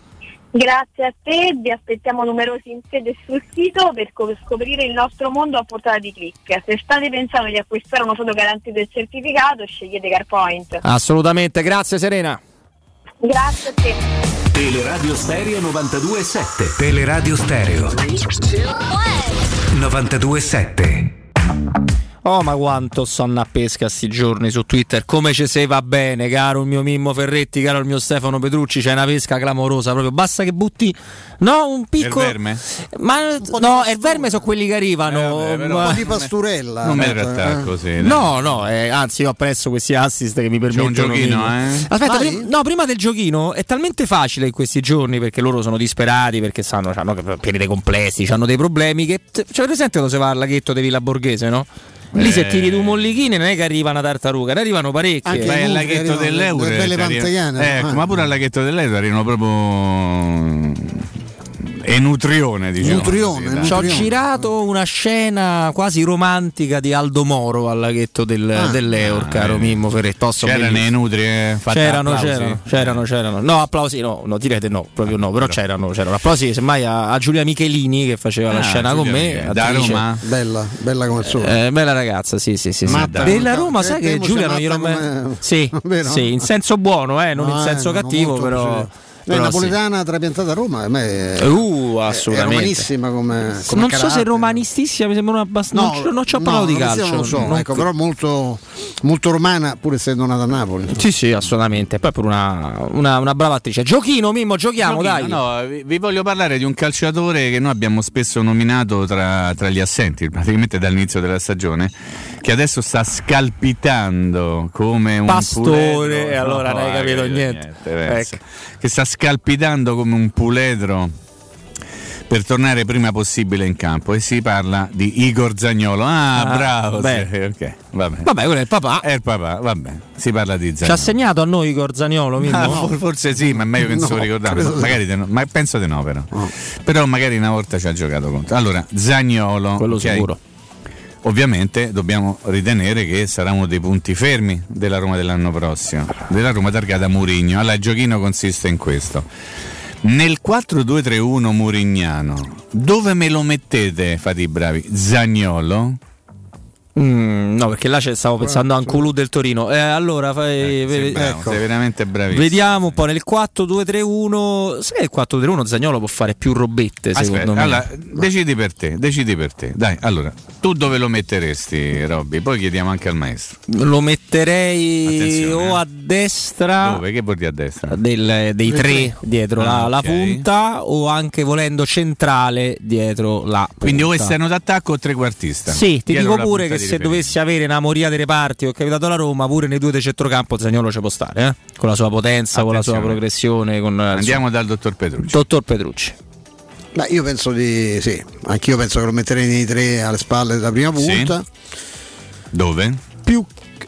Grazie a te, vi aspettiamo numerosi in sede sul sito per scoprire il nostro mondo a portata di click. Se state pensando di acquistare uno stato garantito e certificato, scegliete CarPoint. Assolutamente, grazie Serena. Grazie a te. Teleradio Stereo novantadue virgola sette. Teleradio Stereo novantadue virgola sette. Oh, ma quanto sonno a pesca sti giorni su Twitter, come ci se va bene, caro il mio Mimmo Ferretti, caro il mio Stefano Petrucci, c'è una pesca clamorosa, proprio basta che butti, no, un piccolo... Il verme? Ma no, il verme sono quelli che arrivano, eh, vabbè, ma... un po' di pasturella. Non mi trattare così. Dai. No, no, eh, anzi io apprezzo questi assist che mi permettono... C'è un giochino, di... eh? Aspetta, prim- no, prima del giochino è talmente facile in questi giorni, perché loro sono disperati, perché sanno, hanno pieni dei complessi, hanno dei problemi, che... Cioè, presente quando si va al laghetto di Villa Borghese, no? Lì se tiri due mollichini non è che arriva una tartaruga, ne arrivano parecchie. Anche Vai al laghetto dell'Euro, belle pantegane, ecco, ah. ma pure al laghetto dell'Euro arrivano proprio enutrione, diciamo. Nutrione, così, ci ho girato una scena quasi romantica di Aldo Moro al laghetto del, ah, dell'Eur, ah, caro eh. Mimmo Ferretti. C'erano i nutrie, c'erano, c'erano, c'erano, c'erano. No, applausi, no, no, direte no, proprio no, però c'erano, c'erano. Applausi semmai a, a Giulia Michelini che faceva ah, la scena Giulia con me. Michele. Da Roma? Bella, bella come il sole. Eh, bella ragazza, sì, sì, sì. sì. Della Roma, sai che Giulia non glielo me... Sì, sì, in senso buono, eh, non no, in senso eh, cattivo, però... Lei è napoletana, sì. Trapiantata a Roma, a me è, uh, assolutamente. È romanissima come, come non carattere. So se romanistissima, mi sembra una abbastanza. No, non, non ci ho parlato no, di calcio. Non lo so, non... ecco, però molto, molto romana, pur essendo nata a Napoli. Sì, sì, assolutamente. Poi per una, una, una brava attrice. Giochino, Mimmo, giochiamo, Giochino, dai. No, vi, vi voglio parlare di un calciatore che noi abbiamo spesso nominato tra, tra gli assenti, praticamente dall'inizio della stagione, che adesso sta scalpitando come un Pastore, puledro. e allora no, non hai capito niente. niente. ecco. Che sta scalpitando come un puledro per tornare prima possibile in campo, e si parla di Igor Zaniolo. Ah, ah bravo. Beh. Sì, okay, vabbè. vabbè, quello è il papà. È il papà, vabbè. Si parla di Zaniolo. Ci ha segnato a noi Igor Zaniolo, ah, no? Forse sì, ma è meglio che non se lo ricordiamo. Magari no, ma penso di no, però. No. Però magari una volta ci ha giocato contro. Allora, Zaniolo, quello okay. sicuro. ovviamente dobbiamo ritenere che sarà uno dei punti fermi della Roma dell'anno prossimo, della Roma targata Mourinho. Allora il giochino consiste in questo: nel quattro due tre uno murignano, dove me lo mettete, fate i bravi? Zaniolo? Mm, no, perché là c'è, stavo pensando a un Culù del Torino. Eh, allora fai, eh, sei, bravo, ecco. sei veramente bravissimo. Vediamo un po' nel quattro due tre uno. Sai che il quattro due tre uno Zaniolo può fare più robette, Aspetta, secondo me. Allora, decidi per te, decidi per te. Dai, allora, tu dove lo metteresti, Robby? Poi chiediamo anche al maestro. Lo metterei Attenzione, o eh. a destra. Dove? Che vuol dire a destra? Del, dei tre dietro ah, la, la okay. punta, o anche volendo centrale dietro la punta. Quindi o esterno d'attacco o trequartista. Sì, ti dietro dico pure che se dovessi avere una moria dei reparti, ho capitato alla Roma, pure nei due di centrocampo Zaniolo ci può stare, eh? Con la sua potenza, Attenzione. Con la sua progressione, con andiamo dal dottor Petrucci. Dottor Petrucci. Beh, io penso di sì, anch'io penso che lo metterei nei tre alle spalle della prima punta. Sì. Dove? Più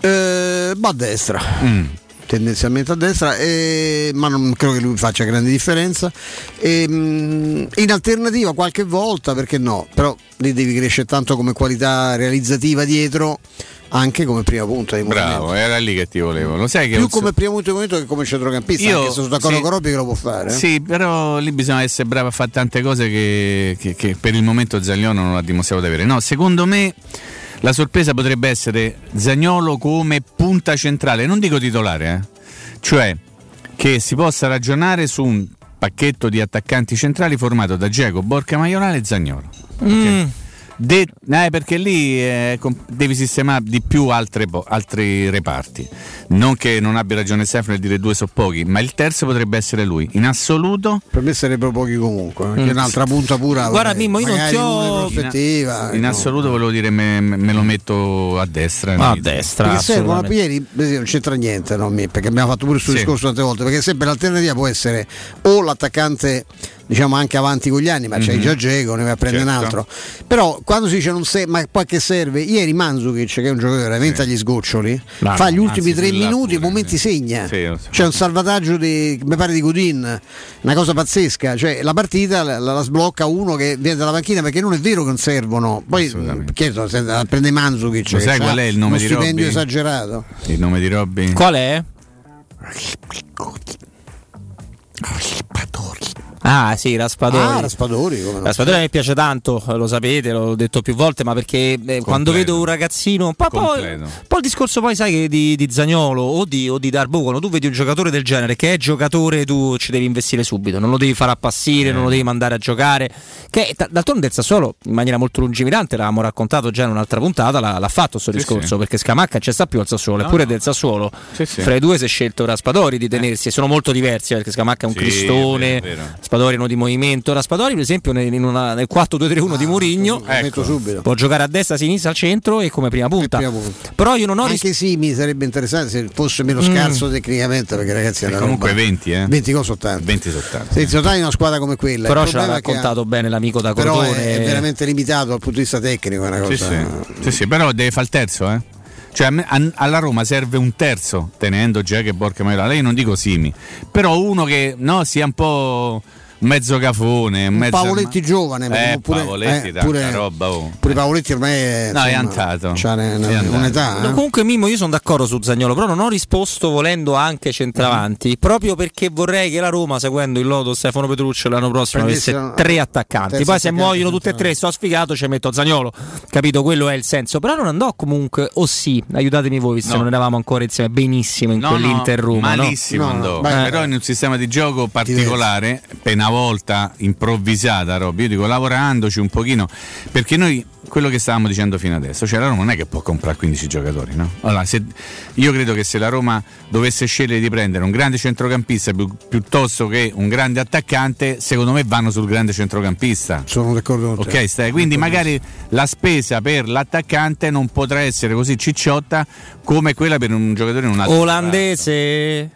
eh, a destra. Mm. Tendenzialmente a destra, eh, ma non credo che lui faccia grande differenza. E, mh, in alternativa qualche volta, perché no? Però lì devi crescere tanto come qualità realizzativa dietro, anche come prima punta di movimento. Bravo, era lì che ti volevo. Lo sai che più come prima punta di movimento che come centrocampista. Io anche se sono d'accordo sì, con Robby che lo può fare. Eh? Sì, però lì bisogna essere bravi a fare tante cose che, che, che per il momento Zaniolo non ha dimostrato di avere. No, secondo me la sorpresa potrebbe essere Zaniolo come punta centrale, non dico titolare, eh? Cioè che si possa ragionare su un pacchetto di attaccanti centrali formato da Dzeko, Borca Maioral e Zaniolo. Mm. Okay. De- eh, perché lì eh, comp- devi sistemare di più altre po- altri reparti. Non che non abbia ragione Stefano nel dire due so pochi, ma il terzo potrebbe essere lui. In assoluto per me sarebbero pochi comunque, perché mm. un'altra punta pura. Guarda Mimmo, io non ti ho prospettiva. In, in no. assoluto volevo dire me, me lo metto a destra. A destra. Perché servono, ieri non c'entra niente, no? Perché abbiamo fatto pure questo sì. discorso tante volte, perché sempre l'alternativa può essere o l'attaccante diciamo anche avanti con gli anni, ma mm-hmm. c'hai già Dzeko, ne vai a prendere certo. un altro. Però quando si dice non se, ma poi che serve? Ieri Mandzukic, che è un giocatore veramente sì. agli sgoccioli, no, fa gli ultimi tre minuti, pure, momenti sì. segna. Sì, so. C'è un salvataggio di, mi pare di Godin, una cosa pazzesca. Cioè la partita la, la sblocca uno che viene dalla panchina, perché non è vero che non servono. Poi chiedo, prende Mandzukic, lo sai qual è il nome di Robby? Uno stipendio esagerato. Il nome di Robby? Qual è? Ah sì, Raspadori. Ah, Raspadori, come no? Raspadori mi piace tanto, lo sapete, l'ho detto più volte, ma perché eh, quando vedo un ragazzino, un po', poi, un po' il discorso poi sai di, di Zaniolo o di, o di Darboe, quando tu vedi un giocatore del genere che è giocatore, tu ci devi investire subito, non lo devi fare appassire, eh. non lo devi mandare a giocare, che d'altronde del Sassuolo in maniera molto lungimirante, l'avevamo raccontato già in un'altra puntata, l'ha, l'ha fatto questo sì, discorso, sì. perché Scamacca c'è sta più al Sassuolo, no, eppure no. del Sassuolo sì, sì. fra i due si è scelto Raspadori di tenersi, eh. sono molto diversi, perché Scamacca è un sì, cristone, è vero, è vero. Raspadori è di movimento. Raspadori per esempio nel, una, nel quattro due tre uno ah, di Mourinho ecco. può giocare a destra, a sinistra, al centro e come prima punta, prima punta. Però io non ho anche ris- sì mi sarebbe interessante se fosse meno scarso mm. tecnicamente, perché ragazzi è comunque roba. venti eh venti cosa ottanta venti ottanta se Zotani una squadra come quella, però ce l'ha raccontato ha... bene l'amico da Crotone, però è, è veramente limitato dal punto di vista tecnico, è una cosa sì, sì. sì, sì, però deve fare il terzo eh cioè alla Roma serve un terzo, tenendo Dzeko e Borca Maioral. Io non dico Simi, però uno che no sia un po' mezzo cafone, un mezzo Pavoletti ma... giovane, eh, pure, Pavoletti, eh, pure, roba, oh. pure Pavoletti ormai è, no, insomma, è andato, c'ha ne, ne, è un'età. No, eh. Comunque Mimmo, io sono d'accordo su Zaniolo, però non ho risposto volendo anche centravanti, mm-hmm. proprio perché vorrei che la Roma, seguendo il lodo Stefano Petrucci, l'anno prossimo avesse una... tre attaccanti. Poi se muoiono tutti e tre, sto sfigato, ci metto Zaniolo, capito? Quello è il senso. Però non andò comunque, o oh sì, aiutatemi voi, visto no. non eravamo ancora insieme, benissimo in no, quell'Inter Roma, malissimo no? andò, no, però in un sistema di gioco particolare, per una volta improvvisata, Robby, io dico lavorandoci un pochino, perché noi quello che stavamo dicendo fino adesso, cioè la Roma non è che può comprare quindici giocatori, no? Allora, se, io credo che se la Roma dovesse scegliere di prendere un grande centrocampista pi- piuttosto che un grande attaccante, secondo me vanno sul grande centrocampista. Sono d'accordo con te. Ok, stai, quindi magari la spesa per l'attaccante non potrà essere così cicciotta come quella per un giocatore in un altro olandese.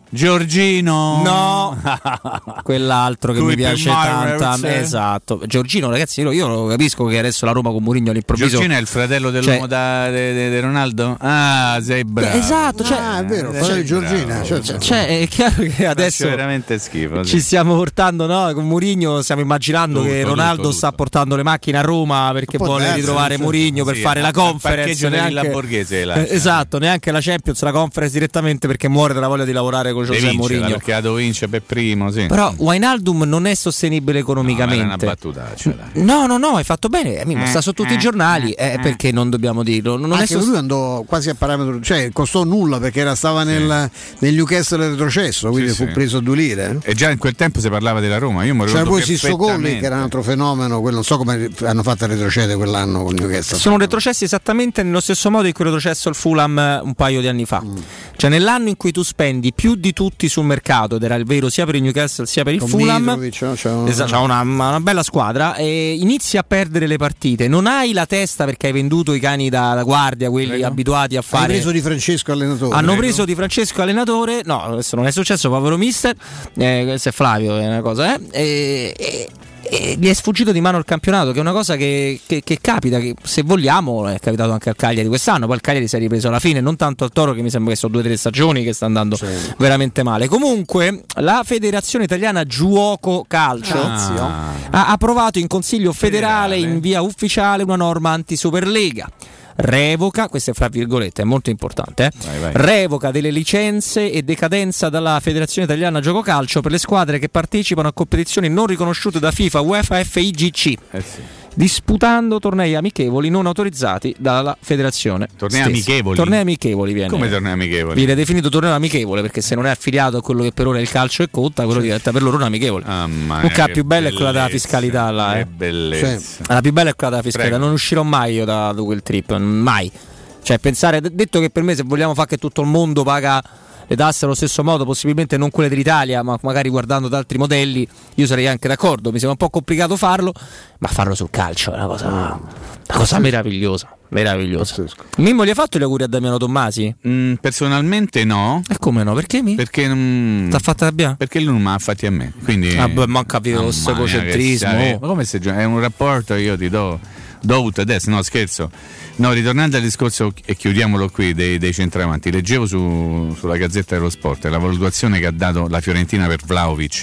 Giorgino, no, quell'altro che Lui mi piace tanto. eh. Esatto, Giorgino, ragazzi, io, io lo capisco che adesso la Roma con Mourinho all'improvviso. Giorgino è il fratello dell'uomo cioè, da, de, de, de Ronaldo? Ah, sei bravo. Beh, esatto, cioè, ah, è vero, fratello di Giorgina. Cioè, cioè, cioè, è chiaro che adesso faccio veramente schifo. Ci sì. stiamo portando, no? Con Mourinho stiamo immaginando tutto, che tutto, Ronaldo tutto. sta portando le macchine a Roma perché vuole darsi, ritrovare sì, Mourinho per sì, fare la conference. Neanche, neanche, Borghese, là, eh, esatto, neanche la Champions, la conference direttamente perché muore della voglia di lavorare con José Mourinho. Perché la devo vincere per primo, sì. Però Wijnaldum non è sostenibile economicamente. No, era una battuta, cioè, dai. no, no, no, hai fatto bene. Mimo, Eh, sta su tutti eh, i giornali. Eh, eh. perché non dobbiamo dirlo? Non Anche è sost- lui andò quasi a parametro, cioè costò nulla perché era, stava Sì. nel, nel Newcastle retrocesso, quindi Sì, fu sì. preso a due lire. E già in quel tempo si parlava della Roma. Io mi C'era ricordo poi Sissoko perfettamente. che era un altro fenomeno, quello, non so come hanno fatto a retrocedere quell'anno con Newcastle. Sono retrocessi esattamente nello stesso modo in cui è retrocesso il Fulham un paio di anni fa. Mm. Cioè nell'anno in cui tu spendi più di tutti sul mercato, ed era il vero sia per il Newcastle sia per il Con Fulham, Mitrovic, no? C'è una... esatto, c'ha una, una bella squadra, e inizi a perdere le partite. Non hai la testa perché hai venduto i cani da, da guardia, quelli Prego. abituati a fare. Hai preso Di Francesco allenatore. Hanno Prego. preso Di Francesco allenatore. No, adesso non è successo, povero mister. Eh, questo è Flavio, è una cosa, eh. E, e, e gli è sfuggito di mano il campionato, che è una cosa che, che, che capita, che se vogliamo è capitato anche al Cagliari quest'anno. Poi il Cagliari si è ripreso alla fine, non tanto al Toro, che mi sembra che sono due o tre stagioni che sta andando sì. veramente male. Comunque la Federazione Italiana Giuoco Calcio ah. ha approvato in Consiglio federale, federale in via ufficiale una norma anti-Superlega. Revoca, questo è fra virgolette, è molto importante, eh? vai, vai. revoca delle licenze e decadenza dalla Federazione Italiana Gioco Calcio per le squadre che partecipano a competizioni non riconosciute da FIFA, UEFA, F I G C, eh sì. disputando tornei amichevoli non autorizzati dalla federazione. Tornei stessa. amichevoli? Tornei amichevoli viene. Come tornei amichevoli? Viene definito torneo amichevole perché se non è affiliato a quello che per ora è il calcio e conta, quello diventa per loro un amichevole. Ah, Comunque la più bella è quella della fiscalità là, eh. Che bellezza. Sì. La più bella è quella della fiscalità. Prego. Non uscirò mai io da, da quel trip, mai. Cioè pensare, detto che per me se vogliamo fare che tutto il mondo paga le tasse allo stesso modo, possibilmente non quelle dell'Italia, ma magari guardando da altri modelli, io sarei anche d'accordo. Mi sembra un po' complicato farlo, ma farlo sul calcio è una cosa, una cosa meravigliosa. Meravigliosa. Mimmo, gli ha fatto gli auguri a Damiano Tommasi? Mm, personalmente no. E come no? Perché mi? Perché non. T'ha fatta arrabbiare? Perché lui non mi ha fatti a me. Quindi. Ah, beh, manca più lo egocentrismo. Ma come se è un rapporto che io ti do. Dovute adesso, no scherzo. No, ritornando al discorso e chiudiamolo qui dei, dei centravanti, leggevo su, sulla Gazzetta dello Sport la valutazione che ha dato la Fiorentina per Vlahovic,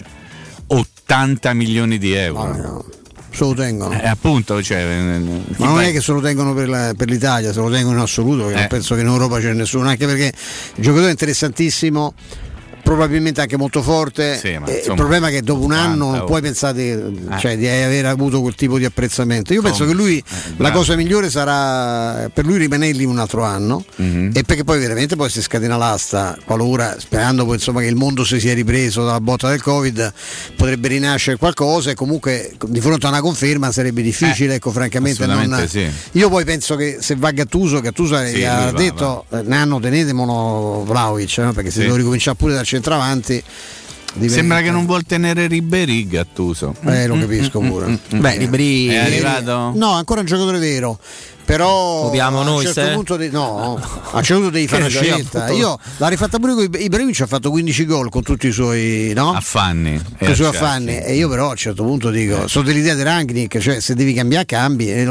ottanta milioni di euro. No, no. Se lo tengono. Eh, appunto, cioè, ma non è che se lo tengono per, la, per l'Italia, se lo tengono in assoluto, che eh. non penso che in Europa c'è nessuno, anche perché il giocatore è interessantissimo, probabilmente anche molto forte. Sì, ma, insomma, il problema è che dopo un anno non puoi pensare di, cioè, eh. di aver avuto quel tipo di apprezzamento. Io penso oh, che lui eh, la cosa migliore sarà per lui rimanere lì un altro anno, mm-hmm. e perché poi veramente poi si scatena l'asta qualora, sperando poi, insomma, che il mondo si sia ripreso dalla botta del Covid, potrebbe rinascere qualcosa, e comunque di fronte a una conferma sarebbe difficile, eh, ecco, francamente non... sì. Io poi penso che se va Gattuso Gattuso sì, ha detto va, va. Nanno tenetemelo Vlahovic, no? Perché se sì. devo ricominciare pure dal centravanti. Sembra che non vuol tenere Ribéry Gattuso. Eh, lo capisco pure. Mm-hmm. Beh, Ribéry è arrivato? No, ancora un giocatore vero. Però Copiamo a un noi, certo se? punto de- no, a un certo punto devi fare una scelta. Io l'ha rifatta pure con Ibrahimovic, ha fatto quindici gol con tutti i suoi, no? affanni, con i suoi affanni, e io però a un certo punto dico, sono dell'idea di Rangnick, cioè se devi cambiare cambi, e,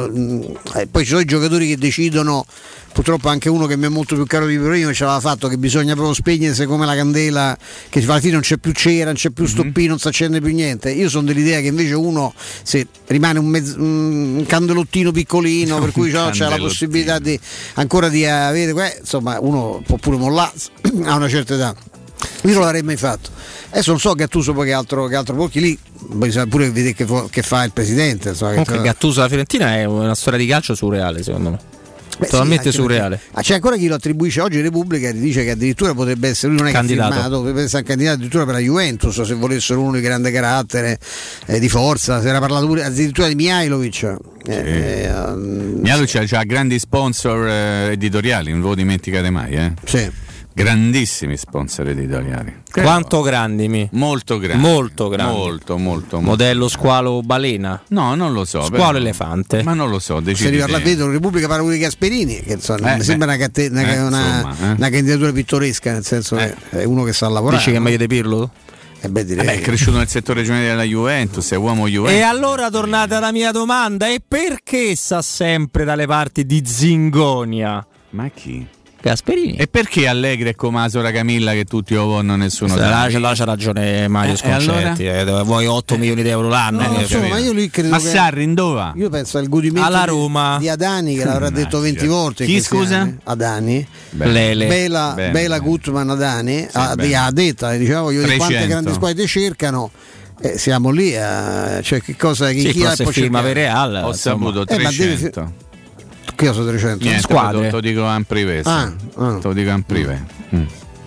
e poi ci sono i giocatori che decidono. Purtroppo anche uno che mi è molto più caro di Ibrahimovic ce l'aveva fatto, che bisogna proprio spegnersi come la candela, che alla fine non c'è più cera, non c'è più stoppino, mm-hmm. non si accende più niente. Io sono dell'idea che invece uno, se rimane un, mezz- un candelottino piccolino, per cui c'è la possibilità di ancora di avere, insomma, uno può pure mollare a una certa età. Io non l'avrei mai fatto. Adesso non so Gattuso poi che altro, che altro porchi lì, bisogna pure vedere che, che fa il presidente. Insomma, comunque che Gattuso alla Fiorentina è una storia di calcio surreale, secondo me. Beh, totalmente sì, surreale. Perché, c'è ancora chi lo attribuisce oggi, Repubblica dice che addirittura potrebbe essere, lui non è candidato. Che firmato, potrebbe essere candidato addirittura per la Juventus, se volessero uno di grande carattere, eh, di forza. Si era parlato pure addirittura di Mihajlovic. Sì. Eh, um, Mihajlovic ha grandi sponsor eh, editoriali, non ve lo dimenticate mai, eh? Sì. grandissimi sponsor editoriali. Quanto grandi? Mi? Molto grandi. Molto grandi. Molto, molto, molto. Modello squalo balena? No, non lo so. Squalo però, elefante? Ma non lo so. Se riparla vedo Repubblica parla di Gasperini, che insomma, eh, mi sembra una, cate- una, eh, una, insomma, eh. una candidatura pittoresca, nel senso eh. che è uno che sa lavorare. Dici che è meglio di Pirlo? Eh beh, direi. Vabbè, è cresciuto nel settore giovanile della Juventus, è uomo Juventus. E allora tornata alla mia domanda, e perché sta sempre dalle parti di Zingonia? Ma chi? Gasperini. E perché Allegri e Comaso Camilla che tutti lo vogliono nessuno là, là c'ha ragione Mario eh, Sconcetti, allora? eh, vuoi otto milioni di euro l'anno? No, eh, insomma, io lì credo ma che Sarri in dove? Io penso al godimento alla Roma di, di Adani, che l'avrà detto venti volte. Chi scusa? Anni. Adani. Lele. Bela, bene, Bela bene. Gutman Adani Sì, ha, bene. ha detta, diciamo, io di quante trecento. grandi squadre cercano. Eh, siamo lì a, cioè che cosa chi, sì, chi ha forse poi firma cercare. per Real. Ho insomma. saputo Eh, ma devi- trecento. Che cosa trecento? Niente, squadre. te lo dico in privé. Ah, ah. Te lo dico in privé. Mm.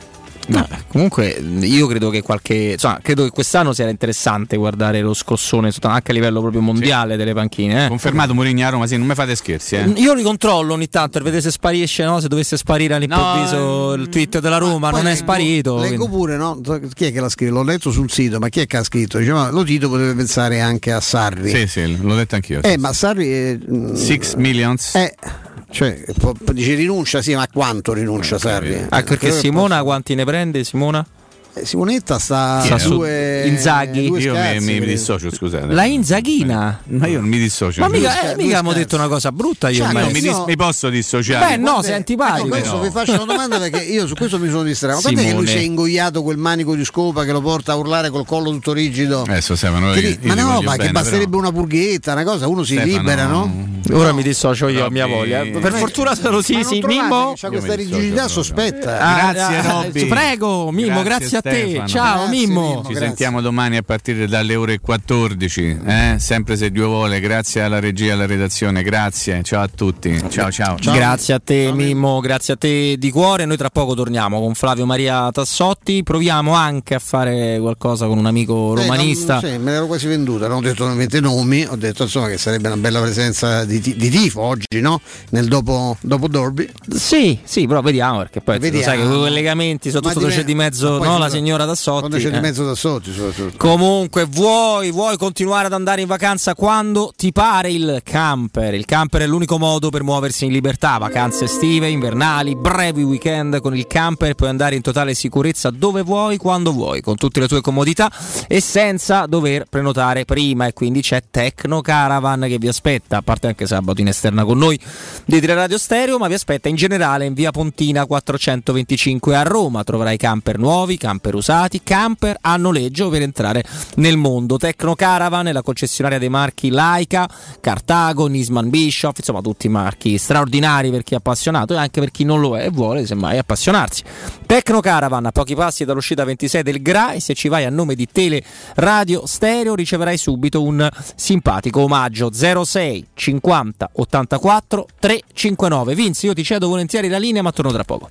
No, comunque io credo che qualche insomma, credo che quest'anno sia interessante guardare lo scossone anche a livello proprio mondiale sì. delle panchine. Eh. Confermato Mourinho a Roma, sì, non mi fate scherzi. Eh. Io li controllo ogni tanto per vedere se sparisce, no? Se dovesse sparire all'improvviso no, il tweet della Roma, non leggo, è sparito. Leggo quindi. pure, no? Chi è che l'ha scritto? L'ho letto sul sito, ma chi è che ha scritto? Diceva, lo Tito poteva pensare anche a Sarri. Sì, sì, l'ho detto anch'io. Eh, sì, ma Sarri è, six millions. Eh, cioè, dice rinuncia, sì, ma a quanto rinuncia Sarri? Anche ah, perché Simona posso... quanti ne prende Simona? Simonetta sta sì, a due Inzaghi. due io scazzi, mi, mi dissocio, scusate. La Inzaghina? Eh, ma io non mi dissocio. Ma mica, eh, mica abbiamo detto una cosa brutta io. Cioè, no, mi, dis- mi posso dissociare? Beh, no, Guarda, sei antipatico. Adesso no. vi faccio una domanda perché io su questo mi sono distratto. Quando è che lui si è ingoiato quel manico di scopa che lo porta a urlare col collo tutto rigido? Adesso Stefano, che, io, io ma no, ma bene, che basterebbe però... una purghetta, una cosa, uno si Stefano, libera, no? Ora no. mi dissocio io a mia voglia. Per ma fortuna sono sì, sì, Mimmo. C'ha questa rigidità sospetta. Ah, grazie, ah, Robby. Prego, Mimmo, grazie, grazie a te. Stefano. Ciao, grazie, Mimmo. Mimmo. Ci Grazie. sentiamo domani a partire dalle ore quattordici, eh? Sempre se Dio vuole. Grazie alla regia e alla redazione, grazie, ciao a tutti. Ciao, ciao. ciao. Grazie a te, ciao, Mimmo, grazie a te di cuore. Noi tra poco torniamo con Flavio Maria Tassotti. Proviamo anche a fare qualcosa con un amico romanista. Eh, non, sì, me l'ero quasi venduta, non ho detto ovviamente nomi, ho detto insomma che sarebbe una bella presenza di, di tifo oggi, no? Nel dopo, dopo Derby. Sì, sì, però vediamo perché poi vediamo. Lo sai che con quei legamenti soprattutto c'è di mezzo no, la signora Tassotti. Quando c'è eh. di mezzo Tassotti soprattutto. Comunque vuoi, vuoi continuare ad andare in vacanza quando ti pare il camper. Il camper è l'unico modo per muoversi in libertà. Vacanze estive, invernali, brevi weekend con il camper puoi andare in totale sicurezza dove vuoi, quando vuoi, con tutte le tue comodità e senza dover prenotare prima. E quindi c'è Tecno Caravan che vi aspetta, a parte anche sabato in esterna con noi di Tre Radio Stereo, ma vi aspetta in generale in via Pontina quattrocentoventicinque a Roma. Troverai camper nuovi, camper usati, camper a noleggio per entrare nel mondo. Tecno Caravan è la concessionaria dei marchi Laika, Cartago, Nisman Bischoff, insomma tutti marchi straordinari per chi è appassionato e anche per chi non lo è e vuole semmai appassionarsi. Tecno Caravan a pochi passi dall'uscita ventisei del G R A e se ci vai a nome di Tele Radio Stereo riceverai subito un simpatico omaggio. Zero sei cinquanta ottantaquattro trecentocinquantanove. Vince, io ti cedo volentieri la linea ma torno tra poco.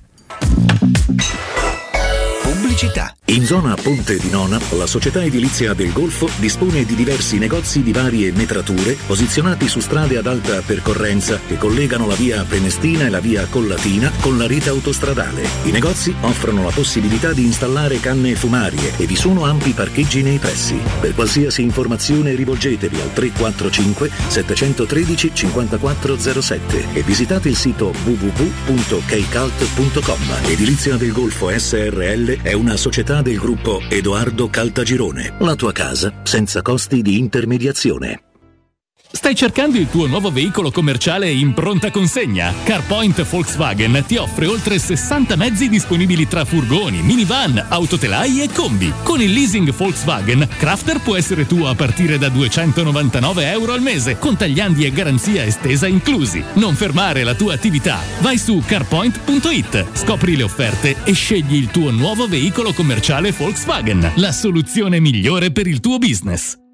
Pubblicità. In zona Ponte di Nona, la società edilizia del Golfo dispone di diversi negozi di varie metrature posizionati su strade ad alta percorrenza che collegano la via Prenestina e la via Collatina con la rete autostradale. I negozi offrono la possibilità di installare canne fumarie e vi sono ampi parcheggi nei pressi. Per qualsiasi informazione rivolgetevi al tre quattro cinque sette uno tre cinque zero sette e visitate il sito w w w punto keicalt punto com. Edilizia del Golfo S R L è una società del gruppo Edoardo Caltagirone. La tua casa senza costi di intermediazione. Stai cercando il tuo nuovo veicolo commerciale in pronta consegna? CarPoint Volkswagen ti offre oltre sessanta mezzi disponibili tra furgoni, minivan, autotelai e combi. Con il leasing Volkswagen, Crafter può essere tuo a partire da duecentonovantanove euro al mese, con tagliandi e garanzia estesa inclusi. Non fermare la tua attività. Vai su carpoint punto it, scopri le offerte e scegli il tuo nuovo veicolo commerciale Volkswagen. La soluzione migliore per il tuo business.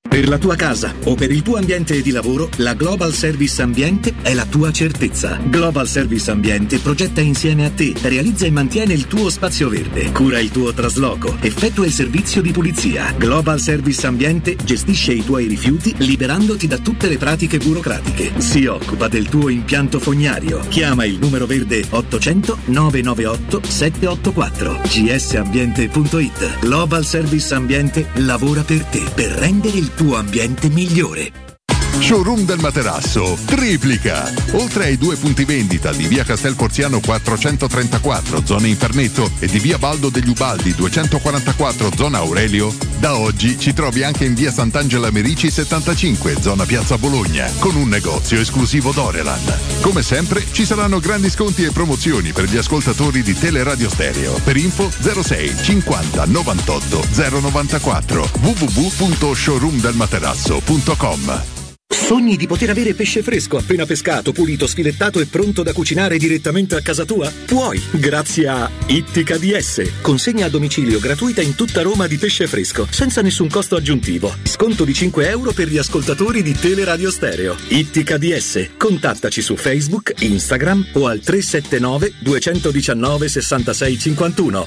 Per la tua casa o per il tuo ambiente di lavoro, la Global Service Ambiente è la tua certezza. Global Service Ambiente progetta insieme a te, realizza e mantiene il tuo spazio verde, cura il tuo trasloco, effettua il servizio di pulizia. Global Service Ambiente gestisce i tuoi rifiuti liberandoti da tutte le pratiche burocratiche. Si occupa del tuo impianto fognario. Chiama il numero verde ottocento nove nove otto sette otto quattro g s ambiente punto i t. Global Service Ambiente lavora per te, per rendere il tuo ambiente migliore. Showroom del Materasso triplica. Oltre ai due punti vendita di via Castel Porziano quattrocentotrentaquattro, zona Infernetto, e di via Baldo degli Ubaldi duecentoquarantaquattro, zona Aurelio, da oggi ci trovi anche in via Sant'Angela Merici settantacinque, zona Piazza Bologna, con un negozio esclusivo Dorelan. Come sempre ci saranno grandi sconti e promozioni per gli ascoltatori di Teleradio Stereo. Per info zero sei cinquanta novantotto zero novantaquattro w w w punto showroom del materasso punto com. Sogni di poter avere pesce fresco appena pescato, pulito, sfilettato e pronto da cucinare direttamente a casa tua? Puoi, grazie a Ittica D S. Consegna a domicilio gratuita in tutta Roma di pesce fresco, senza nessun costo aggiuntivo. Sconto di cinque euro per gli ascoltatori di Teleradio Stereo. Ittica D S. Contattaci su Facebook, Instagram o al tre sette nove due uno nove sei sei cinque uno.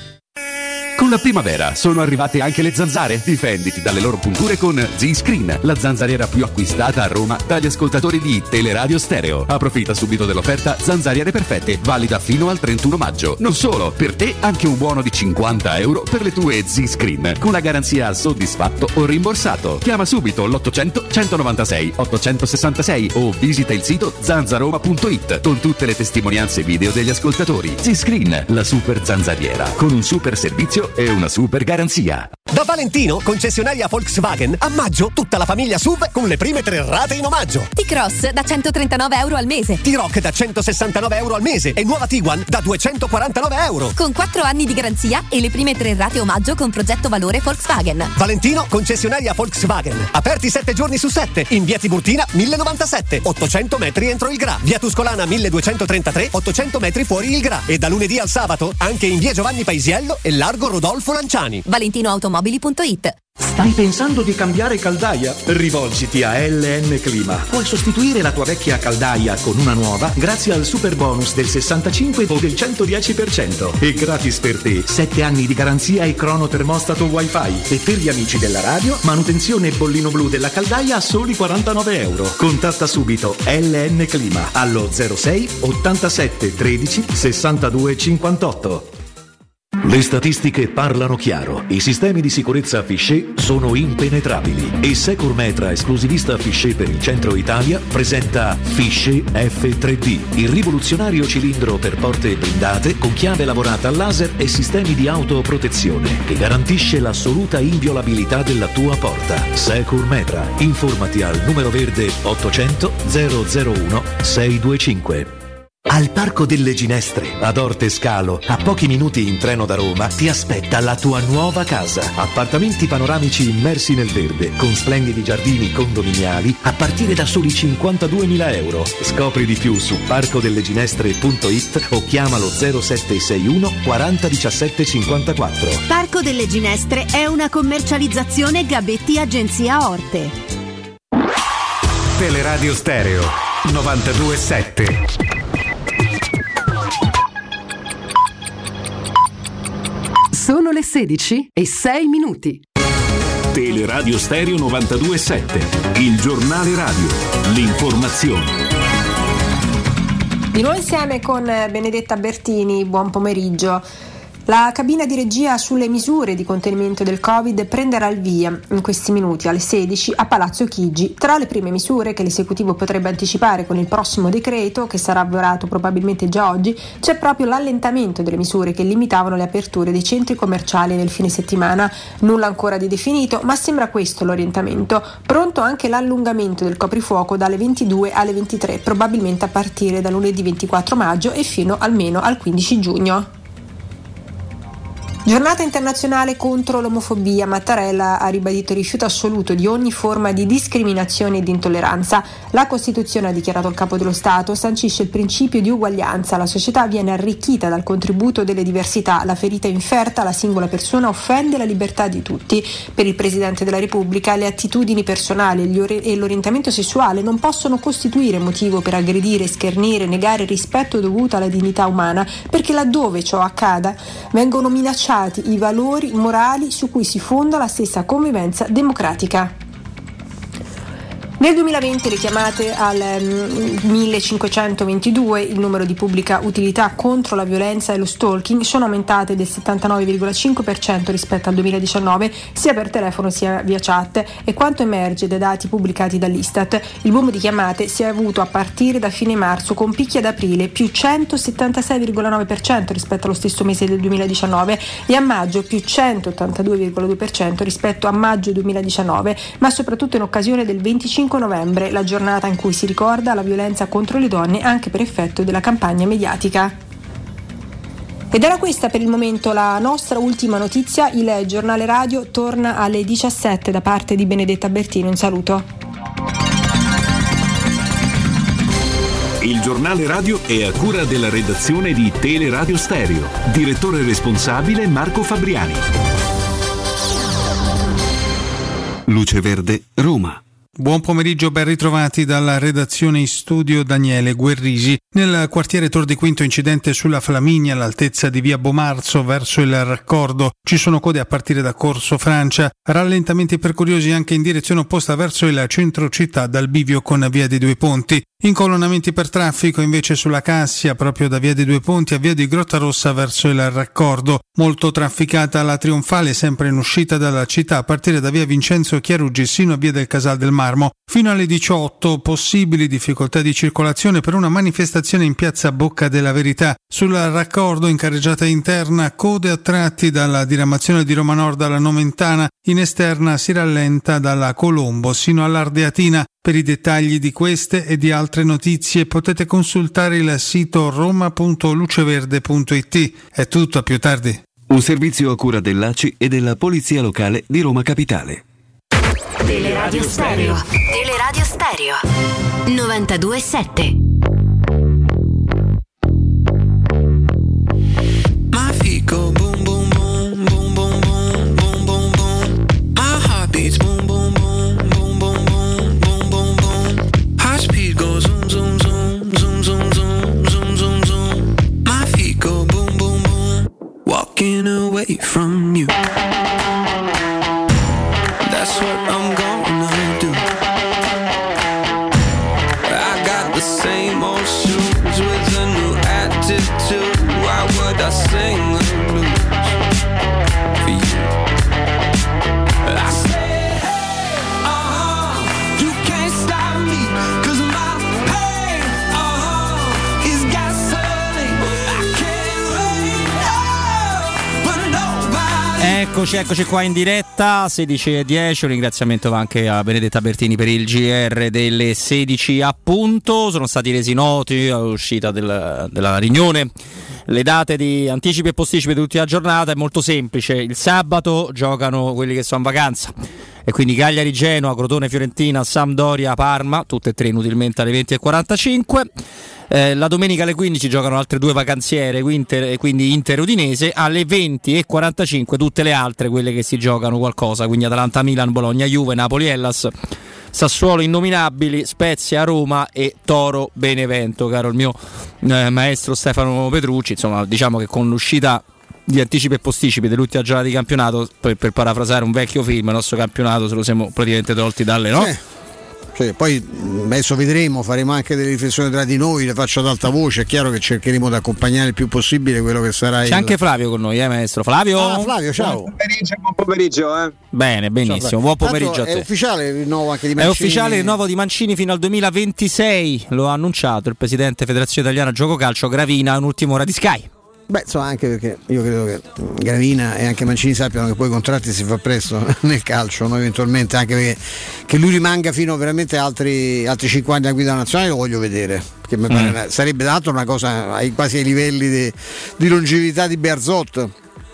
Con la primavera sono arrivate anche le zanzare. Difenditi dalle loro punture con Z-Screen, la zanzariera più acquistata a Roma dagli ascoltatori di Teleradio Stereo. Approfitta subito dell'offerta Zanzariere Perfette, valida fino al trentuno maggio. Non solo, per te anche un buono di cinquanta euro per le tue Z-Screen, con la garanzia soddisfatto o rimborsato. Chiama subito l'ottocento centonovantasei ottocentosessantasei o visita il sito zanzaroma punto i t con tutte le testimonianze video degli ascoltatori. Z-Screen, la super zanzariera, con un super servizio e una super garanzia. Da Valentino, concessionaria Volkswagen, a maggio tutta la famiglia S U V con le prime tre rate in omaggio. T-Cross da centotrentanove euro al mese. T-Roc da centosessantanove euro al mese e nuova Tiguan da duecentoquarantanove euro. Con quattro anni di garanzia e le prime tre rate omaggio con progetto valore Volkswagen. Valentino, concessionaria Volkswagen. Aperti sette giorni su sette. In via Tiburtina mille novantasette, ottocento metri entro il Gra. Via Tuscolana milleduecentotrentatré, ottocento metri fuori il Gra. E da lunedì al sabato anche in via Giovanni Paisiello e largo Rodolfo Lanciani. valentino automobili punto i t. Stai pensando di cambiare caldaia? Rivolgiti a L N Clima. Puoi sostituire la tua vecchia caldaia con una nuova grazie al super bonus del sessantacinque o del centodieci per cento. E gratis per te sette anni di garanzia e crono termostato wifi. E per gli amici della radio, manutenzione bollino blu della caldaia a soli quarantanove euro. Contatta subito L N Clima allo zero sei ottantasette tredici sessantadue cinquantotto. Le statistiche parlano chiaro. I sistemi di sicurezza Fichet sono impenetrabili e Securmetra, esclusivista Fichet per il centro Italia, presenta Fichet F tre D, il rivoluzionario cilindro per porte blindate con chiave lavorata a laser e sistemi di autoprotezione che garantisce l'assoluta inviolabilità della tua porta. Securmetra. Informati al numero verde ottocento zero zero uno sei due cinque. Al Parco delle Ginestre, ad Orte Scalo, a pochi minuti in treno da Roma, ti aspetta la tua nuova casa. Appartamenti panoramici immersi nel verde, con splendidi giardini condominiali, a partire da soli cinquantaduemila euro. Scopri di più su parco delle ginestre punto i t o chiamalo zero sette sei uno quaranta diciassette cinquantaquattro. Parco delle Ginestre è una commercializzazione Gabetti Agenzia Orte. Teleradio Stereo novantadue sette. Sono le sedici e sei minuti. Teleradio Stereo novantadue sette, il giornale radio, l'informazione. Di nuovo insieme con Benedetta Bertini, buon pomeriggio. La cabina di regia sulle misure di contenimento del Covid prenderà il via in questi minuti alle sedici a Palazzo Chigi. Tra le prime misure che l'esecutivo potrebbe anticipare con il prossimo decreto, che sarà varato probabilmente già oggi, c'è proprio l'allentamento delle misure che limitavano le aperture dei centri commerciali nel fine settimana. Nulla ancora di definito, ma sembra questo l'orientamento. Pronto anche l'allungamento del coprifuoco dalle ventidue alle ventitré, probabilmente a partire da lunedì ventiquattro maggio e fino almeno al quindici giugno. Giornata internazionale contro l'omofobia. Mattarella ha ribadito il rifiuto assoluto di ogni forma di discriminazione e di intolleranza. La Costituzione, ha dichiarato il Capo dello Stato, sancisce il principio di uguaglianza. La società viene arricchita dal contributo delle diversità. La ferita inferta alla singola persona offende la libertà di tutti. Per il Presidente della Repubblica le attitudini personali e l'orientamento sessuale non possono costituire motivo per aggredire, schernire, negare il rispetto dovuto alla dignità umana, perché laddove ciò accada vengono minacciati i valori morali su cui si fonda la stessa convivenza democratica. Nel duemilaventi le chiamate al millecinquecentoventidue, il numero di pubblica utilità contro la violenza e lo stalking, sono aumentate del settantanove virgola cinque per cento rispetto al duemiladiciannove, sia per telefono sia via chat, e quanto emerge dai dati pubblicati dall'Istat, il boom di chiamate si è avuto a partire da fine marzo, con picchi ad aprile più centosettantasei virgola nove per cento rispetto allo stesso mese del duemiladiciannove, e a maggio più centottantadue virgola due per cento rispetto a maggio duemiladiciannove, ma soprattutto in occasione del venticinque novembre, la giornata in cui si ricorda la violenza contro le donne anche per effetto della campagna mediatica. Ed era questa per il momento la nostra ultima notizia. Il giornale radio torna alle diciassette da parte di Benedetta Bertini. Un saluto. Il giornale radio è a cura della redazione di Teleradio Stereo. Direttore responsabile Marco Fabriani. Luce Verde, Roma. Buon pomeriggio, ben ritrovati dalla redazione in studio Daniele Guerrisi. Nel quartiere Tor di Quinto incidente sulla Flaminia all'altezza di via Bomarzo verso il raccordo. Ci sono code a partire da Corso Francia, rallentamenti pericolosi anche in direzione opposta verso il centro città dal bivio con via dei Due Ponti. Incolonnamenti per traffico invece sulla Cassia, proprio da via dei Due Ponti a via di Grottarossa verso il raccordo. Molto trafficata la Trionfale, sempre in uscita dalla città, a partire da via Vincenzo Chiaruggi sino a via del Casal del Marmo. Fino alle diciotto possibili difficoltà di circolazione per una manifestazione in piazza Bocca della Verità. Sul raccordo in carreggiata interna, code a tratti dalla diramazione di Roma Nord alla Nomentana, in esterna si rallenta dalla Colombo sino all'Ardeatina. Per i dettagli di queste e di altre notizie potete consultare il sito roma punto luceverde punto it. È tutto, a più tardi. Un servizio a cura dell'A C I e della Polizia Locale di Roma Capitale. Teleradio Stereo. Teleradio Stereo. novantadue sette. My feet go boom boom boom boom boom boom boom boom boom. My heart beats boom boom boom boom boom boom boom boom boom. High speed goes zoom zoom zoom zoom zoom zoom zoom zoom zoom. My feet go boom boom boom. Walking away from you. That's what I'm gonna do. I got the same old shoes with a new attitude. Why would I sing the blues for you? I said, hey, uh-huh, you can't stop me, 'cause my pain, uh-huh, is gasoline. I can't wait, no, but nobody. Eccoci, eccoci qua in diretta, sedici e dieci. Un ringraziamento va anche a Benedetta Bertini per il G R delle sedici appunto. Sono stati resi noti all'uscita del, della riunione le date di anticipi e posticipi di tutta la giornata. È molto semplice: il sabato giocano quelli che sono in vacanza, e quindi Cagliari, Genoa, Crotone, Fiorentina, Sampdoria, Parma, tutte e tre inutilmente alle venti e quarantacinque. Eh, la domenica alle quindici giocano altre due vacanziere, Inter, quindi Inter Udinese. Alle venti e quarantacinque tutte le altre, quelle che si giocano qualcosa, quindi Atalanta, Milan, Bologna, Juve, Napoli, Hellas, Sassuolo, Innominabili, Spezia, Roma e Toro, Benevento, caro il mio eh, maestro Stefano Petrucci. Insomma, diciamo che con l'uscita di anticipi e posticipi dell'ultima giornata di campionato, per, per parafrasare un vecchio film, il nostro campionato se lo siamo praticamente tolti dalle, no? Sì. Sì, poi adesso vedremo, faremo anche delle riflessioni tra di noi, le faccio ad alta voce. È chiaro che cercheremo di accompagnare il più possibile quello che sarà. C'è il... anche Flavio con noi, eh maestro? Flavio? Ah, Flavio, ciao. Buon pomeriggio, buon pomeriggio eh. Bene, benissimo, ciao, buon pomeriggio Tanto a te. È ufficiale il rinnovo anche di Mancini? È ufficiale il rinnovo di Mancini fino al duemilaventisei, lo ha annunciato il presidente Federazione Italiana Gioco Calcio Gravina, un'ultima ora di Sky. Beh, insomma, anche perché io credo che Gravina e anche Mancini sappiano che poi i contratti si fa presto nel calcio, no? Eventualmente anche perché che lui rimanga fino veramente altri, altri cinque anni a guida nazionale lo voglio vedere, perché mi pare, mm. sarebbe dato una cosa ai, quasi ai livelli di, di longevità di Bearzot.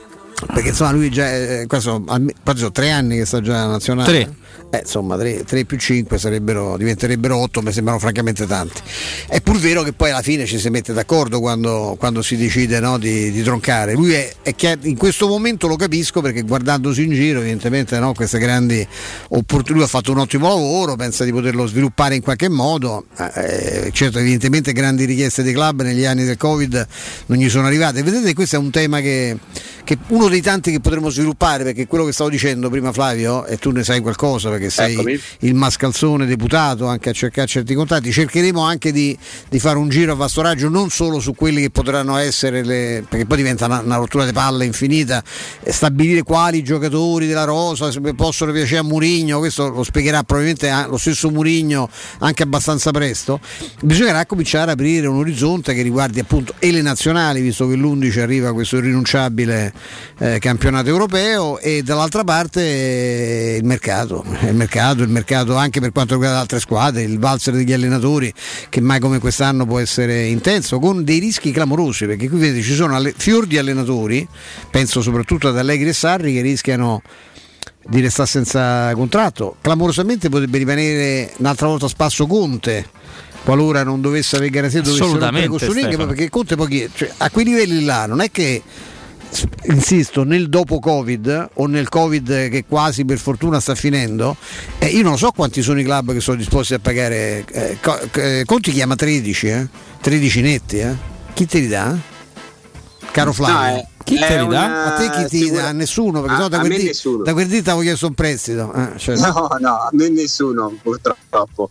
perché insomma lui già eh, questo, alme- sono tre anni che sta già alla nazionale. Tre. Eh, insomma tre più cinque sarebbero, diventerebbero otto, mi sembrano francamente tanti. È pur vero che poi alla fine ci si mette d'accordo quando, quando si decide, no, di, di troncare. Lui è, è che in questo momento lo capisco, perché guardandosi in giro evidentemente, no, queste grandi opportunità, lui ha fatto un ottimo lavoro, pensa di poterlo sviluppare in qualche modo, eh, certo evidentemente grandi richieste dei club negli anni del Covid non gli sono arrivate. Vedete, questo è un tema che, che uno dei tanti che potremmo sviluppare, perché quello che stavo dicendo prima, Flavio, e tu ne sai qualcosa perché sei Eccomi. il mascalzone deputato anche a cercare certi contatti, cercheremo anche di, di fare un giro a vasto raggio, non solo su quelli che potranno essere le, perché poi diventa una, una rottura di palle infinita, stabilire quali giocatori della rosa possono piacere a Mourinho, questo lo spiegherà probabilmente lo stesso Mourinho anche abbastanza presto. Bisognerà cominciare a aprire un orizzonte che riguardi appunto e le nazionali, visto che l'undici arriva questo irrinunciabile eh, campionato europeo, e dall'altra parte eh, il mercato il mercato, il mercato anche per quanto riguarda altre squadre, il valzer degli allenatori che mai come quest'anno può essere intenso, con dei rischi clamorosi, perché qui vedete ci sono alle, fior di allenatori, penso soprattutto ad Allegri e Sarri, che rischiano di restare senza contratto. Clamorosamente potrebbe rimanere un'altra volta a spasso Conte, qualora non dovesse avere garanzia, dovesse rompere questo ring, perché Conte poi, cioè, a quei livelli là non è che, insisto, nel dopo Covid o nel Covid che quasi per fortuna sta finendo, eh, io non so quanti sono i club che sono disposti a pagare. eh, eh, Conti chiama tredici, eh? tredici netti, eh? Chi te li dà? Caro Flavio, no, è, chi te li dà? Una... A te chi ti sicura... dà? Nessuno, perché a, so, da, quel dì, da quel dì ti avevo chiesto un prestito. Eh, cioè, no, no, a me nessuno purtroppo.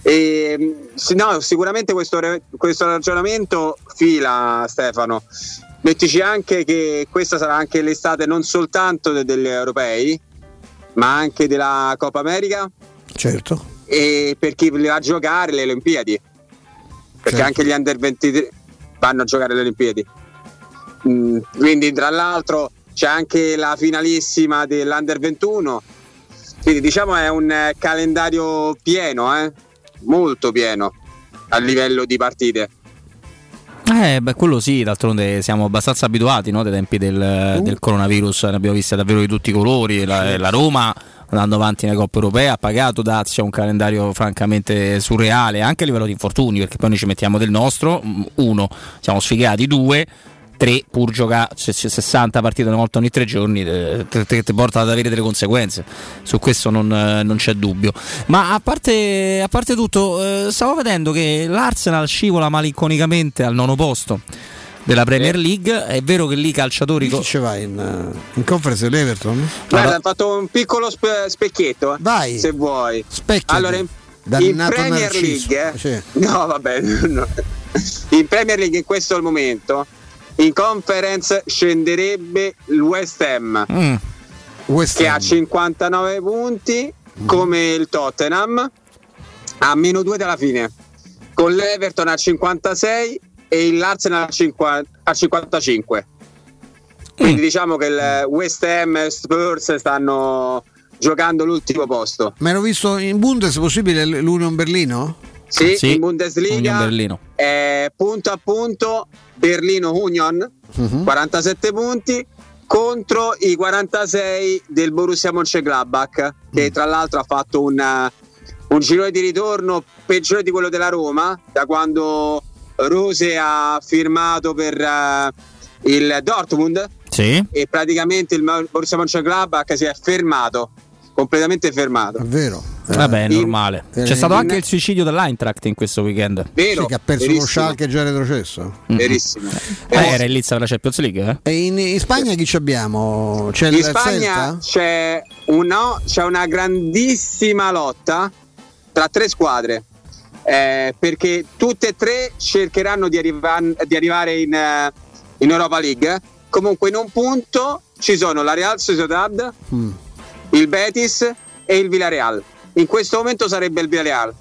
E, no, sicuramente questo, questo ragionamento fila, Stefano. Mettici anche che questa sarà anche l'estate non soltanto de- degli europei, ma anche della Coppa America. Certo. E per chi va a giocare le Olimpiadi, perché certo. anche gli under ventitré vanno a giocare le Olimpiadi. Mm, quindi tra l'altro c'è anche la finalissima dell'Under ventuno. Quindi diciamo è un calendario pieno, eh? molto pieno a livello di partite. Eh, beh, quello sì, d'altronde siamo abbastanza abituati, no, dai tempi del, uh. del coronavirus, ne abbiamo viste davvero di tutti i colori. La, la Roma, andando avanti nella Coppa Europea, ha pagato Dazio un calendario francamente surreale, anche a livello di infortuni, perché poi noi ci mettiamo del nostro, uno, siamo sfigati, due, tre, pur giocare sessanta partite una volta ogni tre giorni che ti porta ad avere delle conseguenze, su questo non, non c'è dubbio. Ma a parte, a parte tutto, eh, stavo vedendo che l'Arsenal scivola malinconicamente al nono posto della Premier League. È vero che lì i calciatori co- ci vai in, in conference dell'Everton? Guarda, ha fatto un piccolo spe- specchietto, vai, se vuoi. Specchiati. Allora in, in Premier Narciso. League eh? Sì. no vabbè no. in Premier League in questo al momento in conference scenderebbe il West Ham, mm. West che Ham. ha cinquantanove punti mm. come il Tottenham, a meno due dalla fine, con l'Everton a cinquantasei e l'Arsenal a, cinquanta, a cinquantacinque. Quindi mm. diciamo che il West Ham e Spurs stanno giocando l'ultimo posto. Ma ero visto in Bundes possibile l'Union Berlino? Sì, sì, in Bundesliga Berlino. È punto a punto Berlino Union, uh-huh. quarantasette punti contro i quarantasei del Borussia Mönchengladbach, che uh-huh. tra l'altro ha fatto un, un girone di ritorno peggiore di quello della Roma, da quando Rose ha firmato per uh, il Dortmund, sì. e praticamente il Borussia Mönchengladbach si è fermato, completamente fermato. È vero. Vabbè, è normale. In, C'è stato in, anche il suicidio dell'Eintracht in questo weekend. Vero, sì, che ha perso verissimo. lo Schalke già retrocesso. Verissimo. Eh, era in lizza per la Champions League, eh? E in, in Spagna chi ci abbiamo? C'è in il Spagna c'è, uno, c'è una grandissima lotta tra tre squadre, eh, perché tutte e tre cercheranno di, arriva, di arrivare in, in Europa League. Comunque in un punto ci sono la Real Sociedad, mm. il Betis e il Villarreal. In questo momento sarebbe il Villarreal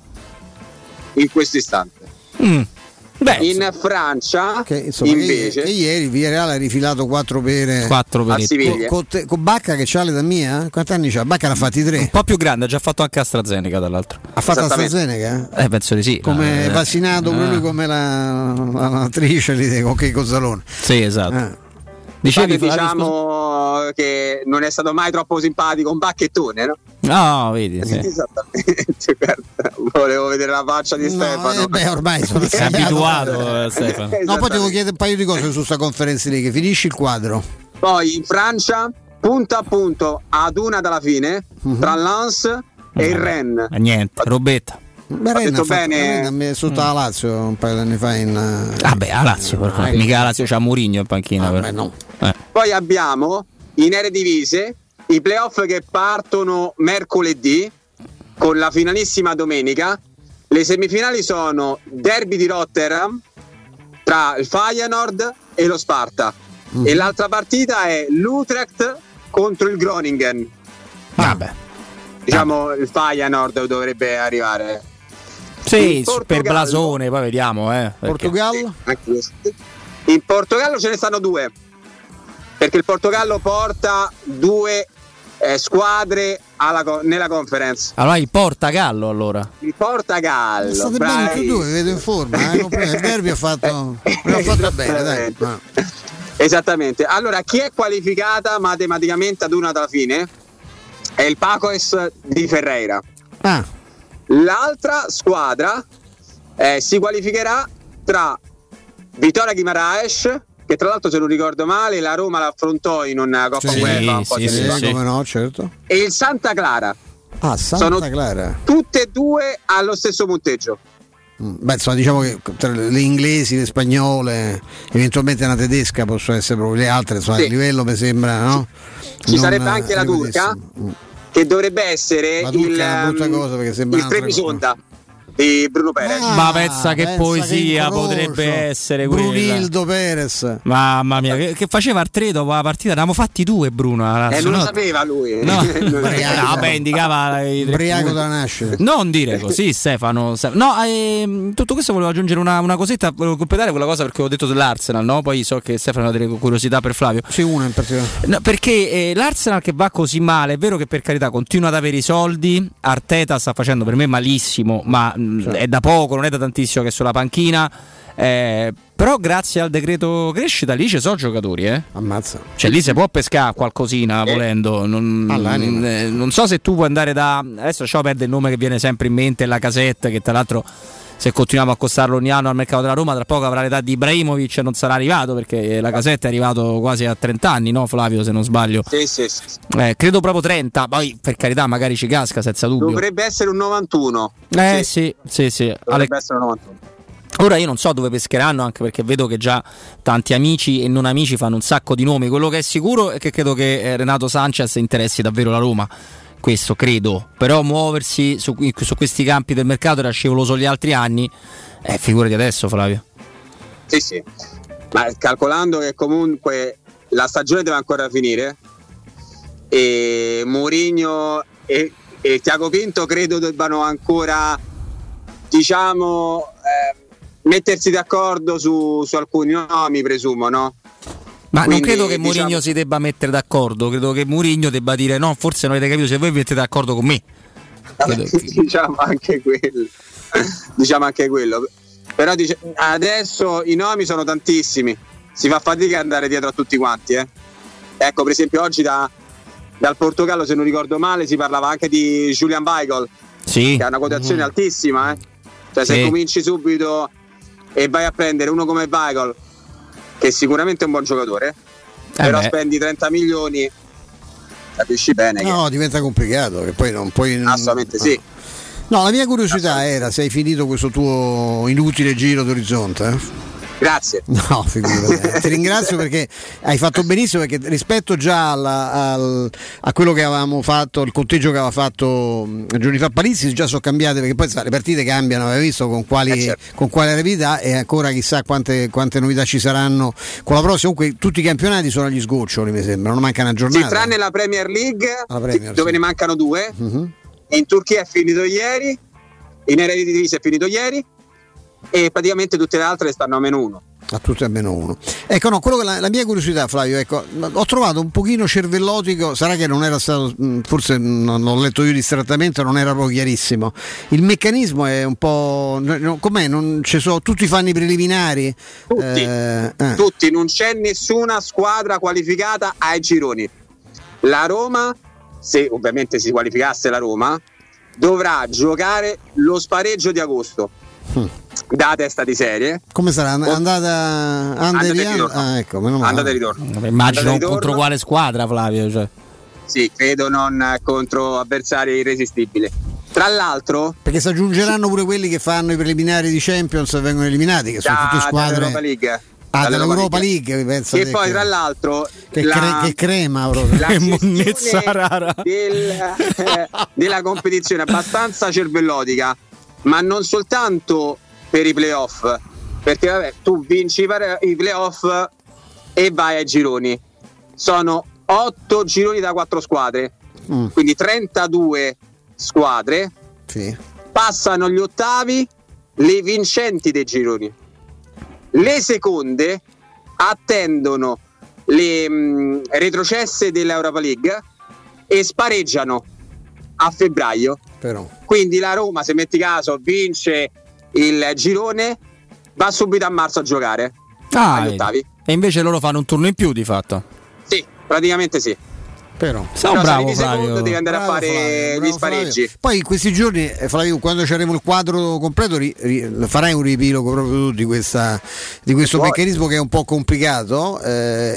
in questo istante. Mm. Beh, in insomma. Francia che, insomma, invece che, che ieri il Villarreal ha rifilato quattro pere quattro a Siviglia con, con, con Bacca che c'ha l'età mia. Quanti anni c'ha? Bacca ne ha fatti tre, un po' più grande, ha già fatto anche AstraZeneca dall'altro. Ha fatto AstraZeneca? Eh, penso di sì. Come eh, vaccinato eh. lui come la, la, l'attrice lì con che Cozzalone. Sì, esatto. Eh. Dicevi, Fabio, diciamo che non è stato mai troppo simpatico un bacchettone, no? No, vedi, sì. Esattamente, guarda, volevo vedere la faccia di No, Stefano. eh, beh, ormai sono Sei abituato, eh, Stefano. No, poi devo chiedere un paio di cose su questa conferenza lì, che finisci il quadro. Poi in Francia, punto a punto ad una dalla fine, uh-huh. tra Lens e il Rennes. Ma niente, robetta. Beh, Ho detto fatto, bene. Rennes sotto la Lazio un paio di anni fa in vabbè, a Lazio, però. eh, Mica la Lazio c'ha Mourinho in panchina, ah, però. no. Eh. Poi abbiamo in Eredivisie i playoff che partono mercoledì con la finalissima domenica. Le semifinali sono Derby di Rotterdam tra il Feyenoord e lo Sparta, mm. e l'altra partita è l'Utrecht contro il Groningen. Vabbè, diciamo il Feyenoord dovrebbe arrivare. Sì, per blasone, poi vediamo, eh. Portogallo? In Portogallo ce ne stanno due, perché il Portogallo porta due eh, squadre alla, nella conference. Allora il Portagallo, allora. Il Portagallo. State bene tutti e due, vi vedo in forma, eh? Il derby ha fatto, l'ha fatto bene, dai. Ah. Esattamente. Allora, chi è qualificata matematicamente ad una dalla fine è il Pacoes di Ferreira. Ah. L'altra squadra eh, si qualificherà tra Vitoria Guimaraes, che tra l'altro, se non ricordo male, la Roma l'affrontò in una Coppa sì, UEFA un po' sì, sì, sì. Come no, certo. E il Santa Clara. Ah, Santa Sono Clara. Tutte e due allo stesso punteggio. Beh, insomma, diciamo che tra le inglesi, le spagnole, eventualmente una tedesca possono essere proprio le altre, insomma, sì. Il livello mi sembra, no? Ci non sarebbe anche la turca, che dovrebbe essere la il, è una brutta cosa perché sembra il Trevisonda di Bruno Perez. Ah, ma pensa che pensa poesia che potrebbe essere quella. Brunildo Perez. Mamma mia, che, che faceva al tre dopo la partita? Ne avevamo fatti due, Bruno. Eh, non lo sapeva lui. No, no vabbè, indicava ubriaco da nascere. Non dire così, Stefano. No, eh, tutto questo volevo aggiungere una, una cosetta, volevo completare quella cosa perché ho detto dell'Arsenal, no? Poi so che Stefano ha delle curiosità per Flavio. Sì, una in particolare. No, perché eh, l'Arsenal che va così male, è vero che per carità continua ad avere i soldi, Arteta sta facendo per me malissimo, ma cioè. È da poco, non è da tantissimo che è sulla panchina, eh, però grazie al decreto crescita lì ci sono giocatori, eh. Ammazza. Cioè lì si può pescare qualcosina eh. volendo, non, eh, non so se tu puoi andare da, adesso lasciamo perdere il nome che viene sempre in mente, la Casette, che tra l'altro se continuiamo a accostarlo ogni anno al mercato della Roma tra poco avrà l'età di Ibrahimovic e non sarà arrivato, perché la Casette è arrivato quasi a trenta anni, no Flavio, se non sbaglio? Sì, sì, sì. Eh, credo proprio trenta, poi per carità magari ci casca senza dubbio. Dovrebbe essere un novantuno. Eh sì, sì, sì, sì. Dovrebbe Ale... essere un novantuno. Ora io non so dove pescheranno, anche perché vedo che già tanti amici e non amici fanno un sacco di nomi. Quello che è sicuro è che credo che Renato Sanchez interessi davvero la Roma. Questo credo, però muoversi su, su questi campi del mercato era scivoloso gli altri anni, eh, figurati adesso, Flavio. Sì, sì, ma calcolando che comunque la stagione deve ancora finire e Mourinho e, e Tiago Pinto credo debbano ancora, diciamo, eh, mettersi d'accordo su, su alcuni nomi, presumo, no? Ma Quindi, non credo che Mourinho diciamo, si debba mettere d'accordo, credo che Mourinho debba dire no, forse non avete capito, se voi vi mettete d'accordo con me. diciamo anche quello. diciamo anche quello. Però dice, adesso i nomi sono tantissimi, si fa fatica ad andare dietro a tutti quanti, eh. Ecco, per esempio oggi da, dal Portogallo, se non ricordo male, si parlava anche di Julian Weigl, sì. che ha una quotazione mm. altissima, eh. Cioè se sì. cominci subito e vai a prendere uno come Weigl, che sicuramente è un buon giocatore, eh però beh. spendi trenta milioni, capisci bene no che... diventa complicato, che poi non puoi assolutamente no. sì. No, la mia curiosità era se hai finito questo tuo inutile giro d'orizzonte, eh? Grazie. No, figurati. Ti ringrazio perché hai fatto benissimo, perché rispetto già alla, al, a quello che avevamo fatto, il conteggio che aveva fatto giorni fa Palizzi, già sono cambiate, perché poi le partite cambiano, avevi visto con quali, eh certo. con quale rapidità, e ancora chissà quante, quante novità ci saranno con la prossima. Comunque tutti i campionati sono agli sgoccioli, mi sembra, non manca una giornata. Sì, tranne la Premier League, la Premier, dove sì. ne mancano due. Uh-huh. In Turchia è finito ieri, in Eredivisie è finito ieri, e praticamente tutte le altre stanno a meno uno. A tutti a meno uno. Ecco, no, quello che la, la mia curiosità, Flavio, ecco, ho trovato un pochino cervellotico, sarà che non era stato, forse non l'ho letto io distrattamente, non era proprio chiarissimo. Il meccanismo è un po', com'è? Non ci sono, tutti fanno i preliminari? Tutti, eh, eh. tutti, non c'è nessuna squadra qualificata ai gironi. La Roma, se ovviamente si qualificasse la Roma, dovrà giocare lo spareggio di agosto. Hmm. Da testa di serie. Come sarà? Andata andata di ritorno. Ah, ecco, meno male. Andata e ritorno. Immagino ritorno. Contro quale squadra, Flavio? Cioè. Sì, credo non contro avversari irresistibili. Tra l'altro, perché si aggiungeranno pure quelli che fanno i preliminari di Champions e vengono eliminati, che sono da, tutte squadre dell'Europa League. Ah, dell'Europa League, League che poi che... tra l'altro che, la, cre- che crema proprio. La gestione del, eh, della competizione è abbastanza cervellotica, ma non soltanto per i playoff, perché vabbè, tu vinci i playoff e vai ai gironi. Sono otto gironi da quattro squadre, mm. quindi trentadue squadre, sì. Passano gli ottavi, le vincenti dei gironi. Le seconde attendono le mh, retrocesse dell'Europa League e spareggiano a febbraio. Però. Quindi la Roma, se metti caso, vince il girone, va subito a marzo a giocare ah, agli ottavi. E invece loro fanno un turno in più di fatto. Sì, praticamente sì. Però, Però bravo, secondo devi andare bravo, a fare Flavio, gli spareggi. Flavio. Poi in questi giorni, Flavio, quando avremo il quadro completo, ri, ri, farai un riepilogo proprio di, questa, di questo Poi. meccanismo che è un po' complicato eh,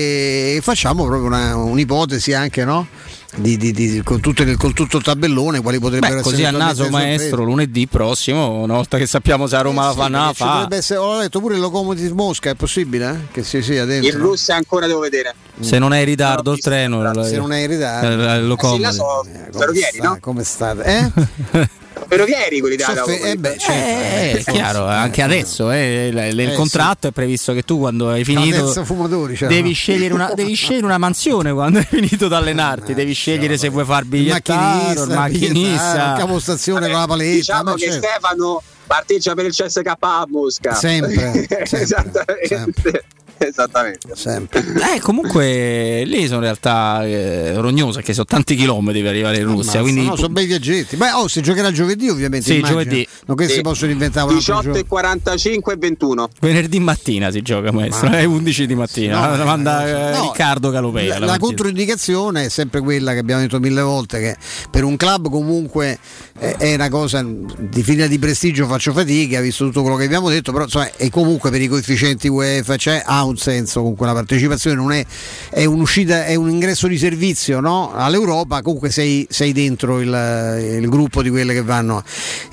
e facciamo proprio una, un'ipotesi anche, no? Di, di, di, con, tutto il, con tutto il tabellone, quali potrebbero Beh, essere così a naso maestro sorprese. Lunedì prossimo, una volta che sappiamo se a Roma eh, la fanno, sì, fa. Essere, ho letto pure il Lokomotiv Mosca, è possibile eh? Che si sia dentro. In Russia ancora devo vedere. Se non è in ritardo no, il treno, se non è in ritardo, eh, lo eh, sì, la so, eh, ferrovieri, no? Come state? Eh? Ferrovieri quelli da Soffe- eh beh, certo, eh, è chiaro, anche adesso eh, il, il eh, contratto sì. È previsto che tu quando hai finito fumatori, cioè, devi, no? scegliere una, devi scegliere una mansione quando hai finito di allenarti, eh, devi scegliere se vuoi far bigliettaro, il macchinista, il capostazione Vabbè, con la paletta. Diciamo che certo. Stefano parteggia per il C S K a Mosca. Sempre, sempre esattamente. Sempre. Esattamente. Sempre. Eh, comunque lì sono realtà eh, rognose, che sono tanti chilometri per arrivare in Russia. Mazza, quindi no, sono bei viaggetti. Beh, oh, si giocherà giovedì, ovviamente. Sì, immagino. giovedì. Non che sì. si possono inventare un altro diciotto e quarantacinque e ventuno. Venerdì mattina si gioca, maestro. È undici di mattina. No, manda no, Riccardo Calopea. La, la, la controindicazione è sempre quella che abbiamo detto mille volte, che per un club comunque eh, è una cosa di fila di prestigio, faccio fatica, visto tutto quello che abbiamo detto, però insomma, è comunque per i coefficienti UEFA, cioè, ha un senso comunque la partecipazione, non è, è un'uscita, è un ingresso di servizio, no? All'Europa, comunque sei, sei dentro il, il gruppo di quelle che vanno.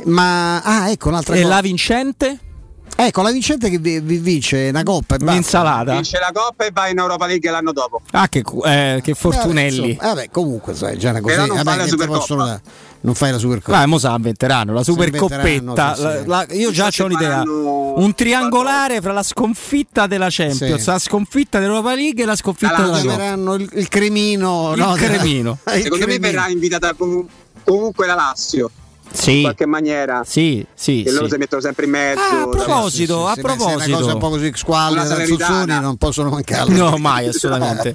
Ma ah, ecco un'altra e cosa. E la vincente? Ecco, la vincente che vi, vi vince una coppa e basta. Un'insalata. Vince la coppa e va in Europa League l'anno dopo. Ah, che, eh, che fortunelli. Eh, vabbè, comunque sai, già una cosa. Però non vabbè, fai la Supercoppa. Non fai la Supercoppa. Ma mo se la inventeranno, la Supercoppetta. Sì, sì. La, la, io già ho un'idea. Un triangolare fra la sconfitta della Champions, sì. La sconfitta dell'Europa League e la sconfitta la della Coppa. Chiameranno il, il cremino. Il no, cremino. Secondo il me cremino. verrà invitata comunque la Lazio. Sì. In qualche maniera, sì, sì, che sì. loro si mettono sempre in mezzo. Ah, a proposito, sì, sì, sì, a proposito, se è una cosa un po' così squallida da Zuzzoni non possono mancare. No, mai, assolutamente.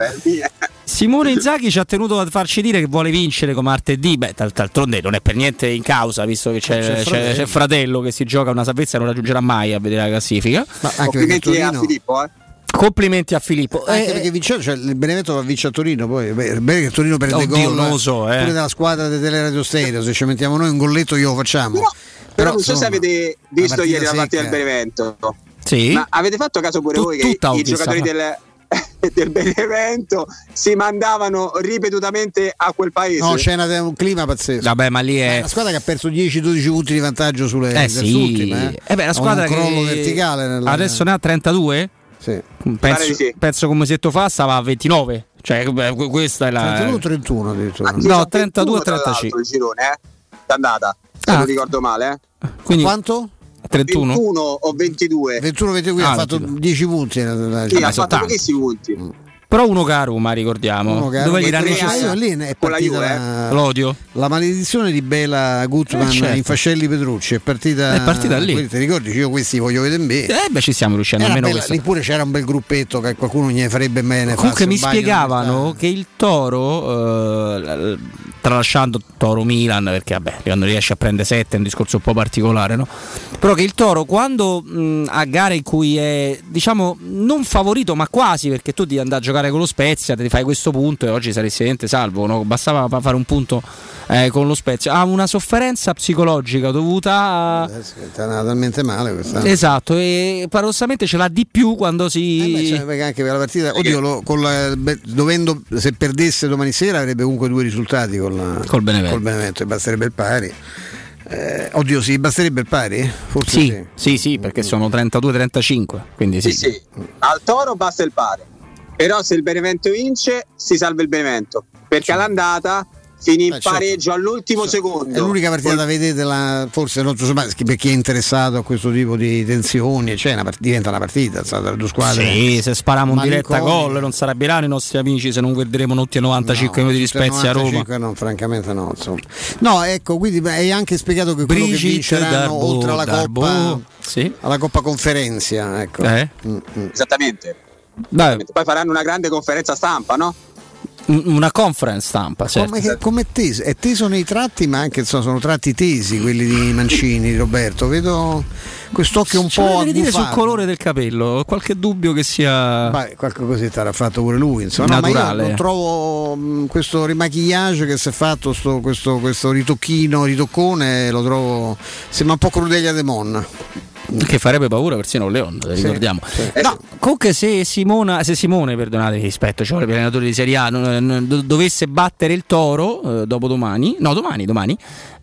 Simone Inzaghi ci ha tenuto a farci dire che vuole vincere come martedì. Beh, d'altronde non è per niente in causa, visto che c'è, c'è, fratello. c'è fratello che si gioca una salvezza e non raggiungerà mai a vedere la classifica. Ma anche complimenti Torino... a Filippo, eh. Complimenti a Filippo. Anche eh, perché vince, cioè, il Benevento va a vincere a Torino, poi beh, bene che Torino prende oddio, gol. Non lo so, eh. Pure dalla squadra di Teleradio Stereo, se ci mettiamo noi un golletto io lo facciamo. Però, però, però non so insomma, se avete visto ieri la partita del Benevento. Sì. Ma avete fatto caso pure tu, voi che i giocatori del, del Benevento si mandavano ripetutamente a quel paese? No, c'è una, un clima pazzesco. Vabbè, ma lì è una squadra che ha perso dieci dodici punti di vantaggio sulle eh, sì. ultime. Eh. Eh beh, la squadra un crollo che verticale nella... adesso ne ha trentadue? Sì. Penso, sì. penso come mesetto fa stava a ventinove. Cioè, questa è la trentadue o trentuno addirittura. No, trentadue trentacinque il girone, eh? D'andata. Se ah. non ricordo male, eh. Quindi quanto? trentuno ventuno o ventidue ventuno ventidue ah, ha fatto dieci punti. Sì, ha fatto pochissimi punti. Però Però uno che a Roma, ricordiamo. Uno che a Dove Roma, gli danno tre anni, lì è partita la, l'odio. La maledizione di Bela Gutman Eh, certo. in Fascelli Petrucci è partita, È partita lì. quelli, ti ricordi? Io questi voglio vedere in me. Eh beh, ci stiamo riuscendo Era almeno bella, questo. lì pure c'era un bel gruppetto che qualcuno ne farebbe bene. Comunque farsi mi un bagno spiegavano che il Toro, eh, tralasciando Toro Milan, perché vabbè, quando riesce a prendere sette è un discorso un po' particolare, no? Però che il Toro quando mh, a gare in cui è, diciamo, non favorito ma quasi, perché tu devi andare a giocare con lo Spezia, ti fai questo punto e oggi saresti veramente salvo, no? Bastava fare un punto eh, con lo Spezia. Ha una sofferenza psicologica dovuta a... È andata talmente male quest'anno. Esatto, e paradossalmente ce l'ha di più quando si... Eh beh, cioè, perché anche per la partita, oddio, lo, con la, beh, dovendo, se perdesse domani sera avrebbe comunque due risultati con la, col Benevento, col Benevento e basterebbe il pari. Eh, oddio, sì, basterebbe il pari? Forse sì, sì, sì, sì, perché sono trentadue trentacinque, quindi sì. Sì, sì. Al Toro basta il pari. Però se il Benevento vince, si salva il Benevento, perché all'andata finì in eh, certo. pareggio all'ultimo certo. secondo. È l'unica partita da vedete, la, forse non so, per chi è interessato a questo tipo di tensioni, cioè una part- diventa una partita tra le due squadre. Sì, se spariamo in diretta Malinconi. gol non si arrabbieranno i nostri amici se non guarderemo tutti i novantacinque No, minuti di Spezia a Roma. novantacinque no, francamente no, insomma. No, ecco, quindi hai anche spiegato che quello Brigitte che vinceranno Darbo, oltre alla Darbo, Coppa, sì. alla Coppa Conferenzia, ecco. Eh? Mm-hmm. Esattamente. Dai. Poi faranno una grande conferenza stampa, no? Una conference stampa, certo. Come, che, come è teso? È teso nei tratti, ma anche insomma, sono tratti tesi quelli di Mancini, di Roberto. Vedo quest'occhio un Ci po' deve dire sul aggufato. colore del capello, ho qualche dubbio che sia Beh, qualche cosetta l'ha fatto pure lui, insomma. No, ma naturale. io non trovo mh, questo rimachillaggio che si è fatto, sto, questo, questo ritocchino, ritoccone, lo trovo, sembra un po' Crudelia De Mon. Che farebbe paura persino Leon, Sì, ricordiamo. sì. No, comunque se Simona, se Simone, perdonate rispetto, cioè l'allenatore di Serie A, non, non, dovesse battere il Toro eh, dopo domani, no domani, domani,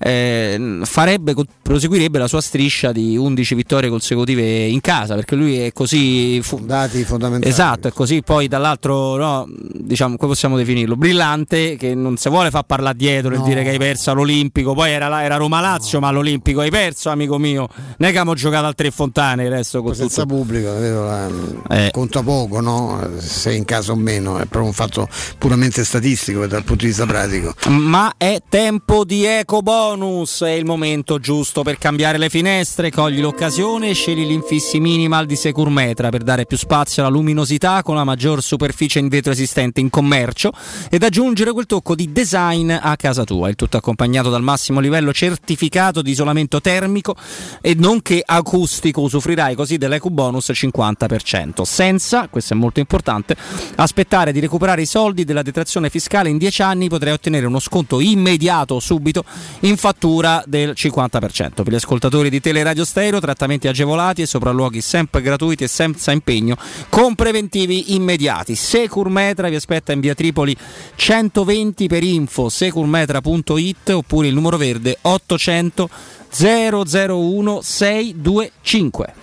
eh, farebbe, proseguirebbe la sua striscia di undici vittorie consecutive in casa, perché lui è così fu- dati fondamentali. Esatto, è così poi dall'altro, no, diciamo, come possiamo definirlo, brillante, che non si vuole far parlare dietro e No. dire che hai perso all'Olimpico, poi era, era Roma-Lazio, no. Ma all'Olimpico hai perso, amico mio, non è che abbiamo giocato al Tre Fontane, il resto con Senza tutto. pubblico, vedo la, Eh. conta poco, no? Se in casa o meno, è proprio un fatto puramente statistico dal punto di vista pratico. Ma è tempo di eco bonus, è il momento giusto per cambiare le finestre, cogli l'occasione e scegli l'infissi minimal di Securmetra per dare più spazio alla luminosità con la maggior superficie in vetro esistente in commercio ed aggiungere quel tocco di design a casa tua, il tutto accompagnato dal massimo livello certificato di isolamento termico e nonché acustico. Usufruirai così dell'eco bonus cinquanta per cento senza, questo è molto importante, aspettare di recuperare i soldi della detrazione fiscale. In dieci anni potrai ottenere uno sconto immediato subito in fattura del cinquanta per cento. Per gli ascoltatori di Teleradio Stereo, trattamenti agevolati e sopralluoghi sempre gratuiti e senza impegno con preventivi immediati. Securmetra vi aspetta in via Tripoli centoventi. Per info securmetra punto it oppure il numero verde ottocento zero zero uno sei due cinque.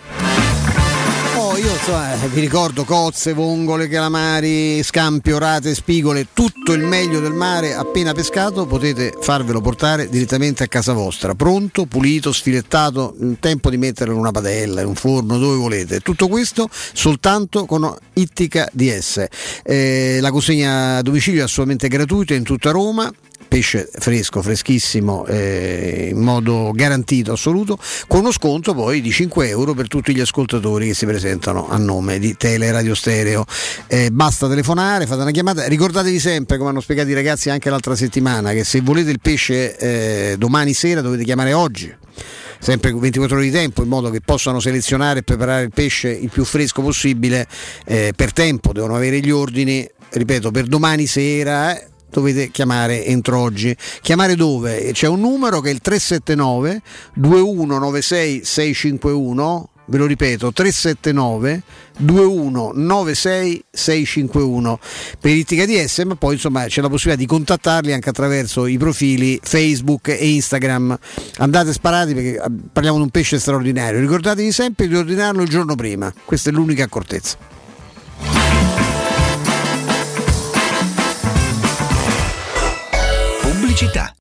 Oh, io insomma, vi ricordo cozze, vongole, calamari, scampi, orate, spigole, tutto il meglio del mare appena pescato potete farvelo portare direttamente a casa vostra, pronto, pulito, sfilettato, in tempo di metterlo in una padella, in un forno, dove volete. Tutto questo soltanto con Ittica D S. Eh, la consegna a domicilio è assolutamente gratuita in tutta Roma. Pesce fresco, freschissimo, eh, in modo garantito assoluto, con uno sconto poi di cinque euro per tutti gli ascoltatori che si presentano a nome di Teleradio Stereo. Eh, basta telefonare, fate una chiamata, ricordatevi sempre, come hanno spiegato i ragazzi anche l'altra settimana, che se volete il pesce eh, domani sera dovete chiamare oggi, sempre ventiquattro ore di tempo, in modo che possano selezionare e preparare il pesce il più fresco possibile, eh, per tempo, devono avere gli ordini, ripeto, per domani sera. Eh, dovete chiamare entro oggi. Chiamare dove? C'è un numero che è il tre sette nove due uno nove sei sei cinque uno, ve lo ripeto, tre sette nove due uno nove sei sei cinque uno per Ittica D S, ma poi insomma c'è la possibilità di contattarli anche attraverso i profili Facebook e Instagram. Andate sparati, perché parliamo di un pesce straordinario, ricordatevi sempre di ordinarlo il giorno prima, questa è l'unica accortezza. Pubblicità.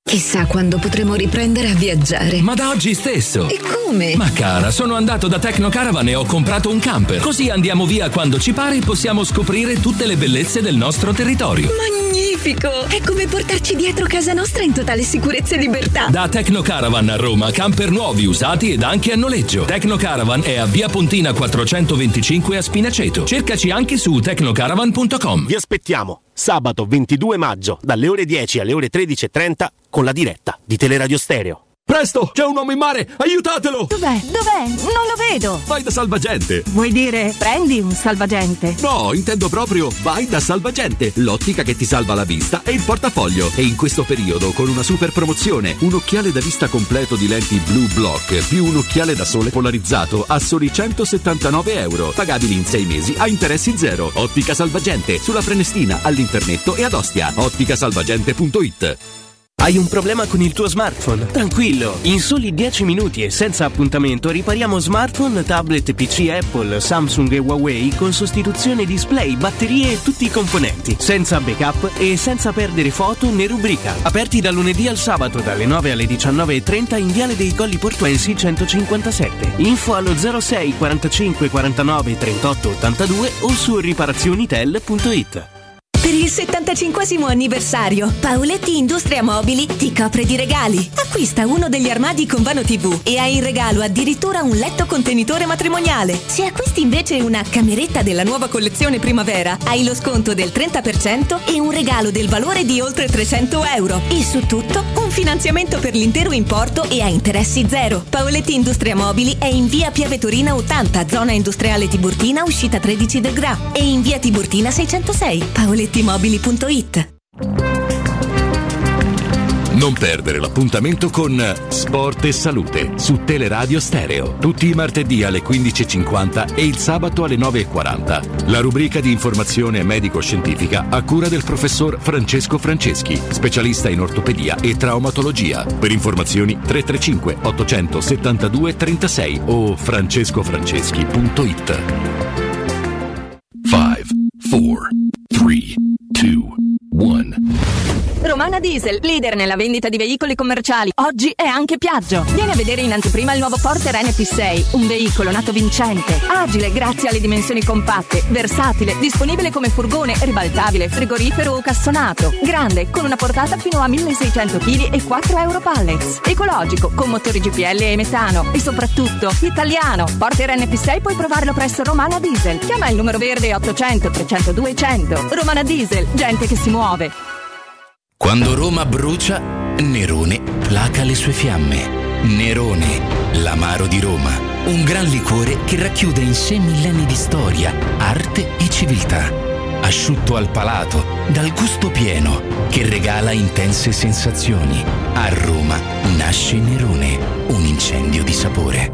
Chissà quando potremo riprendere a viaggiare. Ma da oggi stesso. E come? Ma cara, sono andato da Tecnocaravan e ho comprato un camper. Così andiamo via quando ci pare e possiamo scoprire tutte le bellezze del nostro territorio. Magnifico! È come portarci dietro casa nostra in totale sicurezza e libertà. Da Tecnocaravan a Roma, camper nuovi, usati ed anche a noleggio. Tecnocaravan è a Via Pontina quattrocentoventicinque a Spinaceto. Cercaci anche su tecnocaravan punto com. Vi aspettiamo sabato ventidue maggio dalle ore dieci alle ore tredici e trenta con la diretta di Teleradio Stereo. Presto, c'è un uomo in mare, aiutatelo! Dov'è? Dov'è? Non lo vedo! Vai da Salvagente! Vuoi dire prendi un salvagente? No, intendo proprio vai da Salvagente, l'ottica che ti salva la vista e il portafoglio. E in questo periodo con una super promozione, un occhiale da vista completo di lenti Blue Block più un occhiale da sole polarizzato a soli centosettantanove euro, pagabili in sei mesi a interessi zero. Ottica Salvagente, sulla Prenestina, all'Internetto e ad Ostia. ottica salvagente punto it. Hai un problema con il tuo smartphone? Tranquillo, in soli dieci minuti e senza appuntamento ripariamo smartphone, tablet, P C Apple, Samsung e Huawei con sostituzione display, batterie e tutti i componenti, senza backup e senza perdere foto né rubrica. Aperti dal lunedì al sabato dalle nove alle diciannove e trenta in Viale dei Colli Portuensi centocinquantasette. Info allo zero sei quarantacinque quarantanove trentotto ottantadue o su riparazionitel punto it. Per il settantacinquesimo anniversario, Paoletti Industria Mobili ti copre di regali. Acquista uno degli armadi con vano tivù e hai in regalo addirittura un letto contenitore matrimoniale. Se acquisti invece una cameretta della nuova collezione primavera, hai lo sconto del trenta per cento e un regalo del valore di oltre trecento euro. E su tutto, un finanziamento per l'intero importo e a interessi zero. Paoletti Industria Mobili è in via Piave Torina ottanta, zona industriale Tiburtina, uscita tredici del Gra, e in via Tiburtina seicentosei. Paoletti mobili punto it. Non perdere l'appuntamento con Sport e Salute su Teleradio Stereo. Tutti i martedì alle quindici e cinquanta e il sabato alle nove e quaranta. La rubrica di informazione medico-scientifica a cura del professor Francesco Franceschi, specialista in ortopedia e traumatologia. Per informazioni tre tre cinque ottocentosettantadue trentasei o francescofranceschi punto it. cinque, quattro, tre, due, uno. Romana Diesel, leader nella vendita di veicoli commerciali. Oggi è anche Piaggio. Vieni a vedere in anteprima il nuovo Porter N P sei, un veicolo nato vincente, agile grazie alle dimensioni compatte, versatile, disponibile come furgone, ribaltabile, frigorifero o cassonato, grande, con una portata fino a milleseicento chili e quattro euro pallets, ecologico, con motori G P L e metano e soprattutto italiano. Porter N P sei puoi provarlo presso Romana Diesel. Chiama il numero verde ottocento trecentodue cento. Romana Diesel, gente che si muove. Quando Roma brucia, Nerone placa le sue fiamme. Nerone, l'amaro di Roma. Un gran liquore che racchiude in sé millenni di storia, arte e civiltà. Asciutto al palato, dal gusto pieno, che regala intense sensazioni. A Roma nasce Nerone, un incendio di sapore.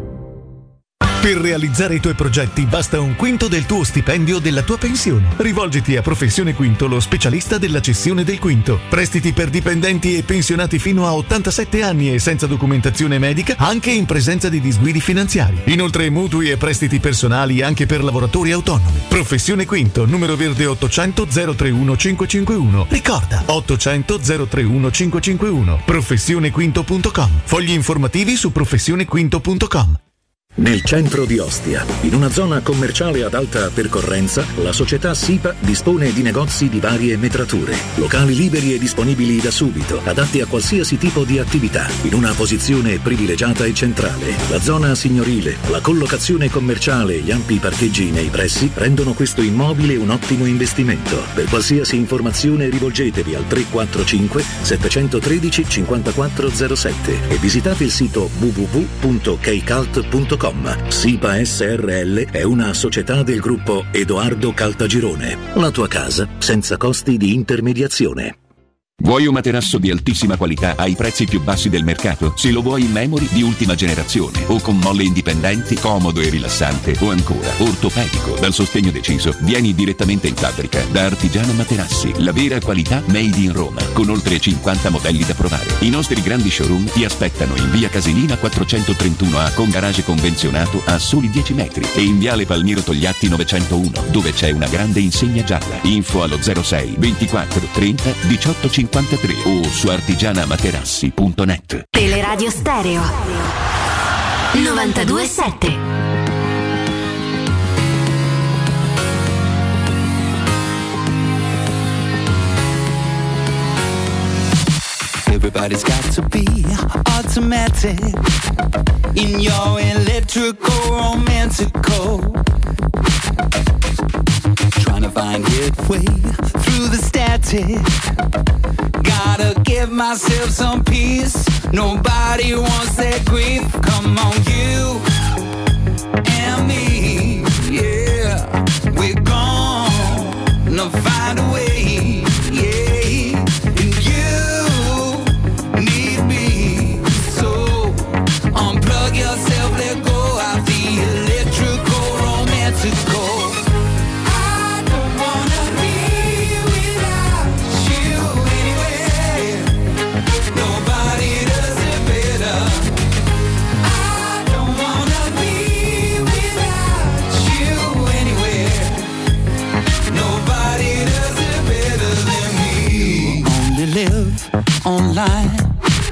Per realizzare i tuoi progetti basta un quinto del tuo stipendio o della tua pensione. Rivolgiti a Professione Quinto, lo specialista della cessione del quinto. Prestiti per dipendenti e pensionati fino a ottantasette anni e senza documentazione medica, anche in presenza di disguidi finanziari. Inoltre mutui e prestiti personali anche per lavoratori autonomi. Professione Quinto, numero verde ottocento zero trentuno cinquecentocinquantuno. Ricorda, ottocento zero trentuno cinquecentocinquantuno. professione quinto punto com. Fogli informativi su professione quinto punto com. Nel centro di Ostia, in una zona commerciale ad alta percorrenza, la società SIPA dispone di negozi di varie metrature, locali liberi e disponibili da subito, adatti a qualsiasi tipo di attività, in una posizione privilegiata e centrale. La zona signorile, la collocazione commerciale e gli ampi parcheggi nei pressi rendono questo immobile un ottimo investimento. Per qualsiasi informazione rivolgetevi al tre quattro cinque sette uno tre cinque quattro zero sette e visitate il sito w w w punto keicalt punto com. SIPA S R L è una società del gruppo Edoardo Caltagirone. La tua casa senza costi di intermediazione. Vuoi un materasso di altissima qualità ai prezzi più bassi del mercato? Se lo vuoi in memory di ultima generazione o con molle indipendenti, comodo e rilassante, o ancora ortopedico dal sostegno deciso, vieni direttamente in fabbrica da Artigiano Materassi, la vera qualità made in Roma, con oltre cinquanta modelli da provare. I nostri grandi showroom ti aspettano in via Casilina quattrocentotrentuno A con garage convenzionato a soli dieci metri e in viale Palmiro Togliatti novecentouno, dove c'è una grande insegna gialla. Info allo zero sei ventiquattro trenta diciotto cinquanta. cinquantatré o su artigianamaterassi punto net. Teleradio Stereo novantadue sette. Everybody's got to be automatic in your electrical romantical. Trying to find headway through the static. Gotta give myself some peace. Nobody wants that grief. Come on, you and me, yeah. We're gonna find a way, yeah. And you need me, so unplug yourself, let go of the electrical romantical. I don't wanna be without you anyway. Nobody does it better. I don't wanna be without you anyway. Nobody does it better than me. You only live online.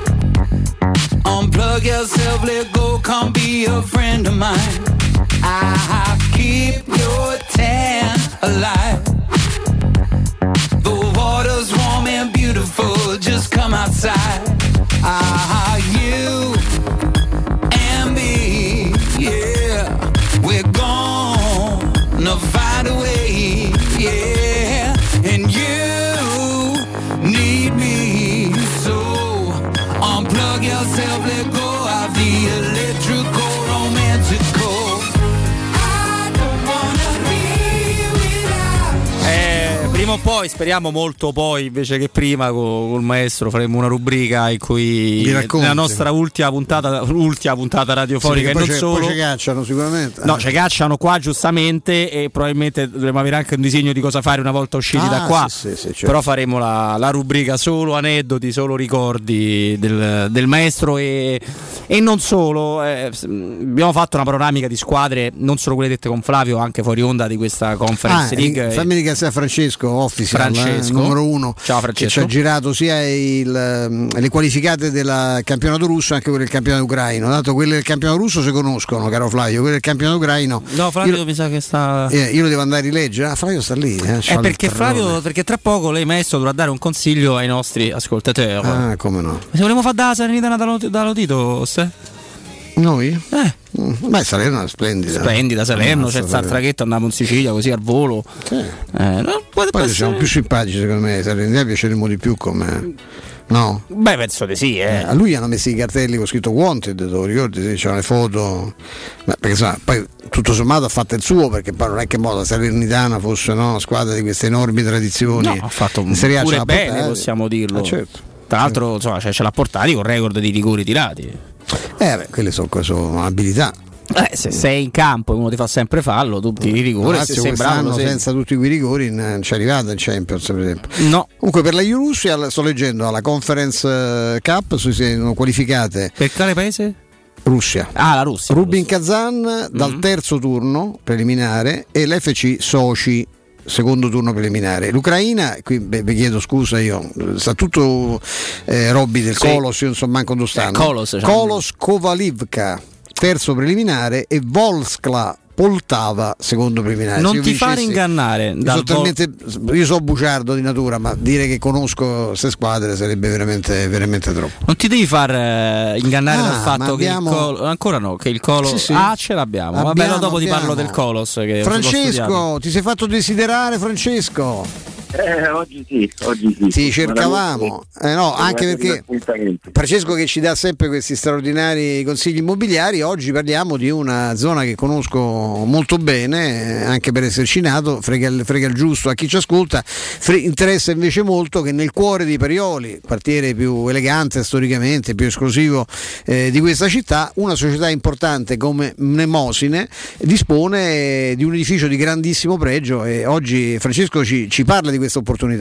Unplug yourself, let go, come be a friend of mine. I'll keep your tan alive. The water's warm and beautiful, just come outside. Ah, you and me, yeah. We're gonna find a way, yeah. And you need me, so unplug yourself, let go of the electrical romantical. I don't wanna be without. Eh, prima o poi, speriamo molto poi invece che prima, con col maestro faremo una rubrica in cui Vi racconti. nella nostra ultima puntata, l'ultima puntata radiofonica, Sì, e poi non ci- solo. poi ci cacciano sicuramente. No, ci cacciano qua giustamente, e probabilmente dovremo avere anche un disegno di cosa fare una volta usciti Ah, da qua. sì, sì, sì, certo. Però faremo la, la rubrica solo aneddoti, solo ricordi del, del maestro, e, e non solo. Eh, abbiamo fatto una panoramica di squadre, non solo quelle dette con Flavio, anche fuori onda di questa Conference Ah, League. eh, fammi ringraziare Francesco Official, Francesco. eh, numero uno. Ciao Che Francesco. ci ha girato sia il, le qualificate del campionato russo, anche quelle del campionato ucraino. Dato quelle del campionato russo si conoscono, caro Flavio, quelle del campionato ucraino. No, Flavio io, mi sa che sta. eh, io lo devo andare a rileggere. Ah, Flavio sta lì. Eh, È perché Flavio, perché tra poco lei maestro dovrà dare un consiglio ai nostri ascoltatori. Ah, come no. Se vogliamo fare da Salernitana da Lot- da Lotito, se? Noi? Eh. Mm, Beh, Salerno è splendida. Splendida Salerno, c'è il traghetto, andiamo in Sicilia così al volo. Sì. Eh, no, può Poi essere- siamo più simpatici secondo me, Salernitana piaceremo di più come. No? Beh, penso di sì, eh. A lui hanno messo i cartelli con scritto wanted, te lo ricordi? Sì, c'erano le foto. Beh, perché insomma, poi tutto sommato ha fatto il suo, perché poi non è che mo la Salernitana fosse, no, una squadra di queste enormi tradizioni. No, ha fatto In Serie A ce pure l'ha bene, portata. possiamo dirlo. Ah, certo. Tra l'altro, insomma, ce, ce l'ha portati con record di rigori tirati. Eh beh, quelle sono, sono abilità. Eh, se sei in campo e uno ti fa sempre fallo, tu tiri rigore, La se Lazio sei bravo quest'anno lo segni. senza tutti quei rigori non ci è arrivata in Champions, per esempio. No. Comunque per la Eurussia sto leggendo alla Conference eh, Cup si sono qualificate. Per quale paese? Russia. Ah, la Russia. Rubin Kazan dal Mm-hmm. terzo turno preliminare e l'F C Sochi secondo turno preliminare. L'Ucraina, qui vi chiedo scusa, io sa tutto eh, Robby del Sì. Kolos, io non so manco dove stanno. Eh, Kolos, cioè. Kolos Kovalivka terzo preliminare e Volskla Poltava secondo preliminare. Non Se io ti vincessi- fare ingannare io, dal so talmente- io so bugiardo di natura, ma dire che conosco queste squadre sarebbe veramente, veramente troppo. Non ti devi far eh, ingannare Ah, dal fatto ma che abbiamo- il Colo, ancora no, che il Colo Sì, sì. ah ce l'abbiamo. Vabbè, Abbiamo, no, dopo ti abbiamo. parlo del Colos che si può studiare. Francesco, ti sei fatto desiderare, Francesco? Eh, oggi sì, oggi sì. Sì, cercavamo. Eh no, anche perché Francesco che ci dà sempre questi straordinari consigli immobiliari, oggi parliamo di una zona che conosco molto bene, eh, anche per esserci nato, frega il, frega il giusto a chi ci ascolta, Fre- interessa invece molto che nel cuore di Perioli, quartiere più elegante storicamente, più esclusivo eh, di questa città, una società importante come Mnemosine dispone di un edificio di grandissimo pregio e oggi Francesco ci, ci parla di questa opportunità.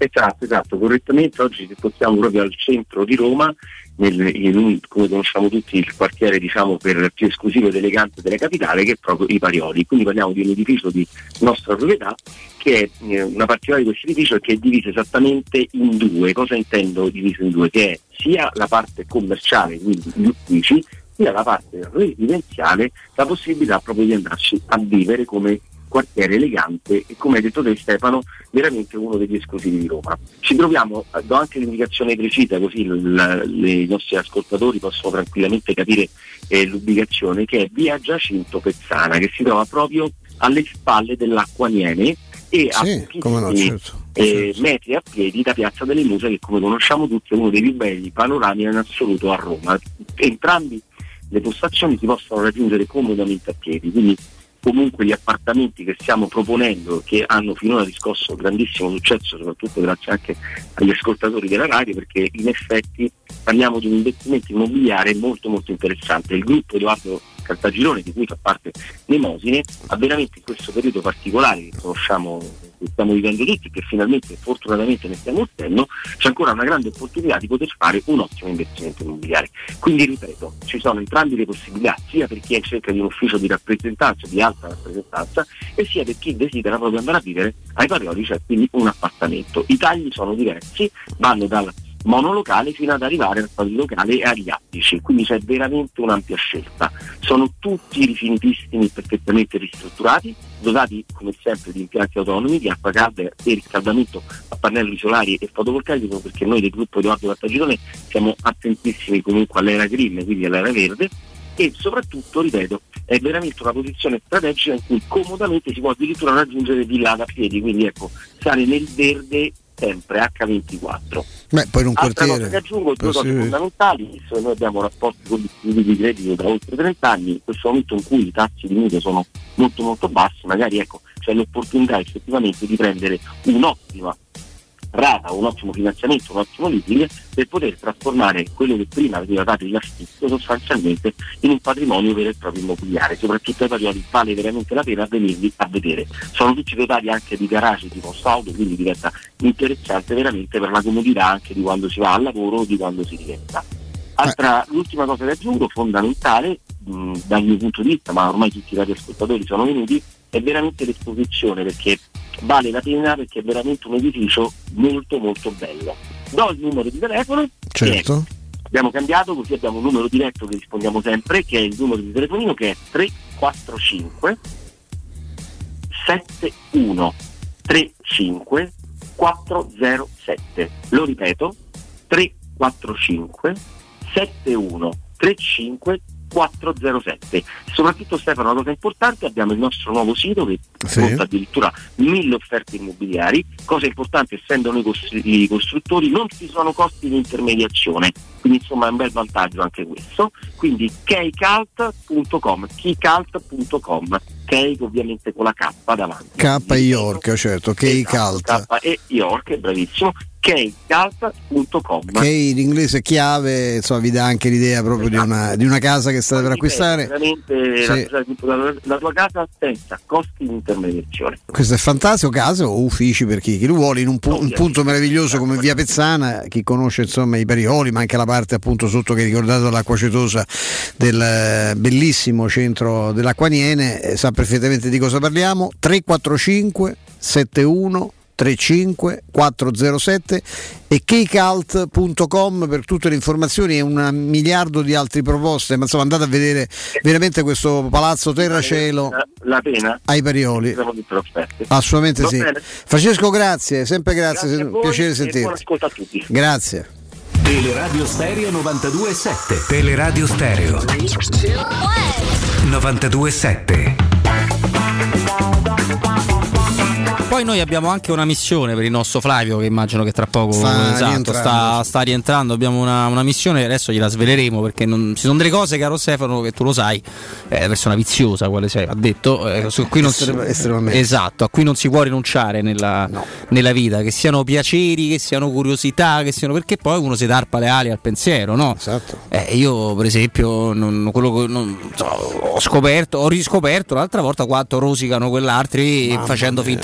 Esatto, esatto, correttamente. Oggi ci spostiamo proprio al centro di Roma, nel, in, come conosciamo tutti, il quartiere diciamo per più esclusivo ed elegante della capitale, che è proprio i Parioli. Quindi parliamo di un edificio di nostra proprietà, che è eh, una particolarità di questo edificio è che è diviso esattamente in due. Cosa intendo diviso in due? Che è sia la parte commerciale, quindi gli uffici, sia la parte residenziale, la possibilità proprio di andarci a vivere come quartiere elegante e, come hai detto te Stefano, veramente uno degli esclusivi di Roma. Ci troviamo, do anche l'indicazione precisa così l- l- i nostri ascoltatori possono tranquillamente capire eh, l'ubicazione, che è via Giacinto Pezzana, che si trova proprio alle spalle dell'Acqua Niene e a Sì, come no, certo. eh, metri a piedi da Piazza delle Muse, che come conosciamo tutti è uno dei più belli panorami in assoluto a Roma. Entrambi le postazioni si possono raggiungere comodamente a piedi, quindi comunque gli appartamenti che stiamo proponendo, che hanno finora riscosso grandissimo successo, soprattutto grazie anche agli ascoltatori della radio, perché in effetti parliamo di un investimento immobiliare molto molto interessante. Il gruppo Edoardo Caltagirone, di cui fa parte Nemosine, ha veramente in questo periodo particolare che conosciamo, che stiamo vivendo tutti, che finalmente fortunatamente ne stiamo uscendo, c'è ancora una grande opportunità di poter fare un ottimo investimento immobiliare. Quindi ripeto, ci sono entrambe le possibilità, sia per chi è in cerca di un ufficio di rappresentanza, di alta rappresentanza, e sia per chi desidera proprio andare a vivere ai Parioli, cioè quindi un appartamento. I tagli sono diversi, vanno dal monolocale fino ad arrivare al polilocale e agli attici, quindi c'è veramente un'ampia scelta. Sono tutti rifinitissimi, perfettamente ristrutturati, dotati come sempre di impianti autonomi di acqua calda e riscaldamento a pannelli solari e fotovoltaico, perché noi del gruppo Edoardo Caltagirone siamo attentissimi comunque all'era green, quindi all'era verde, e soprattutto, ripeto, è veramente una posizione strategica in cui comodamente si può addirittura raggiungere Villada a piedi, quindi ecco, stare nel verde sempre acca ventiquattro. Beh, poi in un Altra quartiere cosa che aggiungo, due cose sì. fondamentali, visto che noi abbiamo rapporti con istituti di credito da oltre trenta anni, in questo momento in cui i tassi di mutuo sono molto molto bassi, magari ecco c'è l'opportunità effettivamente di prendere un'ottima rata, un ottimo finanziamento, un ottimo leasing, per poter trasformare quello che prima veniva dato in affitto sostanzialmente in un patrimonio vero e proprio immobiliare. Soprattutto ai Parioli vale veramente la pena venirli a vedere. Sono tutti dotati anche di garage di post auto, quindi diventa interessante veramente per la comodità anche di quando si va al lavoro o di quando si rientra. Altra, l'ultima cosa che aggiungo, fondamentale mh, dal mio punto di vista, ma ormai tutti i radioascoltatori sono venuti, è veramente l'esposizione, perché vale la pena, perché è veramente un edificio molto molto bello. Do il numero di telefono, certo. Che abbiamo cambiato, così abbiamo un numero diretto che rispondiamo sempre, che è il numero di telefonino, che è tre quattro cinque sette uno tre cinque quattro zero sette. Lo ripeto, tre quattro cinque sette uno tre cinque quattro zero sette. Soprattutto, Stefano, una cosa importante, abbiamo il nostro nuovo sito che sì. conta addirittura mille offerte immobiliari. Cosa importante, essendo noi costru- i costruttori non ci sono costi di intermediazione, quindi insomma è un bel vantaggio anche questo. Quindi keycult punto com, keycult punto com, Key ovviamente con la K davanti. K e York, certo, Keycult. K e York, bravissimo. keycult punto com. Key in inglese chiave, insomma, vi dà anche l'idea proprio esatto. di, una, di una casa che state per acquistare. Veramente sì. la, la, la tua casa senza costi di intermediazione. Questo è fantastico, case o uffici per chi, chi lo vuole, in un, pu- un punto meraviglioso come via Pezzana. Chi conosce insomma i Parioli, ma anche la parte appunto sotto che hai ricordato, l'acqua cetosa del eh, bellissimo centro dell'Acqua Niene, eh, sa perfettamente di cosa parliamo. Tre quattro cinque sette uno tre cinque quattro zero sette e keycult punto com per tutte le informazioni e un miliardo di altre proposte, ma insomma andate a vedere veramente questo palazzo terracielo la, la pena ai Parioli. Assolutamente sì. Bene. Francesco, grazie, sempre grazie, grazie voi, piacere sentirti. Buon ascolto a tutti. Grazie. Teleradio Stereo novantadue sette. Teleradio Stereo novantadue sette. Poi noi abbiamo anche una missione per il nostro Flavio, che immagino che tra poco sta, esatto, rientrando. Sta, sta rientrando. Abbiamo una, una missione, adesso gliela sveleremo, perché non, ci sono delle cose, caro Stefano, che tu lo sai, è persona viziosa quale sei, ha detto, eh, su cui non Estrem- si, estremamente. esatto, a cui non si può rinunciare nella, no. nella vita, che siano piaceri, che siano curiosità, che siano, perché poi uno si tarpa le ali al pensiero, no? Esatto. Eh, io per esempio non, quello che non, so, ho scoperto, ho riscoperto l'altra volta quanto rosicano quell'altri, Mamma facendo mia. finta di non rosicare.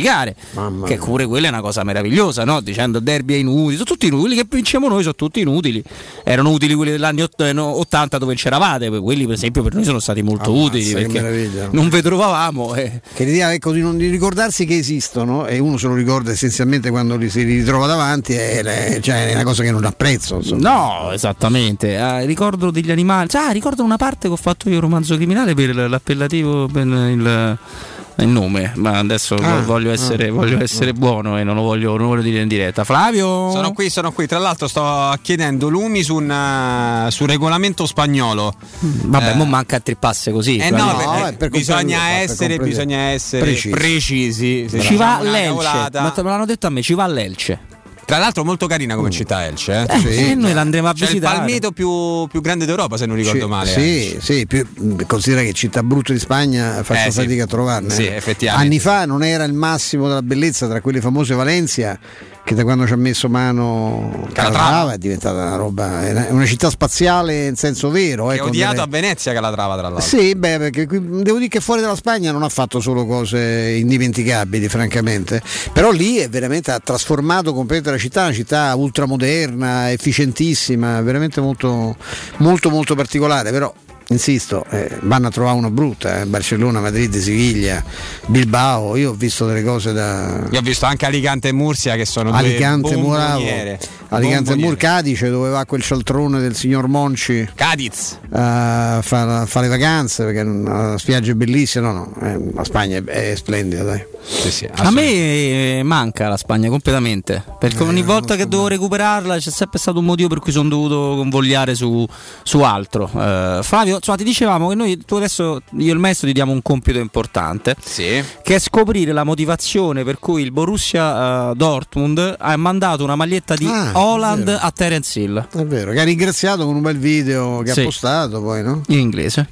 classificare, Mamma che pure quella è una cosa meravigliosa, no? Dicendo il derby è inutile, sono tutti inutili, che vinciamo noi sono tutti inutili. Erano utili quelli degli anni ottanta dove c'eravate, quelli per esempio per noi sono stati molto Ammazza, utili perché meraviglia. non vi trovavamo. Eh. Che l'idea, ecco, di non di ricordarsi che esistono, e uno se lo ricorda essenzialmente quando li si ritrova davanti, è, cioè, è una cosa che non apprezzo, insomma. No, esattamente. Ah, ricordo degli animali. Ah, ricordo una parte che ho fatto io, Romanzo Criminale, per l'appellativo, per il, il nome, ma adesso Ah, voglio essere, ah, voglio ah, essere buono e non lo voglio, non lo voglio dire in diretta. Flavio? Sono qui, sono qui. Tra l'altro sto chiedendo lumi su un, uh, sul regolamento spagnolo. Vabbè, eh, mo manca a tre passe così. Eh cioè, no, no, perché è per bisogna comprendere, essere, per bisogna essere Precisi. precisi. Se Ci va diciamo una l'Elce, cavolata- ma te- me l'hanno detto a me, ci va l'Elce. Tra l'altro molto carina come città Elce, eh? Eh, sì, noi l'andremo a C'è visitare. il palmito più, più grande d'Europa, se non ricordo Sì, male. Sì, eh. sì, più, considera che città brutte di Spagna faccio Eh, sì. fatica a trovarne. Sì, effettivamente. Anni fa non era il massimo della bellezza, tra quelle famose Valencia, che da quando ci ha messo mano Calatrava è diventata una roba, è una città spaziale in senso vero. È eh, con odiato delle- a Venezia Calatrava, tra l'altro. Sì, beh, perché qui, devo dire che fuori dalla Spagna non ha fatto solo cose indimenticabili, francamente. Però lì è veramente ha trasformato completamente la città, una città ultramoderna, efficientissima, veramente molto, molto, molto particolare. Però insisto, eh, vanno a trovare una brutta, eh, Barcellona, Madrid, Siviglia, Bilbao. Io ho visto delle cose da. Io ho visto anche Alicante e Murcia che sono Alicante, due Muravo, bomboniere. Alicante e Bomboniere. Mur, Cadice, dove va quel cialtrone del signor Monci Cadiz a fare fa le vacanze, perché la spiaggia è bellissima. No, no, eh, la Spagna è, è splendida, dai. Sì, sì, A me manca la Spagna completamente, perché Eh, ogni volta che devo recuperarla c'è sempre stato un motivo per cui sono dovuto convogliare su, su altro. Eh, Flavio, insomma, ti dicevamo che noi, tu adesso, io e il maestro ti diamo un compito importante, sì. che è scoprire la motivazione per cui il Borussia uh, Dortmund ha mandato una maglietta di Ah, Holland è vero. a Terence Hill. È vero, che ha ringraziato con un bel video che Sì. ha postato poi, no? In inglese.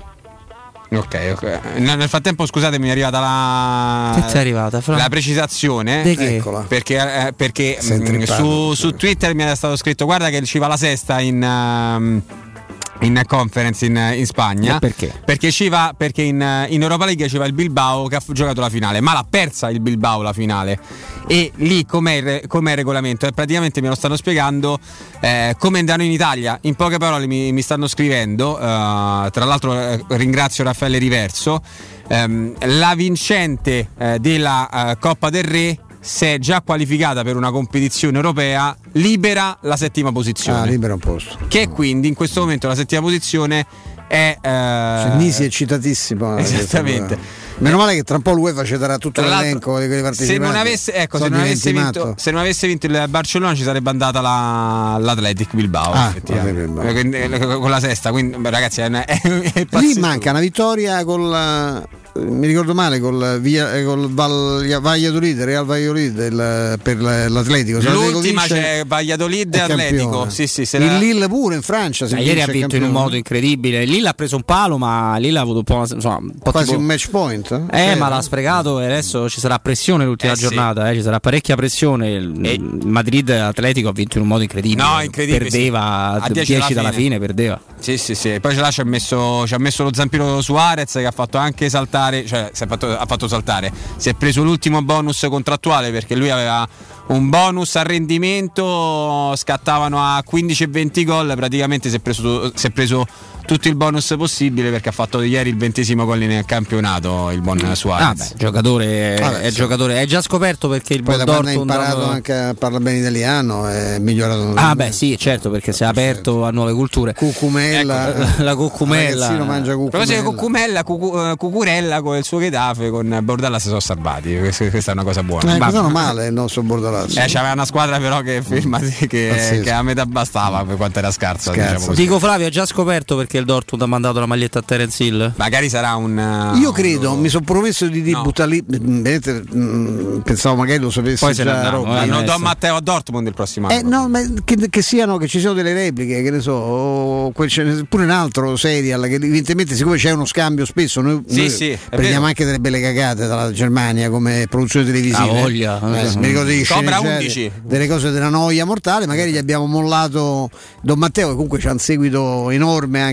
Ok, ok. Nel frattempo, scusatemi, è arrivata la. Che ti è arrivata, Fra? La precisazione. De che? Eccola. Perché, eh, perché Si è mh, intrippato. su, su Twitter mi era stato scritto: guarda che ci va la sesta in. um, in conference in, in Spagna. E perché? Perché ci va, perché in, in Europa League ci va il Bilbao che ha giocato la finale, ma l'ha persa il Bilbao la finale. E lì com'è il, re- com'è il regolamento? E praticamente me lo stanno spiegando eh, come andranno in Italia. In poche parole mi, mi stanno scrivendo, eh, tra l'altro eh, ringrazio Raffaele Riverso, ehm, la vincente eh, della eh, Coppa del Re, se è già qualificata per una competizione europea, libera la settima posizione. Ah, libera un posto. Che quindi in questo momento la settima posizione è. Eh, Cioè, Nisi è citatissimo. Esattamente. Meno male che tra un po' l'UEFA ci darà tutto Tra l'elenco di quelli partecipanti. se non avesse, ecco, se Soldi non avesse, venti vinto, matto. se non avesse vinto il Barcellona ci sarebbe andata la, l'Athletic Bilbao, Ah, effettivamente. Quindi, con la sesta, quindi beh, ragazzi è, una- è, è Lì pazzesco. manca una vittoria col mi ricordo male col, via, eh, col Val, Valladolid, Real Valladolid il, per l'Atletico. Se l'Atletico L'ultima vince, c'è Valladolid e è Atletico. campione. Sì, sì, se il la- Lille pure in Francia. Se Ma ieri ha vince è vinto in un campione. modo incredibile. Lille ha preso un palo, ma Lille ha avuto un po', insomma, un po' Quasi tipo- un match point. Eh, Sì. ma l'ha sprecato e adesso ci sarà pressione l'ultima Eh, sì. giornata, eh, ci sarà parecchia pressione. Il, E- il Madrid Atletico ha vinto in un modo incredibile. No, incredibile, Perdeva sì. A dieci dieci alla dalla fine. fine, perdeva. Sì, sì, sì. E poi ce l'ha, ci ha messo, ci ha messo lo zampino Suarez che ha fatto anche saltare, cioè si è fatto, ha fatto saltare. Si è preso l'ultimo bonus contrattuale perché lui aveva un bonus a rendimento, scattavano a quindici e venti gol, praticamente si è preso, si è preso tutto il bonus possibile perché ha fatto ieri il ventesimo gol nel campionato il buon Ah, Suarez. beh, giocatore, Vabbè, è sì. giocatore, è già scoperto perché il Poi da buon quando ha Dortmund imparato anche a parlare bene italiano è migliorato. Ah beh sì, certo, perché si è aperto a nuove culture. Cucumella, Ecco, la cucumella. ragazzino mangia A proposito di cucumella. Cucumella, Cucu- eh, Cucurella con il suo Getafe, con Bordalla si sono salvati. Questa, questa è una cosa buona. Eh, Ma- sono male il nostro Bordalazzo. Eh, c'aveva una squadra però che, firmati, che, Pazzesco. che a metà bastava per quanto era scarsa. Scarsa. Diciamo così. Dico Flavio, ha già scoperto perché il Dortmund ha mandato la maglietta a Terence Hill? Magari sarà un. uh, Io credo, un- mi sono promesso di, di buttare lì. vedete, mh, Pensavo magari lo sapessi Poi se ne già. andranno, Robby. eh. Hanno adesso. Don Matteo a Dortmund il prossimo anno. Eh, no, ma che, che siano, che ci siano delle repliche, che ne so, o quel- ce n'è pure un altro serial che evidentemente, siccome c'è uno scambio spesso, noi, Sì, noi sì, è prendiamo vero. anche delle belle cagate dalla Germania come produzione televisiva. La voglia. Eh, mi ricordo di Cobra sceneggiare undici. delle cose della noia mortale, magari gli abbiamo mollato Don Matteo, che comunque c'ha un seguito enorme anche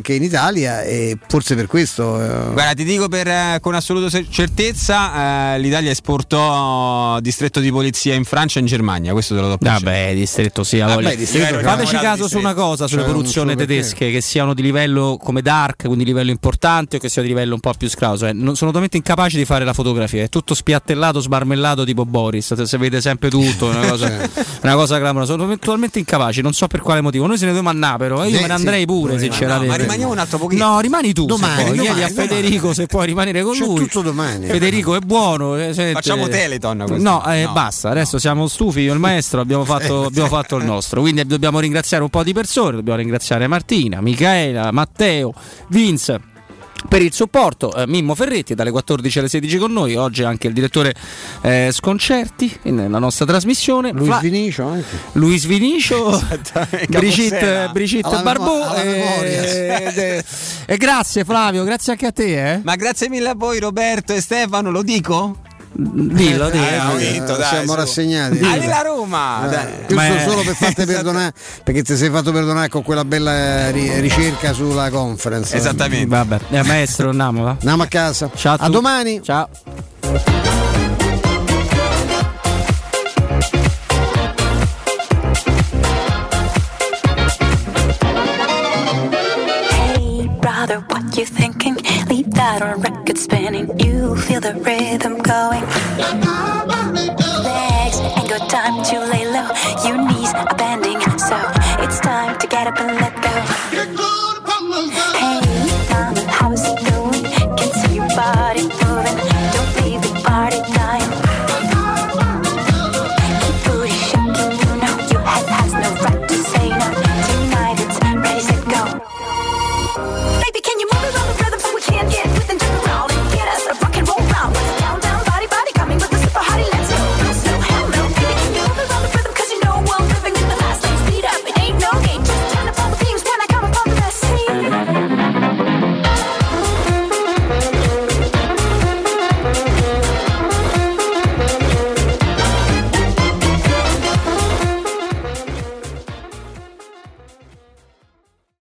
anche in Italia e forse per questo eh... Guarda, ti dico per, eh, con assoluta certezza eh, l'Italia esportò distretto di polizia in Francia e in Germania, questo te lo do per Vabbè, distretto sì, ah, beh, distretto fateci caso su una cosa, sulle cioè, produzioni tedesche, che siano di livello come Dark, quindi livello importante, o che sia di livello un po' più scrauso, eh, non, sono totalmente incapaci di fare la fotografia, è tutto spiattellato, sbarmellato tipo Boris, se, se vede sempre tutto, una cosa, una cosa clamorosa, sono totalmente incapaci, non so per quale motivo. Noi se ne dobbiamo andare, però io sì, me ne andrei sì, pure se c'era. No, ma rimaniamo un altro pochino. No, rimani tu. Domani, se puoi. domani, Chiedi a Federico domani. se puoi rimanere con C'è lui. tutto domani. Federico è buono. eh, sente- Facciamo Teleton questo. No, eh, No, basta. Adesso siamo stufi. Io e il maestro abbiamo fatto, abbiamo fatto il nostro. Quindi dobbiamo ringraziare un po' di persone. Dobbiamo ringraziare Martina, Michaela, Matteo, Vince per il supporto, eh, Mimmo Ferretti dalle quattordici alle sedici con noi, oggi anche il direttore eh, Sconcerti nella nostra trasmissione, Luis Fla- Vinicio anche. Luis Vinicio, Brigitte, Brigitte Alla Barbò memo- alla memoria. e, e, e grazie Flavio, grazie anche a te. Eh? Ma grazie mille a voi Roberto e Stefano, lo dico? Dillo, dillo. Eh, ho vinto, dai, siamo su. rassegnati. Ah, la Roma! Eh, Dai. questo Ma è- solo per farti perdonare, perché ti sei fatto perdonare con quella bella ri- ricerca sulla conference. Esattamente. Vabbè, eh, maestro, andiamo, va. Andiamo a casa. Ciao a A tutti. domani. Ciao. Hey brother, what you thinking? Leave that on record spinning. You feel the rhythm going. Legs ain't got time to lay low. Your knees are bending, so it's time to get up and let go.